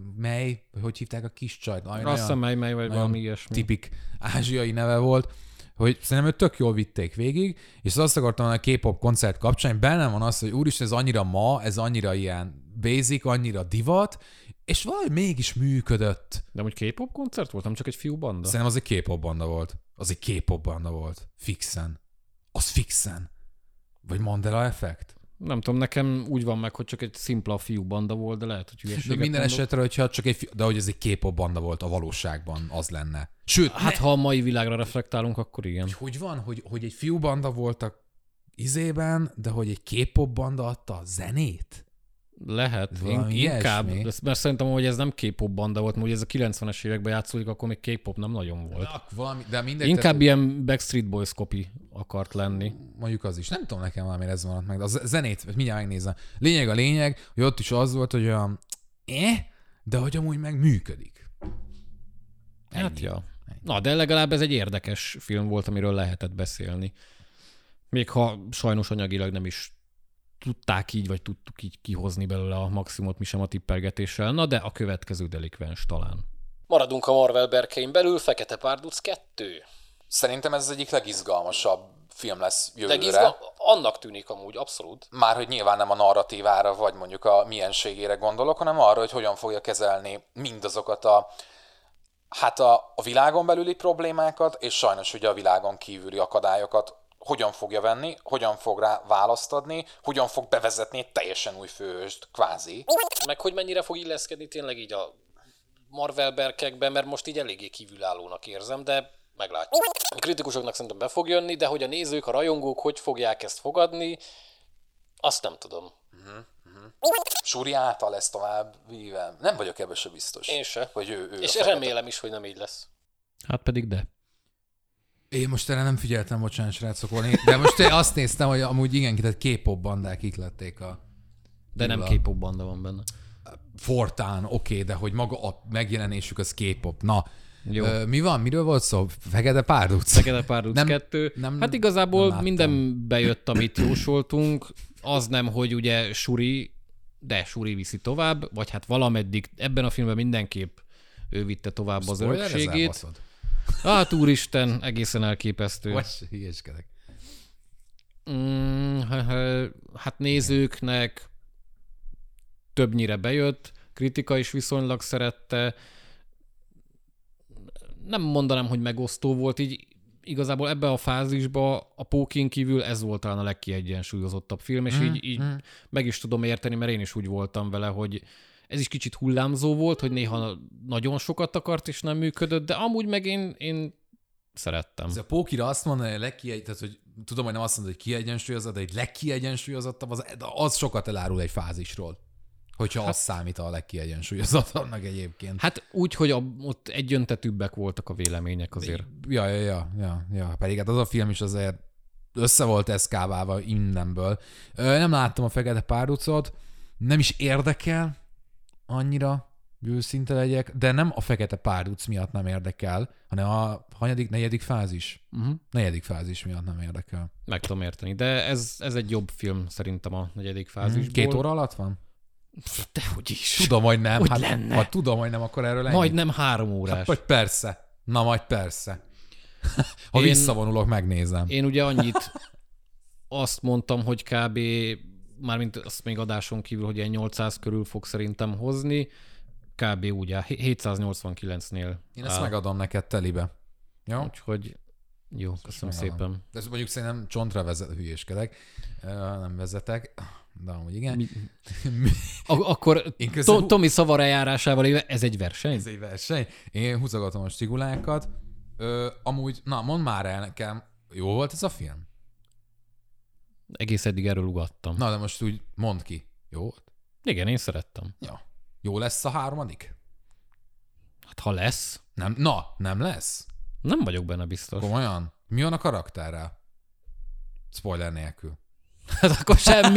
hogy hívták a kis csajt? Azt hiszem, mely vagy valami ilyesmi. Tipik ázsiai neve volt, hogy szerintem őt tök jól vitték végig, és azt akartam, hogy a K-pop koncert kapcsán bennem van az, hogy úristen, ez annyira ez annyira ilyen basic, annyira divat, és valahogy mégis működött. De hogy K-pop koncert volt, nem csak egy fiú banda? Szerintem az egy K-pop banda volt. Az egy K-pop banda volt. Fixen. Az fixen. Vagy Mandela effekt? Nem tudom, nekem úgy van meg, hogy csak egy szimpla fiú banda volt, de lehet, hogy hülyeséget De minden mondok. esetre, hogyha csak de hogy ez egy K-pop banda volt a valóságban, az lenne. Sőt, Hát ha a mai világra reflektálunk, akkor igen. hogy van, hogy egy fiú banda volt a izében, de hogy egy K-pop banda adta a zenét? Lehet, Valami inkább, ilyesmi. mert szerintem, hogy ez nem K-pop banda volt, mert ugye ez a 90-es években játszódik, akkor még K-pop nem nagyon volt. De mindegy, Inkább ilyen Backstreet Boys copy akart lenni. mondjuk az is. Nem tudom nekem valami ez van meg, de a zenét, mindjárt megnézem. Lényeg, hogy ott is az volt, hogy olyan de hogy amúgy meg működik. Hát Ennyi. ja. Na, de legalább ez egy érdekes film volt, amiről lehetett beszélni. Még ha sajnos anyagilag nem is tudták így, vagy tudtuk így kihozni belőle a maximumot mi sem a tippelgetéssel. Na, de a következő delikvens talán. Maradunk a Marvel berkein belül, Fekete Párduc 2. Szerintem ez az egyik legizgalmasabb film lesz jövőre. De annak tűnik amúgy, abszolút. Már hogy nyilván nem a narratívára, vagy mondjuk a mienségére gondolok, hanem arra, hogy hogyan fogja kezelni mindazokat a világon belüli problémákat, és sajnos ugye a világon kívüli akadályokat hogyan fogja venni, hogyan fog rá választ adni, hogyan fog bevezetni egy teljesen új főhőst, kvázi. Meg hogy mennyire fog illeszkedni tényleg így a Marvel berkekben, mert most így eléggé kívülállónak érzem, de meglátjuk. A kritikusoknak szerintem be fog jönni, de hogy a nézők, a rajongók hogy fogják ezt fogadni, azt nem tudom. Suri által lesz tovább víve. Nem vagyok ebben se biztos. Én se. Hogy ő És a remélem is, hogy nem így lesz. Hát pedig de. Én most erre nem figyeltem, bocsánat, srácok, de most én azt néztem, hogy amúgy igen, tehát K-pop bandák iklették a... De nem K-pop banda van benne. Fortán, oké, de hogy maga a megjelenésük az K-pop. Na, Jó. mi van? Miről volt szó? Fekete Párduc? Fekete Párduc Nem- 2. nem- Hát nem igazából láttam. minden bejött, amit jósoltunk. Az nem, hogy ugye Suri viszi tovább, vagy hát valameddig ebben a filmben mindenképp ő vitte tovább az Spoiler, ezzel örökségét. baszod? Hát úristen, egészen elképesztő. Vagy hülyeskedek. Hát nézőknek többnyire bejött, kritika is viszonylag szerette. Nem mondanám, hogy megosztó volt, így igazából ebbe a fázisba a Pókin kívül ez volt talán a legkiegyensúlyozottabb film, és így meg is tudom érteni, mert én is úgy voltam vele, hogy ez is kicsit hullámzó volt, hogy néha nagyon sokat akart, és nem működött, de amúgy meg én szerettem. Ez a Pókira azt mondani, tehát, hogy tudom, hogy nem azt mondod, hogy kiegyensúlyozott, de egy legkiegyensúlyozottabb, az sokat elárul egy fázisról. Hogyha az számít a legkiegyensúlyozottabbnak egyébként. Hát úgy, hogy ott egyöntetűbbek voltak a vélemények azért. Ja. Pedig hát az a film is azért össze volt eszkáválva innenből. Nem láttam a Fekete Párducot, nem is érdekel annyira, őszinte legyek, de nem a Fekete Párduc miatt nem érdekel, hanem a negyedik fázis. Negyedik fázis miatt nem érdekel. Meg tudom érteni, de ez egy jobb film szerintem a negyedik fázisból. 2 óra alatt van? Dehogy is. Tudom, hogy nem. Hogy lenne? Ha tudom, hogy nem, akkor erről ennyi. Majdnem 3 órás. Hát, vagy persze. Na, majd persze. Ha visszavonulok, megnézem. Én ugye annyit azt mondtam, hogy kb. Mármint azt még adáson kívül, hogy ilyen 800 körül fog szerintem hozni. Kb. úgy áll. 789-nél Én ezt áll. megadom neked telibe. Jó? Úgyhogy jó, köszönöm megadom. szépen. De ezt mondjuk szerintem csontra hülyéskedek. Nem vezetek. De amúgy igen. Akkor Én közben- Tomi szavara járásával éve, ez egy verseny? Ez egy verseny. Én húzogatom a stigulákat. Amúgy, na, mondd már el nekem, jó volt ez a film? Egész eddig erről ugattam. Na, de most úgy mondd ki. Jó volt? Igen, én szerettem. Ja. Jó lesz a 3? Hát ha lesz, Nem lesz? nem vagyok benne biztos. Komolyan? Mi van a karakterrel? Spoiler nélkül. Hát akkor semmi.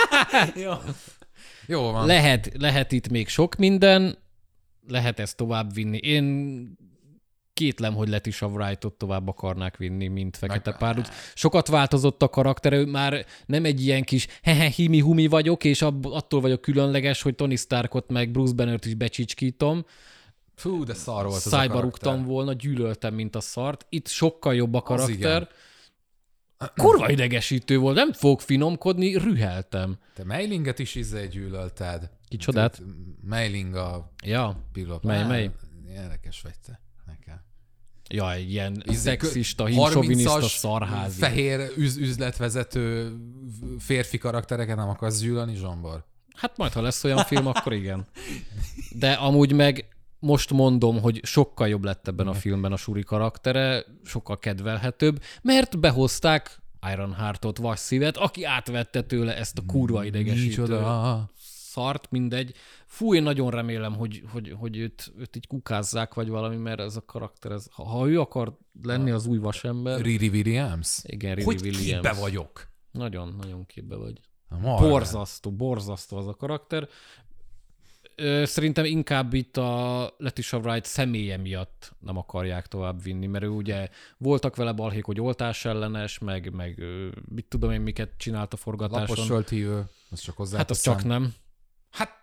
Jó van. Lehet itt még sok minden, lehet ezt tovább vinni. Én kétlem, hogy Letitia Wrightot tovább akarnák vinni, mint Fekete Párduc. Sokat változott a karakter, ő már nem egy ilyen kis himi-humi vagyok, és attól vagyok különleges, hogy Tony Starkot meg Bruce Bannert is becsicskítom. Fú, de szar volt ez a Szájba karakter. rúgtam volna, gyűlöltem, mint a szart. Itt sokkal jobb a karakter. igen. kurva idegesítő volt, nem fogok finomkodni, rüheltem. Te Meilinget is gyűlölted. Kicsodát? Meiling a pillanat. Mely? Érdekes vagy te. Nekem. Ja, egy ilyen szexista, himsovinista szarházi. Fehér üzletvezető férfi karaktereket nem akarsz gyűlölni, Zsombor? Hát majd, ha lesz olyan film, akkor igen. De amúgy meg most mondom, hogy sokkal jobb lett ebben a filmben a Shuri karaktere, sokkal kedvelhetőbb, mert behozták Ironheartot, Vasszívet, aki átvette tőle ezt a kurva idegesítő szart, mindegy. Fú, én nagyon remélem, hogy őt így kukázzák, vagy valami, mert ez a karakter, ha ő akar lenni az új vasember... Riri Williams? Igen, Riri hogy Williams. képbe vagyok? Nagyon, nagyon képbe vagy. Borzasztó az a karakter. Szerintem inkább itt a Letitia Wright személye miatt nem akarják tovább vinni, mert ő ugye voltak vele balhék, hogy oltás ellenes, meg mit tudom én, miket csinált a forgatáson. Lapos söltívő, az csak hozzá. Hát az csak nem. Hát...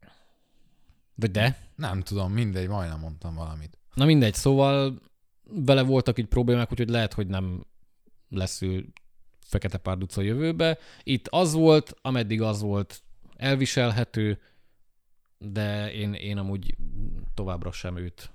Vagy de? Nem tudom, mindegy, majdnem mondtam valamit. Na mindegy, szóval vele voltak így problémák, úgyhogy lehet, hogy nem lesz ő fekete párduc a jövőbe. Itt az volt, ameddig az volt elviselhető, de én amúgy továbbra sem őt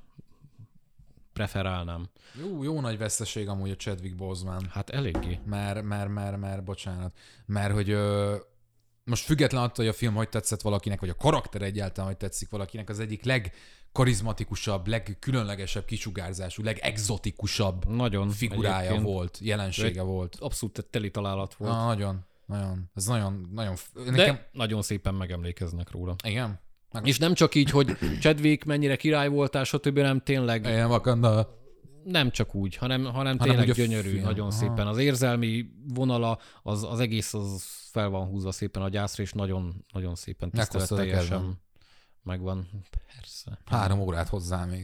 preferálnám. Jó nagy veszteség amúgy a Chadwick Boseman. Hát eléggé. Mert bocsánat. Mert hogy most független attól, hogy a film hogy tetszett valakinek, vagy a karakter egyáltalán hogy tetszik valakinek, az egyik legkarizmatikusabb, legkülönlegesebb kisugárzású, legexotikusabb nagyon figurája volt, jelensége volt. Abszolút teli találat volt. Nagyon. Ez nagyon... De nagyon szépen megemlékeznek róla. Igen. És nem csak így, hogy Chadwick mennyire király voltál, stb., nem tényleg... Ilyen Wakanda. Nem csak úgy, hanem tényleg gyönyörű, nagyon szépen. Az érzelmi vonala, az egész az fel van húzva szépen a gyászra, és nagyon, nagyon szépen tiszteletteljesen megvan. Persze. 3 órát hozzá még.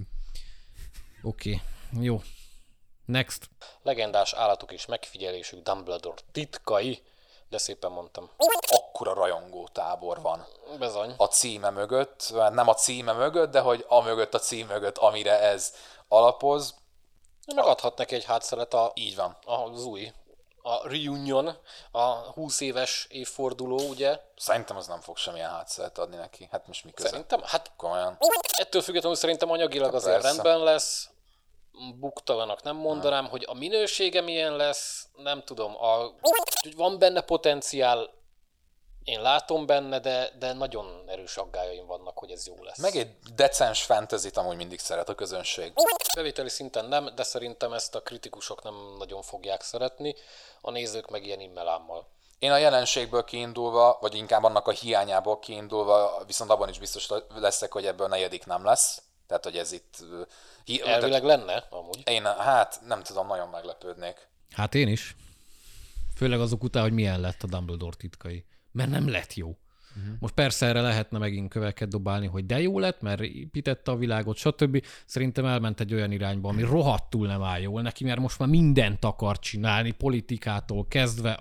Oké, jó. Next. Legendás állatok és megfigyelésük Dumbledore titkai, de szépen mondtam. Akkora rajongó tábor van. Bizony. A címe mögött, nem a címe mögött, de hogy a mögött, a cím mögött, amire ez alapoz. Meg adhat neki egy hátszelet így van. Az új. A reunion, a 20 éves évforduló, ugye? Szerintem az nem fog semmilyen hátszelet adni neki. Hát most mi köze? Szerintem, hát komolyan. Ettől függetlenül szerintem anyagilag azért rendben lesz. Buktalanak nem mondanám, hogy a minősége milyen lesz, nem tudom. Hogy van benne potenciál, én látom benne, de nagyon erős aggályaim vannak, hogy ez jó lesz. Meg egy decens fantasyt amúgy mindig szeret a közönség. Bevételi szinten nem, de szerintem ezt a kritikusok nem nagyon fogják szeretni, a nézők meg ilyen immelámmal. Én a jelenségből kiindulva, vagy inkább annak a hiányából kiindulva, viszont abban is biztos leszek, hogy ebből negyedik nem lesz. Tehát, hogy ez itt... Elvileg lenne, amúgy. Én nem tudom, nagyon meglepődnék. Hát én is. Főleg azok után, hogy milyen lett a Dumbledore titkai. Mert nem lett jó. Most persze erre lehetne megint köveket dobálni, hogy de jó lett, mert építette a világot, stb. Szerintem elment egy olyan irányba, ami rohadtul nem áll jól neki, mert most már mindent akar csinálni, politikától kezdve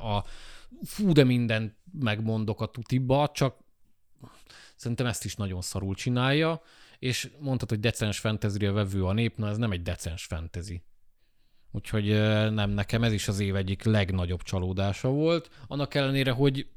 de mindent megmondok a tutiba, csak szerintem ezt is nagyon szarul csinálja, és mondtad, hogy decens fantasyre vevő a nép, na ez nem egy decens fantasy. Úgyhogy nem, nekem ez is az év egyik legnagyobb csalódása volt, annak ellenére, hogy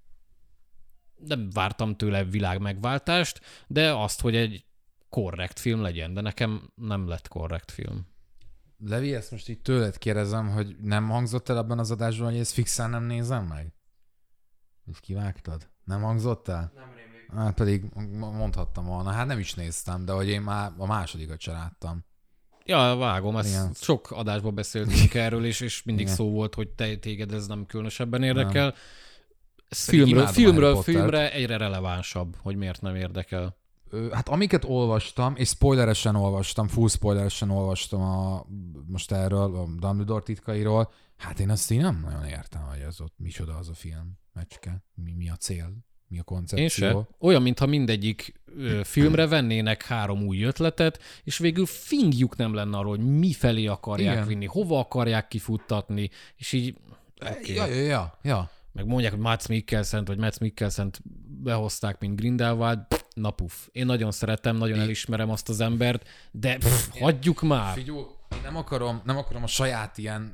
nem vártam tőle világ megváltást, de azt, hogy egy korrekt film legyen, de nekem nem lett korrekt film. Levi, ezt most így tőled kérdezem, hogy nem hangzott el abban az adásban, hogy ezt fixen nem nézem meg? És kivágtad? Nem hangzott el? Nem rémlik. Hát pedig mondhattam volna. Hát nem is néztem, de hogy én már a másodikat se láttam. Ja, vágom, ezt sok adásban beszéltünk erről, és mindig szó volt, hogy téged ez nem különösebben érdekel. Nem. Ez filmre egyre relevánsabb, hogy miért nem érdekel. Hát amiket olvastam, és spoileresen olvastam, full spoileresen olvastam most erről, a Dumbledore titkairól, hát én azt így nem nagyon értem, hogy ez ott micsoda az a film, mecske, mi a cél, mi a koncepció. Én se. Olyan, mintha mindegyik filmre vennének 3 új ötletet, és végül fingjuk nem lenne arról, hogy mifelé akarják vinni, hova akarják kifuttatni, és így... Okay. Ja. Meg mondják, hogy Mads Mikkelsen-t behozták, mint Grindelwald, na puf. Én nagyon szeretem, nagyon elismerem azt az embert, de hagyjuk már. Figyú, nem akarom a saját ilyen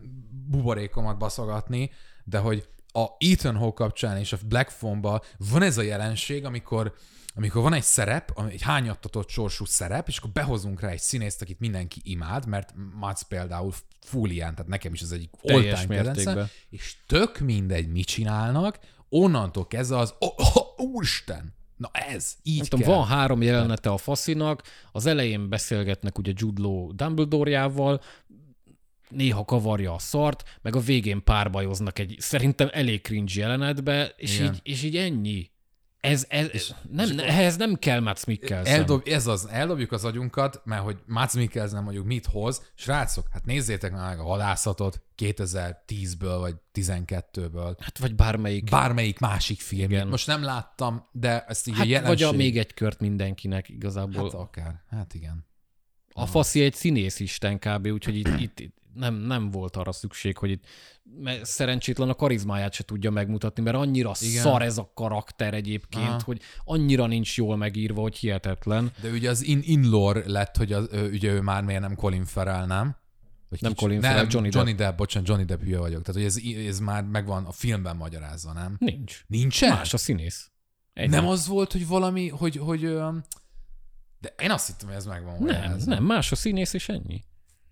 buborékomat baszogatni, de hogy a Ethan Hawke kapcsán és a Black Phone-ban van ez a jelenség, amikor van egy szerep, egy hányattatott sorsú szerep, és akkor behozunk rá egy színészt, akit mindenki imád, mert Mads például full ilyen, tehát nekem is ez egyik all-time kedvencem, és tök mindegy, mit csinálnak, onnantól kezdve az, úristen, na ez, így kell. Van 3 jelenete a faszinak, az elején beszélgetnek ugye Jude Law Dumbledore-jával, néha kavarja a szart, meg a végén párbajoznak egy szerintem elég cringe jelenetbe, és így ennyi. Ehhez nem kell Mads Mikkelsen. Eldobjuk az agyunkat, mert hogy Mads Mikkelsen mondjuk mit hoz. Srácok, hát nézzétek meg a Hadászatot 2010-ből vagy 12-ből. Hát vagy bármelyik másik film. Most nem láttam, de ezt így a jelenség... Vagy a Még egy kört mindenkinek igazából. Hát akár, hát igen. A faszi egy színészisten kb, úgyhogy itt nem volt arra szükség, hogy itt szerencsétlen a karizmáját se tudja megmutatni, mert annyira szar ez a karakter egyébként, hogy annyira nincs jól megírva, hogy hihetetlen. De ugye az in-lore lett, hogy ugye ő már miért nem Colin Farrell, nem? Nem Colin Farrell, Johnny Depp. Bocsánat, Johnny Depp hülye vagyok. Tehát, hogy ez már megvan a filmben magyarázva, nem? Nincs. Nincsen? Más a színész. Nem az volt, hogy valami, hogy de én azt hittem, hogy ez megvan magyarázva. Nem, más a színész, és ennyi.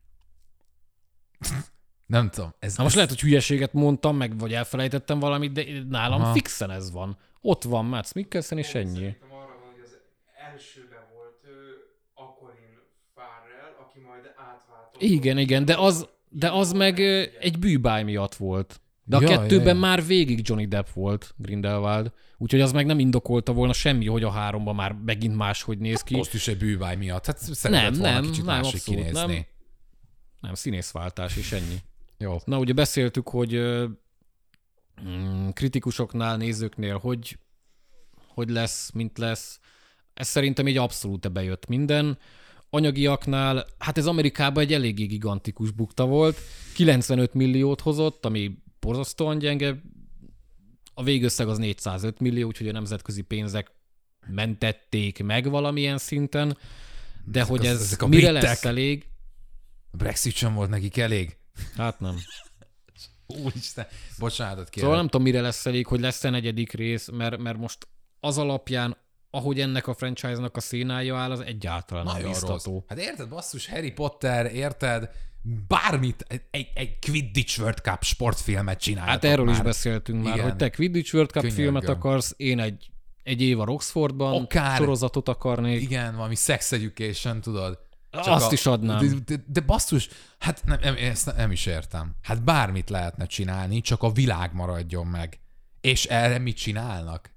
Nem tudom. Most lehet, hogy hülyeséget mondtam, vagy elfelejtettem valamit, de nálam fixen ez van. Ott van Mads Mikkelsen, és ennyi. Szerintem arra van, hogy az elsőben volt a Colin Farrell, aki majd átváltott. Igen, de az meg egy bűbáj miatt volt. De a kettőben már végig Johnny Depp volt, Grindelwald. Úgyhogy az meg nem indokolta volna semmi, hogy a 3-ban már megint máshogy néz ki. Most is egy bűbáj miatt. Hát szeretett volna kicsit másik kinézni. Nem, színészváltás és ennyi. Jó. Na, ugye beszéltük, hogy kritikusoknál, nézőknél hogy lesz, mint lesz. Ez szerintem így abszolút bejött minden. Anyagiaknál, hát ez Amerikában egy eléggé gigantikus bukta volt. 95 milliót hozott, ami borzasztóan gyenge. A végösszeg az 405 millió, úgyhogy a nemzetközi pénzek mentették meg valamilyen szinten. De hogy ez mire lesz elég... A Brexit sem volt nekik elég? Hát nem. Úristen, bocsánatot kérek. Szóval nem tudom, mire lesz elég, hogy lesz-e 4. rész, mert most az alapján, ahogy ennek a franchise-nak a színája áll, az egyáltalán nem biztató. Hát érted, basszus, Harry Potter, érted? Bármit, egy Quidditch World Cup sportfilmet csináltak. Hát erről is beszéltünk már, hogy te Quidditch World Cup filmet akarsz, én egy év a Roxfordban sorozatot akarnék. Igen, valami Sex Education, tudod? Azt is adnám. De basszus, hát ezt nem is értem. Hát bármit lehetne csinálni, csak a világ maradjon meg. És erre mit csinálnak?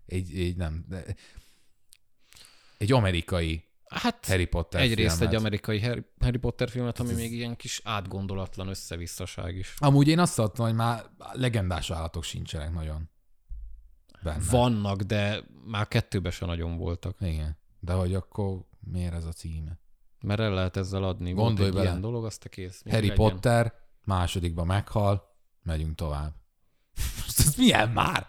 Egy amerikai Harry Potter egyrészt filmet. Egy amerikai Harry Potter filmet, ami még ilyen kis átgondolatlan összevisszaság is. Amúgy én azt adtam, hogy már legendás állatok sincsenek nagyon benne. Vannak, de már 2-ben se nagyon voltak. Igen, de hogy akkor miért ez a címe? Mert el lehet ezzel adni. Gondolj bele. Ilyen dolog, azt a kész. Harry Potter, másodikban meghal, megyünk tovább. Ez milyen már?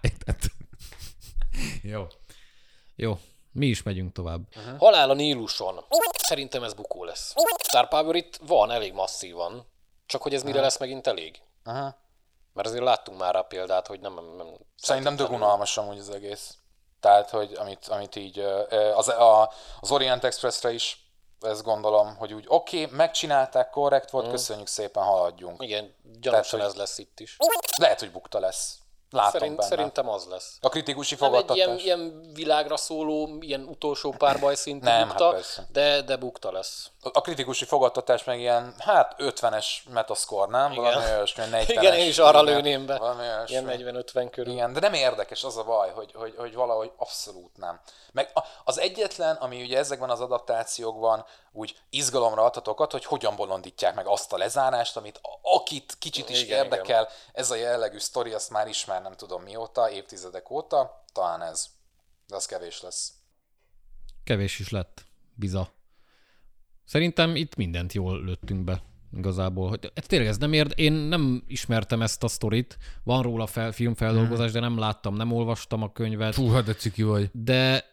Jó, mi is megyünk tovább. Halál a Níluson. Szerintem ez bukó lesz. Star Power itt van, elég masszívan. Csak hogy ez mire lesz megint elég. Mert azért láttunk már rá példát, hogy nem Szerintem dögunalmas amúgy az egész. Tehát, hogy amit így az Orient Expressre is ezt gondolom, hogy úgy oké, megcsinálták, korrekt volt, köszönjük szépen, haladjunk. Igen, gyanúsan ez lesz itt is. Lehet, hogy bukta lesz. Látom benne. Szerintem az lesz. A kritikusi fogadtatás. Nem egy ilyen világra szóló, ilyen utolsó párbaj szintű bukta, de bukta lesz. A kritikusi fogadtatás meg ilyen, 50-es metascore, nem? Igen. Valami olyasmi, 40-es. Igen, én is arra lőném be. Ilyen 40-50 körül. Igen, de nem érdekes, az a baj, hogy valahogy abszolút nem. Meg az egyetlen, ami ugye ezekben az adaptációkban úgy izgalomra adhatokat, hogy hogyan bolondítják meg azt a lezárást, amit akit kicsit is érdekel, ez a jellegű sztori, azt már ismer nem tudom mióta, évtizedek óta, talán ez. De az kevés lesz. Kevés is lett, biza. Szerintem itt mindent jól lőttünk be igazából. Hogy tényleg ez nem én nem ismertem ezt a sztorit, van róla filmfeldolgozás, de nem láttam, nem olvastam a könyvet. Fú, de ciki vagy. De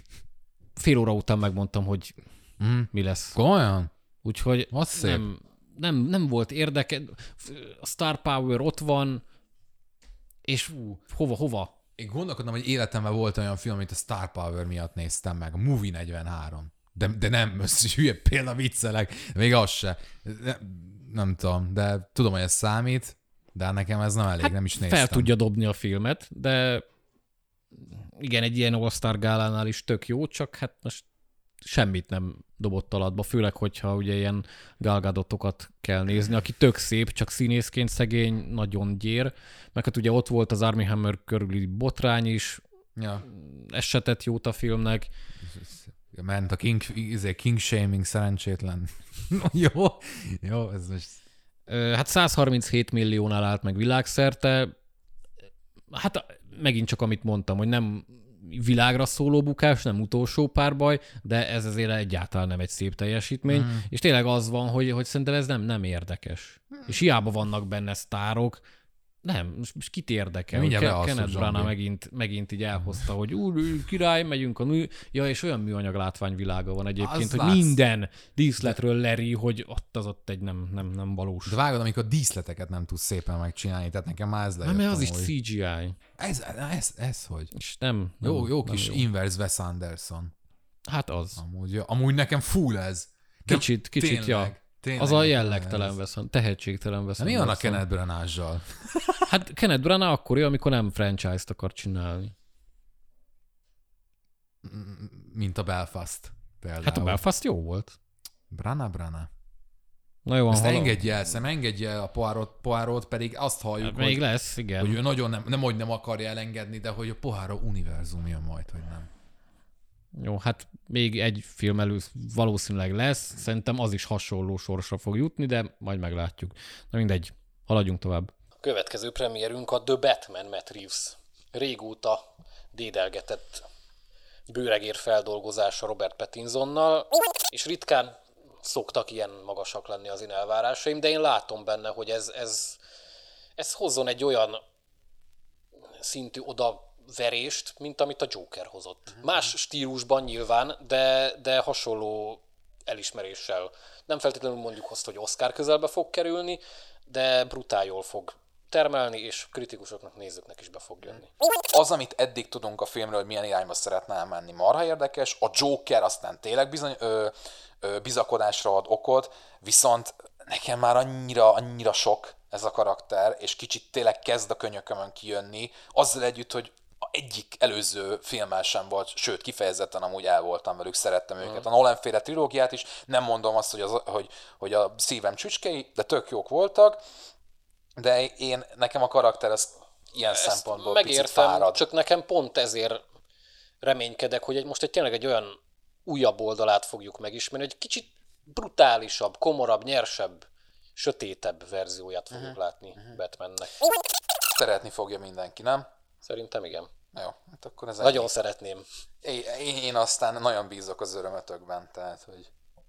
fél óra után megmondtam, hogy mi lesz. Olyan? Úgyhogy nem volt érdeke. A Star Power ott van, és hova? Én gondolkodom, hogy életemben volt olyan film, amit a Star Power miatt néztem meg, a Movie 43. De nem, most hülye példa viccelek, még az se. Nem tudom, de tudom, hogy ez számít, de nekem ez nem elég, hát nem is néztem. Fel tudja dobni a filmet, de igen, egy ilyen All-Star gálánál is tök jó, csak hát most semmit nem dobott alatba, főleg, hogyha ugye ilyen Gal Gadotokat kell nézni, aki tök szép, csak színészként szegény, nagyon gyér, meg hát ugye ott volt az Armie Hammer körüli botrány is, ez se tett jót a filmnek. Ment a king shaming szerencsétlen. Jó, ez most... Hát 137 milliónál állt meg világszerte, hát megint csak amit mondtam, hogy nem világra szóló bukás, nem utolsó párbaj, de ez azért egyáltalán nem egy szép teljesítmény, és tényleg az van, hogy szerintem ez nem érdekes. És hiába vannak benne sztárok, nem, most kit érdekel? Kenneth Branagh megint így elhozta, hogy király, megyünk a és olyan műanyag látványvilága van egyébként, hogy minden díszletről leri, hogy ott egy nem valós. De vágod, amikor díszleteket nem tudsz szépen megcsinálni, tehát nekem már ez lejött. Mert az is CGI. Ez hogy? És nem jó kis inverse Wes Anderson. Hát az. Amúgy nekem full ez. Kicsit, ja. Tényleg, az a jellegtelen veszem, tehetségtelen veszem. Mi van a Kenneth Branagh-zsal? Hát Kenneth Branagh akkor jó, amikor nem franchise-t akar csinálni. Mint a Belfast például. Hát a Belfast jó volt. Branagh. Na jó, ezt engedje el a Poirot, pedig azt halljuk, hát még lesz, igen. Hogy ő nagyon nem akarja elengedni, de hogy a Poirot univerzum jön majd, hogy nem. Jó, hát még egy film valószínűleg lesz, szerintem az is hasonló sorsra fog jutni, de majd meglátjuk. Na mindegy, haladjunk tovább. A következő premierünk a The Batman Matt Reeves. Régóta dédelgetett bőregér feldolgozása Robert Pattinsonnal, és ritkán szoktak ilyen magasak lenni az én elvárásaim, de én látom benne, hogy ez hozzon egy olyan szintű odaverést, mint amit a Joker hozott. Más stílusban nyilván, de hasonló elismeréssel. Nem feltétlenül mondjuk azt, hogy Oscar közelbe fog kerülni, de brutál jól fog termelni, és kritikusoknak, nézőknek is be fog jönni. Az, amit eddig tudunk a filmről, hogy milyen irányba szeretne elmenni, marha érdekes. A Joker aztán tényleg bizony bizakodásra ad okot, viszont nekem már annyira sok ez a karakter, és kicsit tényleg kezd a könyökömön kijönni, azzal együtt, hogy egyik előző filmmel sem volt, sőt, kifejezetten amúgy el voltam velük, szerettem őket. A Nolan-féle trilógiát is, nem mondom azt, hogy a szívem csücskei, de tök jók voltak, de nekem a karakter az ilyen szempontból megértem, picit fárad. Csak nekem pont ezért reménykedek, hogy most tényleg egy olyan újabb oldalát fogjuk megismerni, hogy kicsit brutálisabb, komorabb, nyersebb, sötétebb verzióját fogjuk látni Batmannek. Szeretni fogja mindenki, nem? Szerintem igen. Jó, hát akkor ez nagyon szeretném. Én aztán nagyon bízok az örömötökben, tehát, hogy...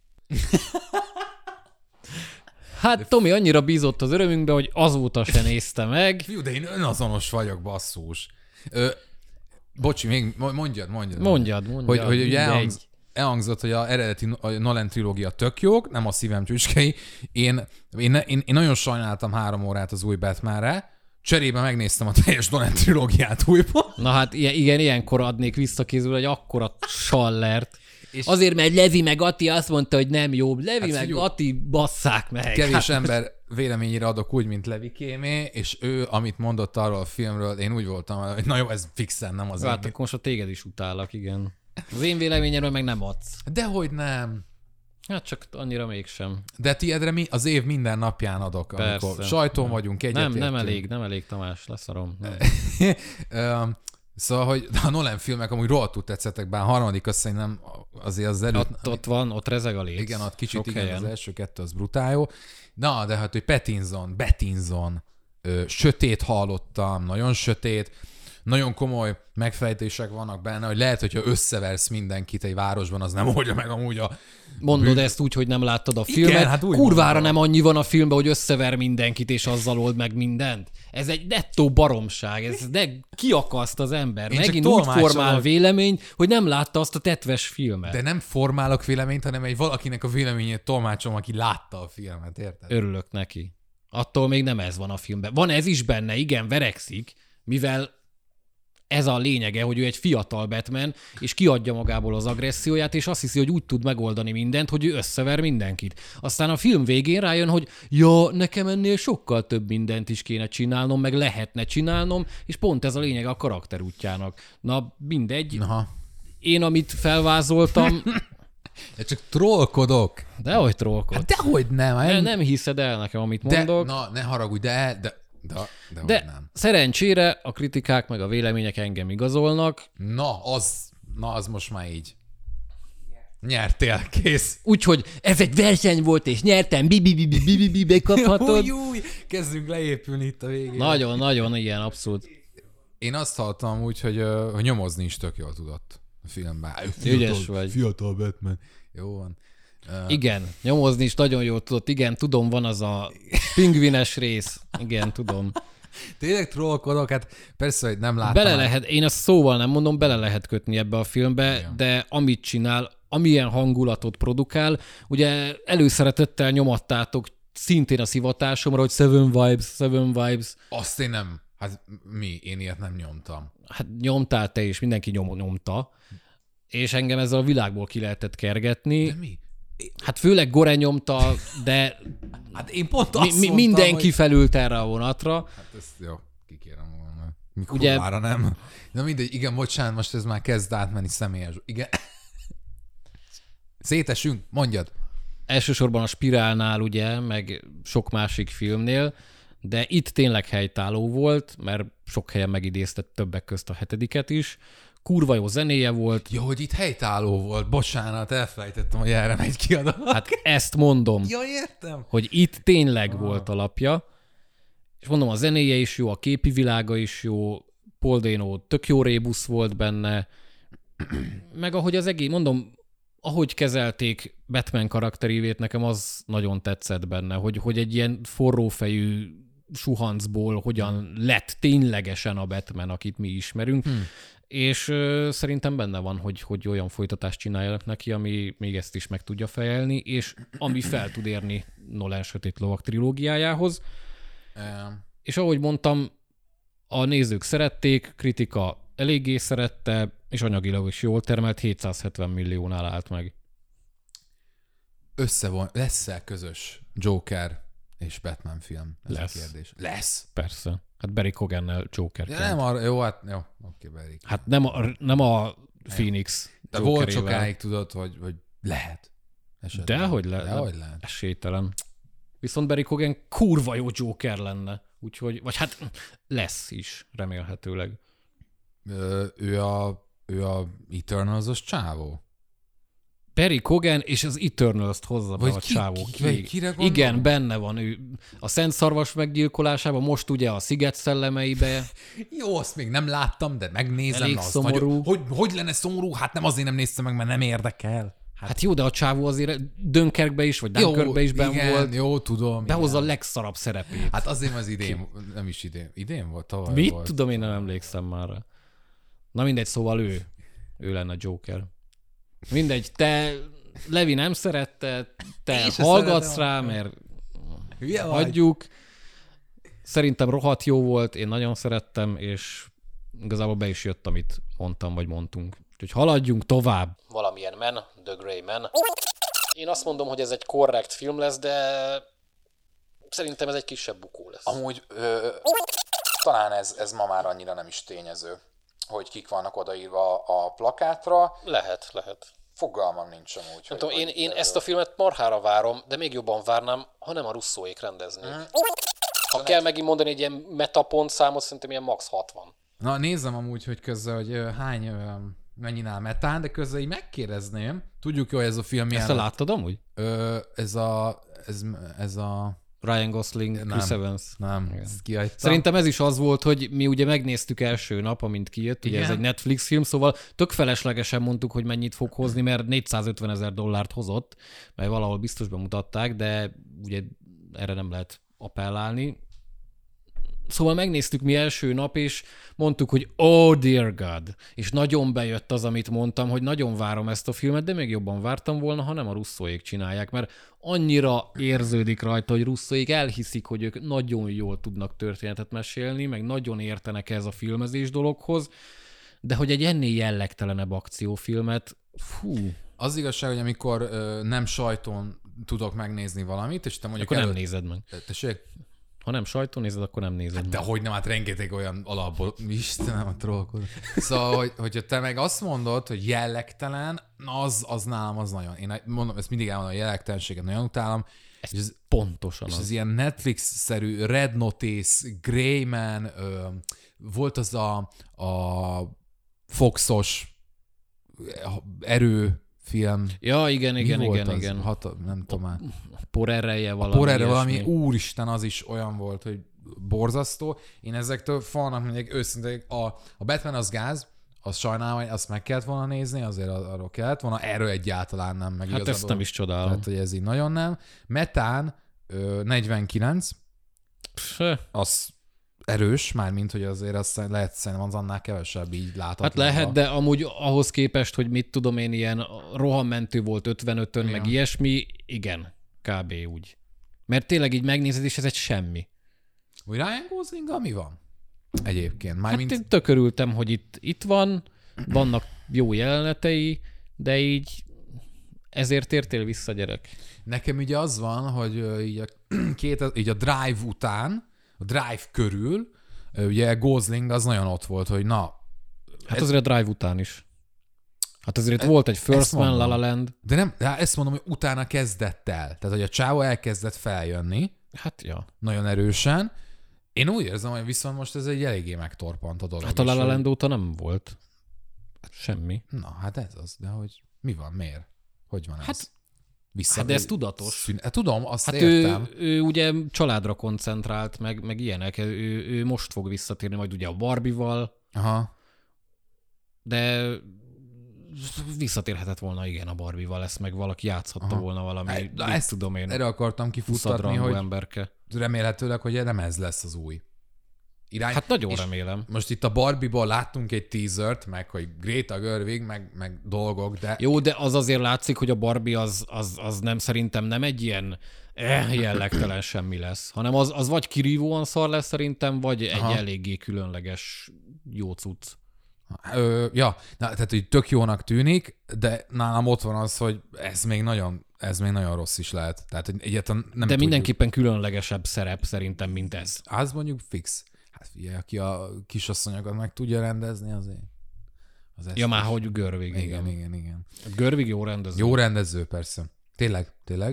Hát Tomi annyira bízott az örömünkbe, hogy azóta se nézte meg. Fiú, de én önazonos vagyok, basszus. Bocsi, még mondjad. Hogy ugye elhangzott, hogy az eredeti Nolan trilógia tök jók, nem a szívem csücskei. Én nagyon sajnáltam 3 órát az új Batmanre, cserébe megnéztem a teljes Nolan trilógiát újból. Na hát igen, ilyenkor adnék visszakézül egy akkora sallert. És azért, mert Levi meg Ati azt mondta, hogy nem jó. Levi meg Ati basszák meg. Kevés ember véleményére adok úgy, mint Levi Kémé, és ő, amit mondott arról a filmről, én úgy voltam, hogy na jó, ez fixen nem az. Hát akkor most a téged is utállak, igen. Az én véleményemről meg nem adsz. Dehogy nem. Hát csak annyira mégsem. De tiedre az év minden napján adok, persze. Amikor sajtón vagyunk, egyetértünk. Nem elég, Tamás, leszarom. Szóval, hogy a Nolan filmek amúgy rohadtul tetszettek, bár a harmadik azt szerintem azért az előtt... Ott rezeg a léc. Igen, ott kicsit igen, helyen. Az első 2 az brutál jó. Na, de hát, hogy Pattinson, sötét hallottam, nagyon sötét. nagyon komoly megfejtések vannak benne, hogy lehet, hogyha összeversz mindenkit egy városban, az nem oldja meg amúgy a... Mondod ezt úgy, hogy nem láttad a filmet. Igen, hát úgy kurvára mondom. nem annyi van a filmben, hogy összever mindenkit, és azzal old meg mindent. Ez egy nettó baromság. Ez kiakaszt az ember. Én csak Megint úgy tolmácsolok. formál véleményt, hogy nem látta azt a tetves filmet. De nem formálok véleményt, hanem egy valakinek a véleményét tolmácsolom, aki látta a filmet, érted? Örülök neki. Attól még nem ez van a filmben. Van ez is benne, igen, verekszik, mivel ez a lényege, hogy ő egy fiatal Batman, és kiadja magából az agresszióját, és azt hiszi, hogy úgy tud megoldani mindent, hogy ő összever mindenkit. Aztán a film végén rájön, hogy ja, nekem ennél sokkal több mindent is kéne csinálnom, meg lehetne csinálnom, és pont ez a lényeg a karakter útjának. Na, mindegy. Aha. Én, amit felvázoltam... Ja, csak trollkodok. Dehogy trollkod. Hát dehogy nem. Nem hiszed el nekem, amit mondok. Na, ne haragudj, de De nem. szerencsére a kritikák meg a vélemények engem igazolnak, Na, az most már így. Nyertél, kész. úgyhogy ez egy verseny volt, és nyertem, bekaphatod. Júj, kezdünk leépülni itt a végén. Nagyon, igen, abszolút. Én azt hallottam úgy, hogy nyomozni is tök jól tudott a filmben. Ügyes vagy. Fiatal Batman. Jó van. Igen, nyomozni is nagyon jól tudott. Igen, tudom, van az a pingvines rész. Igen, tudom. Tényleg trollkodok, hát persze, hogy nem láttam. Bele lehet, én azt szóval nem mondom, bele lehet kötni ebbe a filmbe, Igen. de amit csinál, amilyen hangulatot produkál, ugye előszeretettel nyomattátok szintén a szivatásomra, hogy Seven Vibes. Azt én nem. Hát én ilyet nem nyomtam. Hát nyomtál te is, mindenki nyomta. És engem ezzel a világból ki lehetett kergetni. De mi? Hát főleg Gore nyomta, de Hát én pont azt mondtam, mindenki hogy... felült erre a vonatra. Hát ezt jó, kikérem volna. Mikor Ugye- már nem. Na mindegy, igen, bocsánat, most ez már kezd átmenni személyes. Igen. Szétesünk, mondjad. Elsősorban a Spirálnál, ugye, meg sok másik filmnél, de itt tényleg helytálló volt, mert sok helyen megidézte többek közt a 7. is. Kurva jó zenéje volt. Jó, hogy itt helytálló volt. Bocsánat, elfelejtettem, hogy erre megy ki a dolog. Hát ezt mondom, Ja, értem. hogy itt tényleg volt alapja. És mondom, a zenéje is jó, a képi világa is jó, Paul Dano tök jó rébusz volt benne, meg ahogy az egész, mondom, ahogy kezelték Batman karakterévét, nekem az nagyon tetszett benne, hogy egy ilyen forrófejű suhancból hogyan lett ténylegesen a Batman, akit mi ismerünk, és szerintem benne van, hogy olyan folytatást csináljanak neki, ami még ezt is meg tudja fejelni, és ami fel tud érni Nolan Sötét Lovag trilógiájához. És ahogy mondtam, a nézők szerették, kritika eléggé szerette, és anyagilag is jól termelt, 770 milliónál állt meg. Lesz-e közös Joker és Batman film? Ez Lesz. a kérdés. Lesz. Persze. Hát Barry Cogannel Joker. Ja, nem arra, jó, hát jó, oké, Barry. Hát nem a Phoenix De volt Jokerével. sokáig tudod, hogy lehet. Esetleg. Dehogy lehet. Dehogy lehet. Esélytelen. Viszont Barry Cogan kurva jó Joker lenne. Úgyhogy, vagy hát lesz is, remélhetőleg. Ő a Eternals-os csávó? Barry Cogan és az Eternals-t hozza be Vagy a csávó. kire gondolom? Igen, benne van ő. A Szent Szarvas meggyilkolásában, most ugye a Sziget szellemeibe. Jó, azt még nem láttam, de megnézem. Elég na, azt szomorú. Hogy lenne szomorú? Hát nem azért nem néztem meg, mert nem érdekel. Hát jó, de a csávó azért Dunkirkbe is, vagy Dunkirkbe is benn igen, volt. Jó, tudom. Behozza a igen. legszarabb szerepét. Hát azért az idén, nem is idén. Idén volt, tavaly Mit volt. tudom, én nem emlékszem már rá. Na mindegy, szóval ő lenne a Joker. Mindegy, te Levi nem szerette, te Én se hallgatsz szeretem. rá, mert Hülye vagy. hagyjuk. Szerintem rohadt jó volt, én nagyon szerettem, és igazából be is jött, amit mondtam, vagy mondtunk. Úgyhogy haladjunk tovább. Valamilyen Man, The Grey Man. Én azt mondom, hogy ez egy korrekt film lesz, de szerintem ez egy kisebb bukó lesz. Amúgy talán ez ma már annyira nem is tényező, hogy kik vannak odaírva a plakátra. Lehet. Fogalmam nincs amúgy. Nem tudom, én ezt a filmet marhára várom, de még jobban várnám, ha nem a Russzóék rendeznék. Ha kell megint mondani egy ilyen metapontszámot, szerintem ilyen max 60. Na, nézzem amúgy, hogy közben, hogy mennyinál metán, de közben így megkérdezném. Tudjuk jó, hogy ez a film Ezt te milyen... láttad amúgy? Ez a Ryan Gosling, Chris Evans. Nem, ezt kihagytam. Szerintem ez is az volt, hogy mi ugye megnéztük első nap, amint kijött, ugye ez egy Netflix film, szóval tök feleslegesen mondtuk, hogy mennyit fog hozni, mert $450,000 hozott, mert valahol biztos bemutatták, de ugye erre nem lehet appellálni. Szóval megnéztük mi első nap, és mondtuk, hogy oh dear God, és nagyon bejött az, amit mondtam, hogy nagyon várom ezt a filmet, de még jobban vártam volna, ha nem a Russzóék csinálják, mert annyira érződik rajta, hogy Russzóék elhiszik, hogy ők nagyon jól tudnak történetet mesélni, meg nagyon értenek ez a filmezés dologhoz, de hogy egy ennél jellegtelenebb akciófilmet, fú. Az igazság, hogy amikor nem sajtón tudok megnézni valamit, és te mondjuk akkor nem nézed meg. Tessék? Ha nem sajtó nézed, akkor nem nézed meg. De hogy nem, hát rengeteg olyan alapból, Istenem, a trollkodó. Szóval, hogyha te meg azt mondod, hogy jellegtelen, az nálam az nagyon. Én mondom, ezt mindig elmondom, a jellegtelenséget nagyon utálom. Ez pontosan és az. ez ilyen Netflix-szerű Red Notice, Greyman, volt az a Foxos erőfilm. Ja, igen. Nem tudom már. Porerreje valami. Porerre valami, úristen, az is olyan volt, hogy borzasztó. Én ezektől falnak mondjuk őszintén, a Batman az gáz, azt sajnálom, hogy azt meg kellett volna nézni, azért arról kellett volna, erről egyáltalán nem. Meg hát igazából, ezt nem is csodálom. Tehát, hogy ez így nagyon nem. Metán 49, az erős, mármint, hogy azért azt lehet szerintem az annál kevesebb így látható. Hát lehet, de amúgy ahhoz képest, hogy mit tudom én, ilyen rohammentő volt 55-ön, meg ilyesmi, igen, kb. Úgy. Mert tényleg így megnézed, és ez egy semmi. Hogy Ryan Gosling, mi van? Egyébként. Hát én tök örültem, hogy itt vannak jó jelenetei, de így ezért értél vissza, gyerek. Nekem ugye az van, hogy így a Drive után, a Drive körül, ugye Gosling az nagyon ott volt, hogy na... Hát azért a Drive után is. Hát azért volt egy First Man, La La Land. De nem, ezt mondom, hogy utána kezdett el. Tehát, hogy a csávó elkezdett feljönni. Hát ja. Nagyon erősen. Én úgy érzem, hogy viszont most ez egy eléggé megtorpant a dolog. Hát a La La Land óta nem volt. Semmi. Na, hát ez az. De hogy mi van, miért? Hogy van ez? Hát de ez tudatos. Tudom, azt hát értem. Ő ugye családra koncentrált, meg ilyenek. Ő most fog visszatérni majd ugye a Barbie-val. Aha. De visszatérhetett volna, igen, a Barbie-val, ezt meg valaki játszhatta volna valami, ezt tudom én. Erre akartam kifuttatni, hogy emberke. Remélhetőleg, hogy nem ez lesz az új irány. Hát nagyon remélem. Most itt a Barbie-ból láttunk egy teasert, meg hogy Greta Gerwig, meg dolgok, de... Jó, de az azért látszik, hogy a Barbie az nem, szerintem nem egy ilyen jellegtelen semmi lesz, hanem az vagy kirívóan szar lesz szerintem, vagy egy eléggé különleges jó cucc. Ja, tehát hogy tök jónak tűnik, de nálam ott van az, hogy ez még nagyon rossz is lehet. Tehát, hogy egyáltalán nem de tudjuk. Mindenképpen különlegesebb szerep szerintem, mint ez. Az mondjuk fix. Hát figyelj, aki a kisasszonyokat meg tudja rendezni, azért. Ja, már hogy Gerwig. Igen. Gerwig jó rendező. Jó rendező, persze. Tényleg.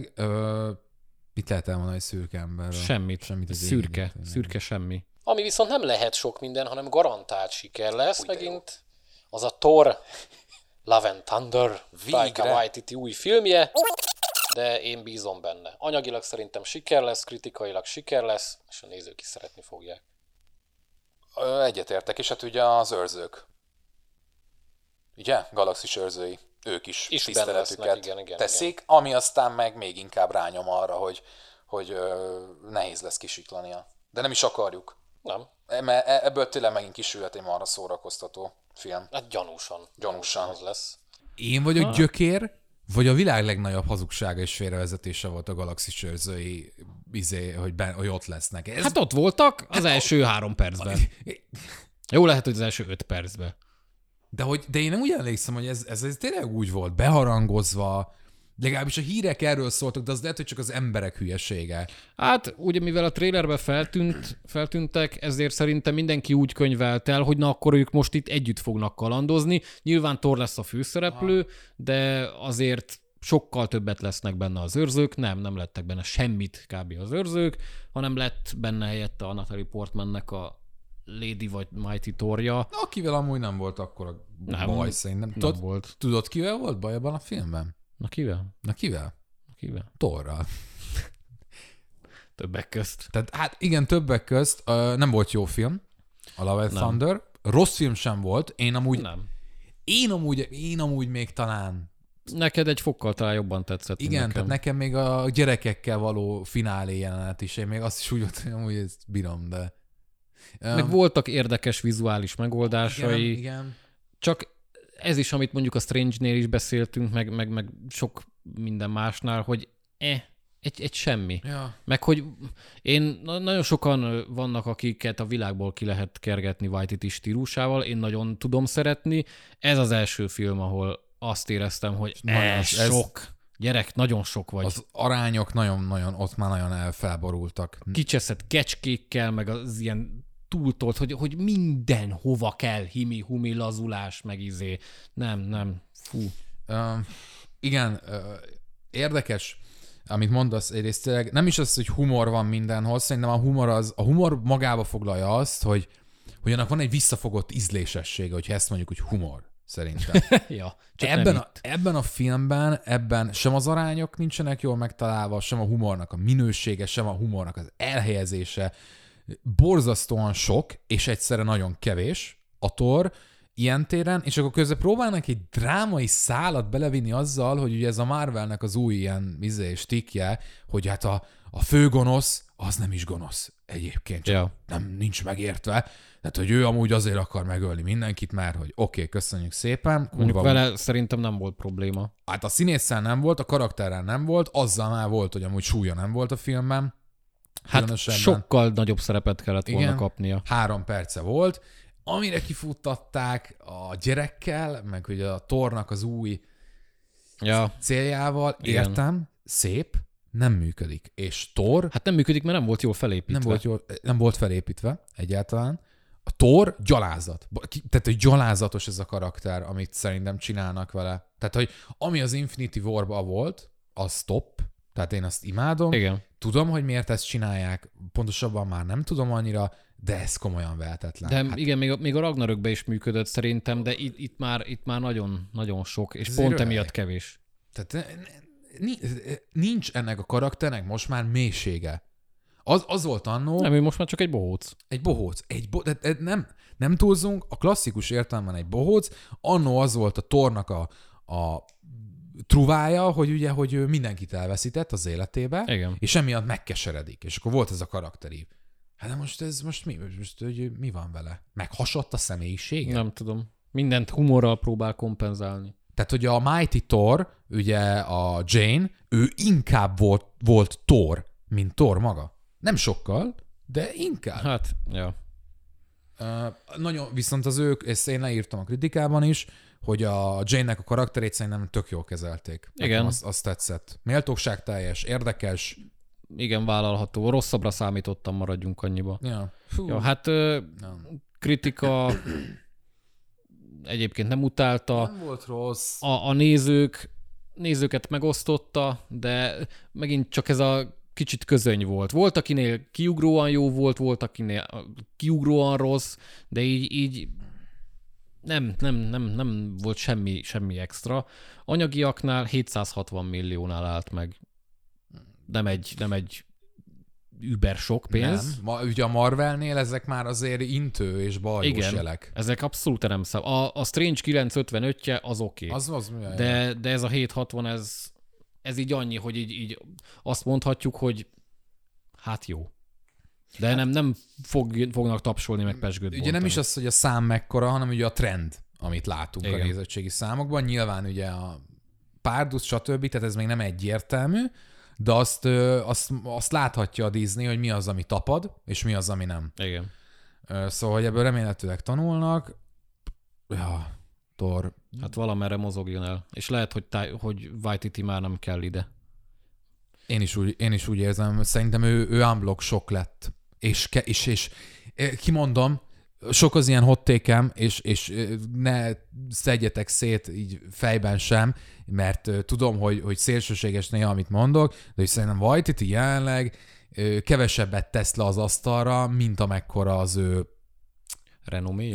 Mit lehet elmondani, hogy szürke ember? Semmit szürke semmi. Ami viszont nem lehet sok minden, hanem garantált siker lesz megint, az a Thor Love and Thunder, Taika Waititi új filmje, de én bízom benne. Anyagilag szerintem siker lesz, kritikailag siker lesz, és a nézők is szeretni fogják. Egyetértek, és hát ugye az őrzők. Ugye? Galaxis őrzői. Ők is tiszteletüket teszik, ami aztán meg még inkább rányom arra, hogy nehéz lesz kisiklania. De nem is akarjuk. Nem. Ebből tényleg megint kisülhet egy marha szórakoztató film. Hát gyanúsan az lesz. Én vagyok gyökér, vagy a világ legnagyobb hazugsága és félrevezetése volt a Galaxis őrzői, hogy ott lesznek. Hát ott voltak az első 3 percben. Jó lehet, hogy az első 5 percben. De én nem úgy emlékszem, hogy ez tényleg úgy volt, beharangozva, legalábbis a hírek erről szóltak, de az lehet, hogy csak az emberek hülyesége. Hát, ugye mivel a trailerben feltűntek, ezért szerintem mindenki úgy könyvelt el, hogy na akkor ők most itt együtt fognak kalandozni. Nyilván Thor lesz a főszereplő, de azért sokkal többet lesznek benne az őrzők. Nem lettek benne semmit kb. Az őrzők, hanem lett benne helyette a Natalie Portmannek a Lady vagy Mighty Thorja. Akivel amúgy nem volt akkor a baj, szerintem. Nem volt. Tudod, kivel volt baj abban a filmben? Na kivel? Thorral. Többek közt. Tehát hát igen, többek közt nem volt jó film, a Love and Thunder. Rossz film sem volt. Én amúgy még talán... Neked egy fokkal talán jobban tetszett. Igen, nekem. Tehát nekem még a gyerekekkel való finálé jelenet is. Én még azt is úgy volt, hogy amúgy ezt bírom, de... Meg voltak érdekes vizuális megoldásai. Igen. Csak ez is, amit mondjuk a Strange-nél is beszéltünk, meg sok minden másnál, hogy egy semmi. Ja. Meg hogy nagyon sokan vannak, akiket a világból ki lehet kergetni Waititi stílusával, én nagyon tudom szeretni. Ez az első film, ahol azt éreztem, hogy sok. Gyerek, nagyon sok vagy. Az arányok nagyon-nagyon, ott már nagyon felborultak. Kicseszett kecskékkel, meg az ilyen túltolt, hogy minden hova kell himi-humi lazulás, meg Nem. Fú. Igen, érdekes, amit mondasz, egyrészt tényleg nem is az, hogy humor van mindenhol, szerintem a humor magába foglalja azt, hogy annak van egy visszafogott ízlésessége, hogyha ezt mondjuk, hogy humor, szerintem. Ja, ebben a filmben, sem az arányok nincsenek jól megtalálva, sem a humornak a minősége, sem a humornak az elhelyezése. Borzasztóan sok, és egyszerre nagyon kevés a Thor ilyen téren, és akkor közben próbálnak egy drámai szálat belevinni azzal, hogy ugye ez a Marvelnek az új ilyen stikje, hogy hát a főgonosz az nem is gonosz egyébként, csak nincs megértve. Tehát, hogy ő amúgy azért akar megölni mindenkit, mert hogy oké, köszönjük szépen. Mondjuk vele szerintem nem volt probléma. Hát a színésszel nem volt, a karakterrel nem volt, azzal már volt, hogy amúgy súlya nem volt a filmben. Hát sokkal nagyobb szerepet kellett volna kapnia. 3 perce volt. Amire kifuttatták a gyerekkel, meg ugye a Thornak az új céljával, értem, szép, nem működik. És Thor... Hát nem működik, mert nem volt jól felépítve. Nem volt felépítve egyáltalán. A Thor gyalázat. Tehát, hogy gyalázatos ez a karakter, amit szerintem csinálnak vele. Tehát, hogy ami az Infinity War-ban volt, az top. Tehát én azt imádom. Igen. Tudom, hogy miért ezt csinálják, pontosabban már nem tudom annyira, de ez komolyan vehetetlen. De hát, igen, még a Ragnarökben is működött szerintem, de itt már nagyon, nagyon sok, és pont emiatt kevés. Tehát nincs ennek a karakternek most már mélysége. Az volt annó... Nem, ő most már csak egy bohóc. Egy bohóc. Nem túlzunk, a klasszikus értelemben egy bohóc. Annó az volt a Thornak a truvája, hogy ugye, hogy ő mindenkit elveszített az életébe, igen. És emiatt megkeseredik. És akkor volt ez a karakterív. Hát de most mi? Hogy mi van vele? Meghasadt a személyisége? Nem tudom. Mindent humorral próbál kompenzálni. Tehát, hogy a Mighty Thor, ugye a Jane, ő inkább volt Thor, mint Thor maga. Nem sokkal, de inkább. Hát, ja. Nagyon, viszont ezt én leírtam a kritikában is, hogy a Jane-nek a karakterét szerintem tök jól kezelték. Igen. Azt tetszett. Méltóságteljes, érdekes. Igen, vállalható. Rosszabbra számítottam, maradjunk annyiba. Ja. Ja, hát kritika egyébként nem utálta. Nem volt rossz. A nézőket megosztotta, de megint csak ez a kicsit közöny volt. Volt, akinél kiugróan jó volt, akinél kiugróan rossz, de így nem volt semmi extra. Anyagiaknál 760 milliónál állt meg. Nem egy über sok pénz. Nem. Ugye a Marvelnél ezek már azért intő és bajós jelek. Ezek abszolút nem szám. A Strange 955-je az oké. Az de ez a 760, ez így annyi, hogy így azt mondhatjuk, hogy hát jó. De hát, nem fognak tapsolni, meg pezsgőt bontani. Ugye nem is az, hogy a szám mekkora, hanem ugye a trend, amit látunk a nézettségi számokban. Nyilván ugye a párduc, stb., tehát ez még nem egyértelmű, de azt láthatja a Disney, hogy mi az, ami tapad, és mi az, ami nem. Igen. Szóval, hogy ebből remélhetőleg tanulnak. Ja, Thor. Hát valamerre mozogjon el. És lehet, hogy Waititi már nem kell ide. Én is úgy érzem, szerintem ő unblock sok lett. És kimondom, sok az ilyen hot take-em, és ne szedjetek szét így fejben sem, mert tudom, hogy szélsőséges néha, amit mondok, de hogy szerintem Waititi jelenleg kevesebbet tesz le az asztalra, mint amekkora az ő renoméja?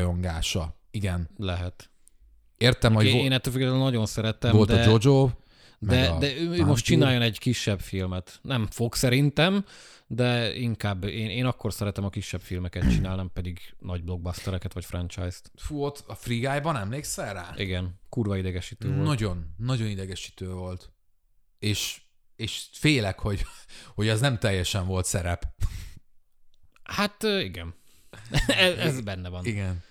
Körberajongása. Igen. Lehet. Értem, hogy... Én ettől függetlenül nagyon szerettem, volt a Jojo. De ő most csináljon egy kisebb filmet. Nem fog szerintem, de inkább én akkor szeretem a kisebb filmeket csinálni, nem pedig nagy blockbustereket vagy franchise-t. Fú, ott a Free Guy-ban emlékszel rá? Igen, kurva idegesítő volt. Nagyon, nagyon idegesítő volt. És félek, hogy az nem teljesen volt szerep. Hát igen. Ez benne van. Igen.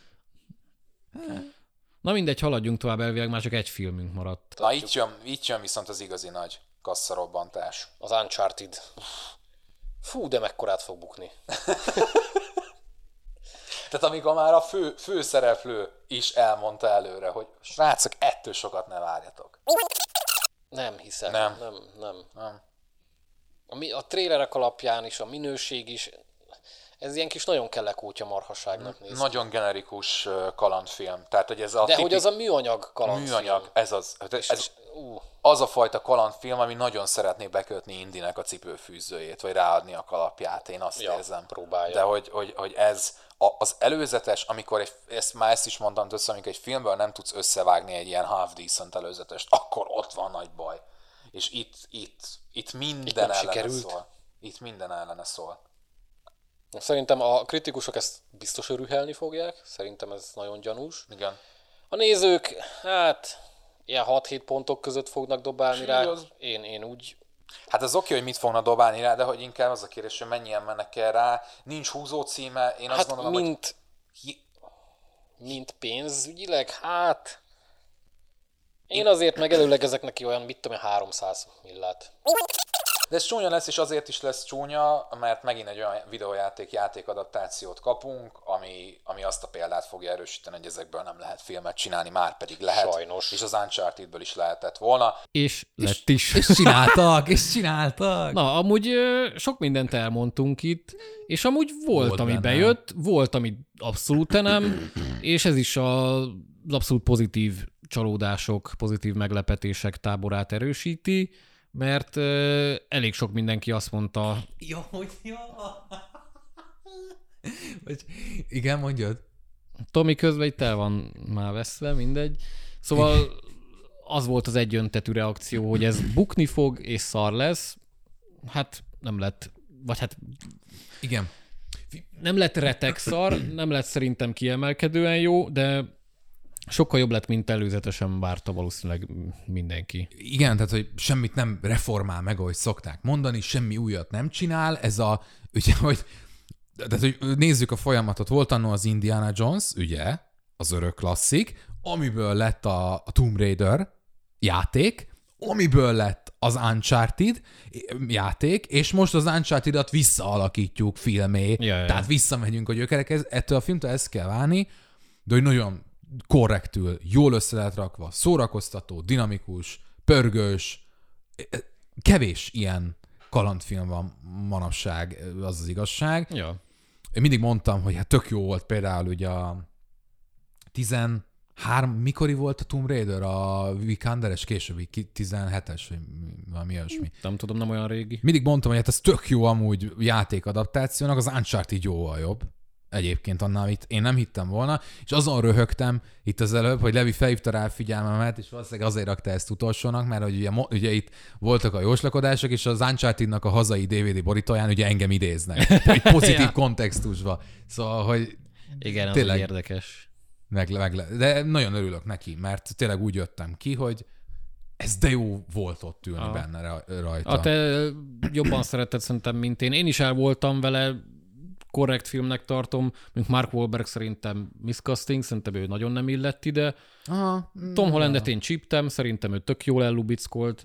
Na mindegy, haladjunk tovább, elvileg már csak egy filmünk maradt. Na így jön viszont az igazi nagy kasszarobbantás. Az Uncharted. Fú, de mekkorát fog bukni. Tehát amikor már a főszereplő is elmondta előre, hogy srácok, ettől sokat ne várjatok. Nem hiszem. Nem. A trélerek alapján is, a minőség is, ez ilyen kis nagyon kellekútja marhaságnak néz. Nagyon generikus kalandfilm. Tehát, hogy ez a hogy az a műanyag kalandfilm. Műanyag, ez az a fajta kalandfilm, ami nagyon szeretné bekötni Indinek a cipőfűzőjét, vagy ráadni a kalapját, én azt érzem. Próbálja. De hogy ez az előzetes, amikor ezt is mondtam össze, amikor egy filmből nem tudsz összevágni egy ilyen half-decent előzetest, akkor ott van nagy baj. És itt minden ellene szól. Itt minden ellene szól. Szerintem a kritikusok ezt biztos örühelni fogják, szerintem ez nagyon gyanús. Igen. A nézők, hát ilyen 6-7 pontok között fognak dobálni rá. Én úgy... Hát az oké, hogy mit fognak dobálni rá, de hogy inkább az a kérdés, hogy mennyien mennek el rá. Nincs húzó címe, én azt gondolom, mint pénzügyileg, hát... Én azért megelőlegezek neki olyan, mit tudom, 300 millát. De ez csúnya lesz, és azért is lesz csúnya, mert megint egy olyan játékadaptációt kapunk, ami azt a példát fogja erősíteni, hogy ezekből nem lehet filmet csinálni, már pedig lehet. Sajnos. És az Uncharted-ből is lehetett volna. És lett is. És csináltak. Na, amúgy sok mindent elmondtunk itt, és amúgy volt ami benne. Bejött, volt, ami abszolút nem, és ez is az abszolút pozitív csalódások, pozitív meglepetések táborát erősíti, mert elég sok mindenki azt mondta... Igen, mondjad. Tomi közben itt el van már veszve, mindegy. Szóval az volt az egyöntetű reakció, hogy ez bukni fog, és szar lesz. Hát nem lett, vagy hát... Igen. Nem lett retek szar, nem lett szerintem kiemelkedően jó, de sokkal jobb lett, mint előzetesen várta valószínűleg mindenki. Igen, tehát, hogy semmit nem reformál meg, ahogy szokták mondani, semmi újat nem csinál. Ez ugye, hogy nézzük a folyamatot. Volt annó az Indiana Jones, ugye, az örök klasszik, amiből lett a Tomb Raider játék, amiből lett az Uncharted játék, és most az Uncharted-at visszaalakítjuk filmé. Tehát visszamegyünk a gyökerekhez. Ettől a filmtől ezt kell válni, de hogy nagyon korrektül, jól össze lehet rakva, szórakoztató, dinamikus, pörgős, kevés ilyen kalandfilm van manapság, az az igazság. Ja. Én mindig mondtam, hogy hát tök jó volt például ugye a 13, mikori volt a Tomb Raider? A Vikander-es későbbi 17-es, vagy valami olyasmi. Nem tudom, nem olyan régi. Mindig mondtam, hogy hát ez tök jó amúgy játékadaptációnak, az Uncharted jóval jobb. Egyébként annál, amit én nem hittem volna, és azon röhögtem itt az előbb, hogy Levi felhívta rá a figyelmemet, és valószínűleg azért rakta ezt utolsónak, mert hogy ugye itt voltak a jóslakodások, és az Uncharted-nak a hazai DVD borítóján ugye engem idéznek, egy pozitív kontextusba. Szóval, hogy igen, tényleg az érdekes. De nagyon örülök neki, mert tényleg úgy jöttem ki, hogy ez de jó volt ott ülni benne rajta. Te jobban szeretted szerintem, mint én. Én is el voltam vele, korrekt filmnek tartom, mint Mark Wahlberg szerintem miscasting, szerintem ő nagyon nem illett ide. Tom Hollandet én csíptem, szerintem ő tök jól ellubickolt.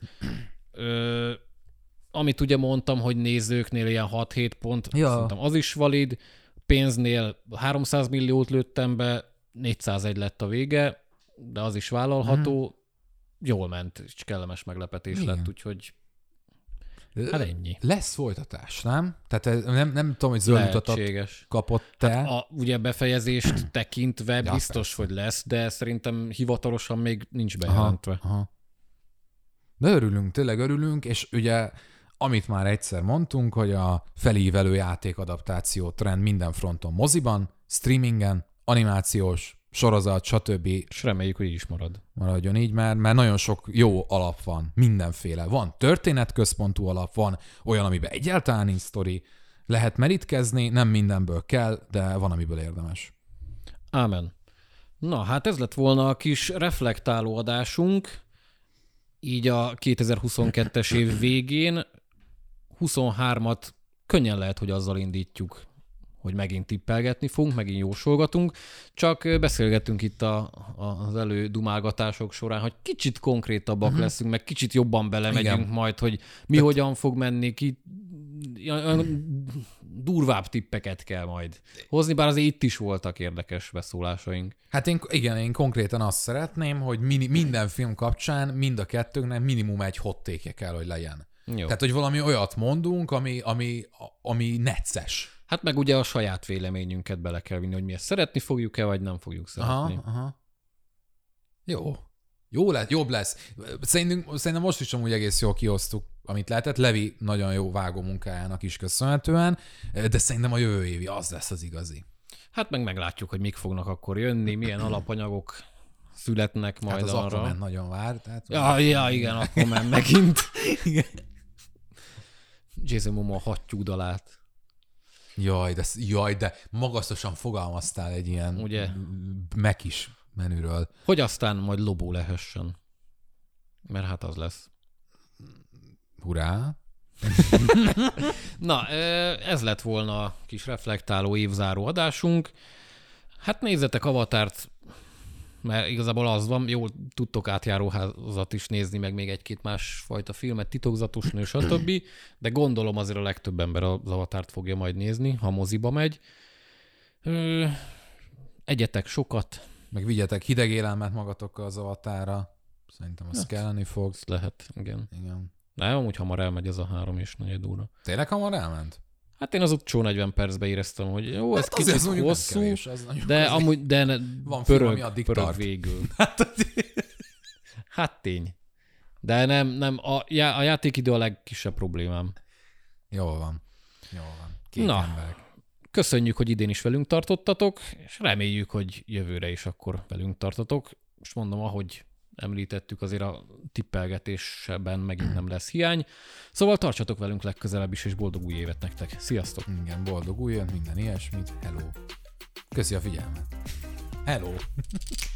Amit ugye mondtam, hogy nézőknél ilyen 6-7 pont, szerintem az is valid. Pénznél 300 milliót lőttem be, 401 lett a vége, de az is vállalható. Jól ment, és kellemes meglepetés lett, úgyhogy hát ennyi. Lesz folytatás, nem? Tehát nem tudom, hogy zöld utat kapott-e. Hát ugye befejezést tekintve biztos, hogy lesz, de szerintem hivatalosan még nincs bejelentve. De örülünk, tényleg örülünk, és ugye amit már egyszer mondtunk, hogy a felívelő játékadaptáció trend minden fronton moziban, streamingen, animációs, sorozat, stb. És reméljük, hogy így is marad. Maradjon így, mert nagyon sok jó alap van, mindenféle. Van történetközpontú alap, van olyan, amiben egyáltalán nincs sztori, lehet merítkezni, nem mindenből kell, de van, amiből érdemes. Ámen. Na, hát ez lett volna a kis reflektáló adásunk, így a 2022-es év végén. 23-at könnyen lehet, hogy azzal indítjuk, hogy megint tippelgetni fogunk, megint jósolgatunk, csak beszélgettünk itt az elődumálgatások során, hogy kicsit konkrétabbak leszünk, meg kicsit jobban belemegyünk Igen. majd, hogy mi hogyan fog menni, durvább tippeket kell majd hozni, bár azért itt is voltak érdekes beszólásaink. Hát én konkrétan azt szeretném, hogy minden film kapcsán mind a kettőnknek minimum egy hot-take kell, hogy legyen. Jó. Tehát, hogy valami olyat mondunk, ami necces. Hát meg ugye a saját véleményünket bele kell vinni, hogy mi ezt szeretni fogjuk-e, vagy nem fogjuk szeretni. Aha. Jó lesz, jobb lesz. Szerintem most is amúgy egész jól kihoztuk, amit lehetett. Levi nagyon jó vágó munkájának is köszönhetően, de szerintem a jövő évi az lesz az igazi. Hát meg meglátjuk, hogy mik fognak akkor jönni, milyen alapanyagok születnek majd hát az arra. Aquaman nagyon vár. Tehát... Ja, igen, Aquaman megint. Jason Momoa hattyúdalát. Jaj, de magasztosan fogalmaztál egy ilyen Ugye? mekis menüről. Hogy aztán majd lobó lehessen. Mert hát az lesz. Hurrá! Na, ez lett volna a kis reflektáló évzáró adásunk. Hát nézzetek Avatárt, mert igazából az van, jól tudtok átjáróházat is nézni, meg még egy-két másfajta filmet, titokzatos nő, stb. De gondolom azért a legtöbb ember az Avatárt fogja majd nézni, ha moziba megy. Egyetek sokat. Meg vigyetek hideg élelmet magatokkal az Avatára. Szerintem az kelleni fog. Lehet, igen. Igen. Nem, amúgy hamar elmegy ez a 3,4 óra. Tényleg hamar elment? Hát én az utcsó 40 percbe éreztem, hogy jó, ez azért kicsit mondjuk hosszú, nem kevés, az nagyon de közé. amúgy Van film, ami pörög addig tart. végül. Hát tény. De nem a játékidő a legkisebb problémám. Jól van. Kék Na. emberek. Köszönjük, hogy idén is velünk tartottatok, és reméljük, hogy jövőre is akkor velünk tartotok. Most mondom, ahogy említettük, azért a tippelgetésben megint nem lesz hiány. Szóval tartsatok velünk legközelebb is, és boldog új évet nektek. Sziasztok! Igen, boldog új évet, minden ilyesmit. Hello. Köszi a figyelmet. Hello.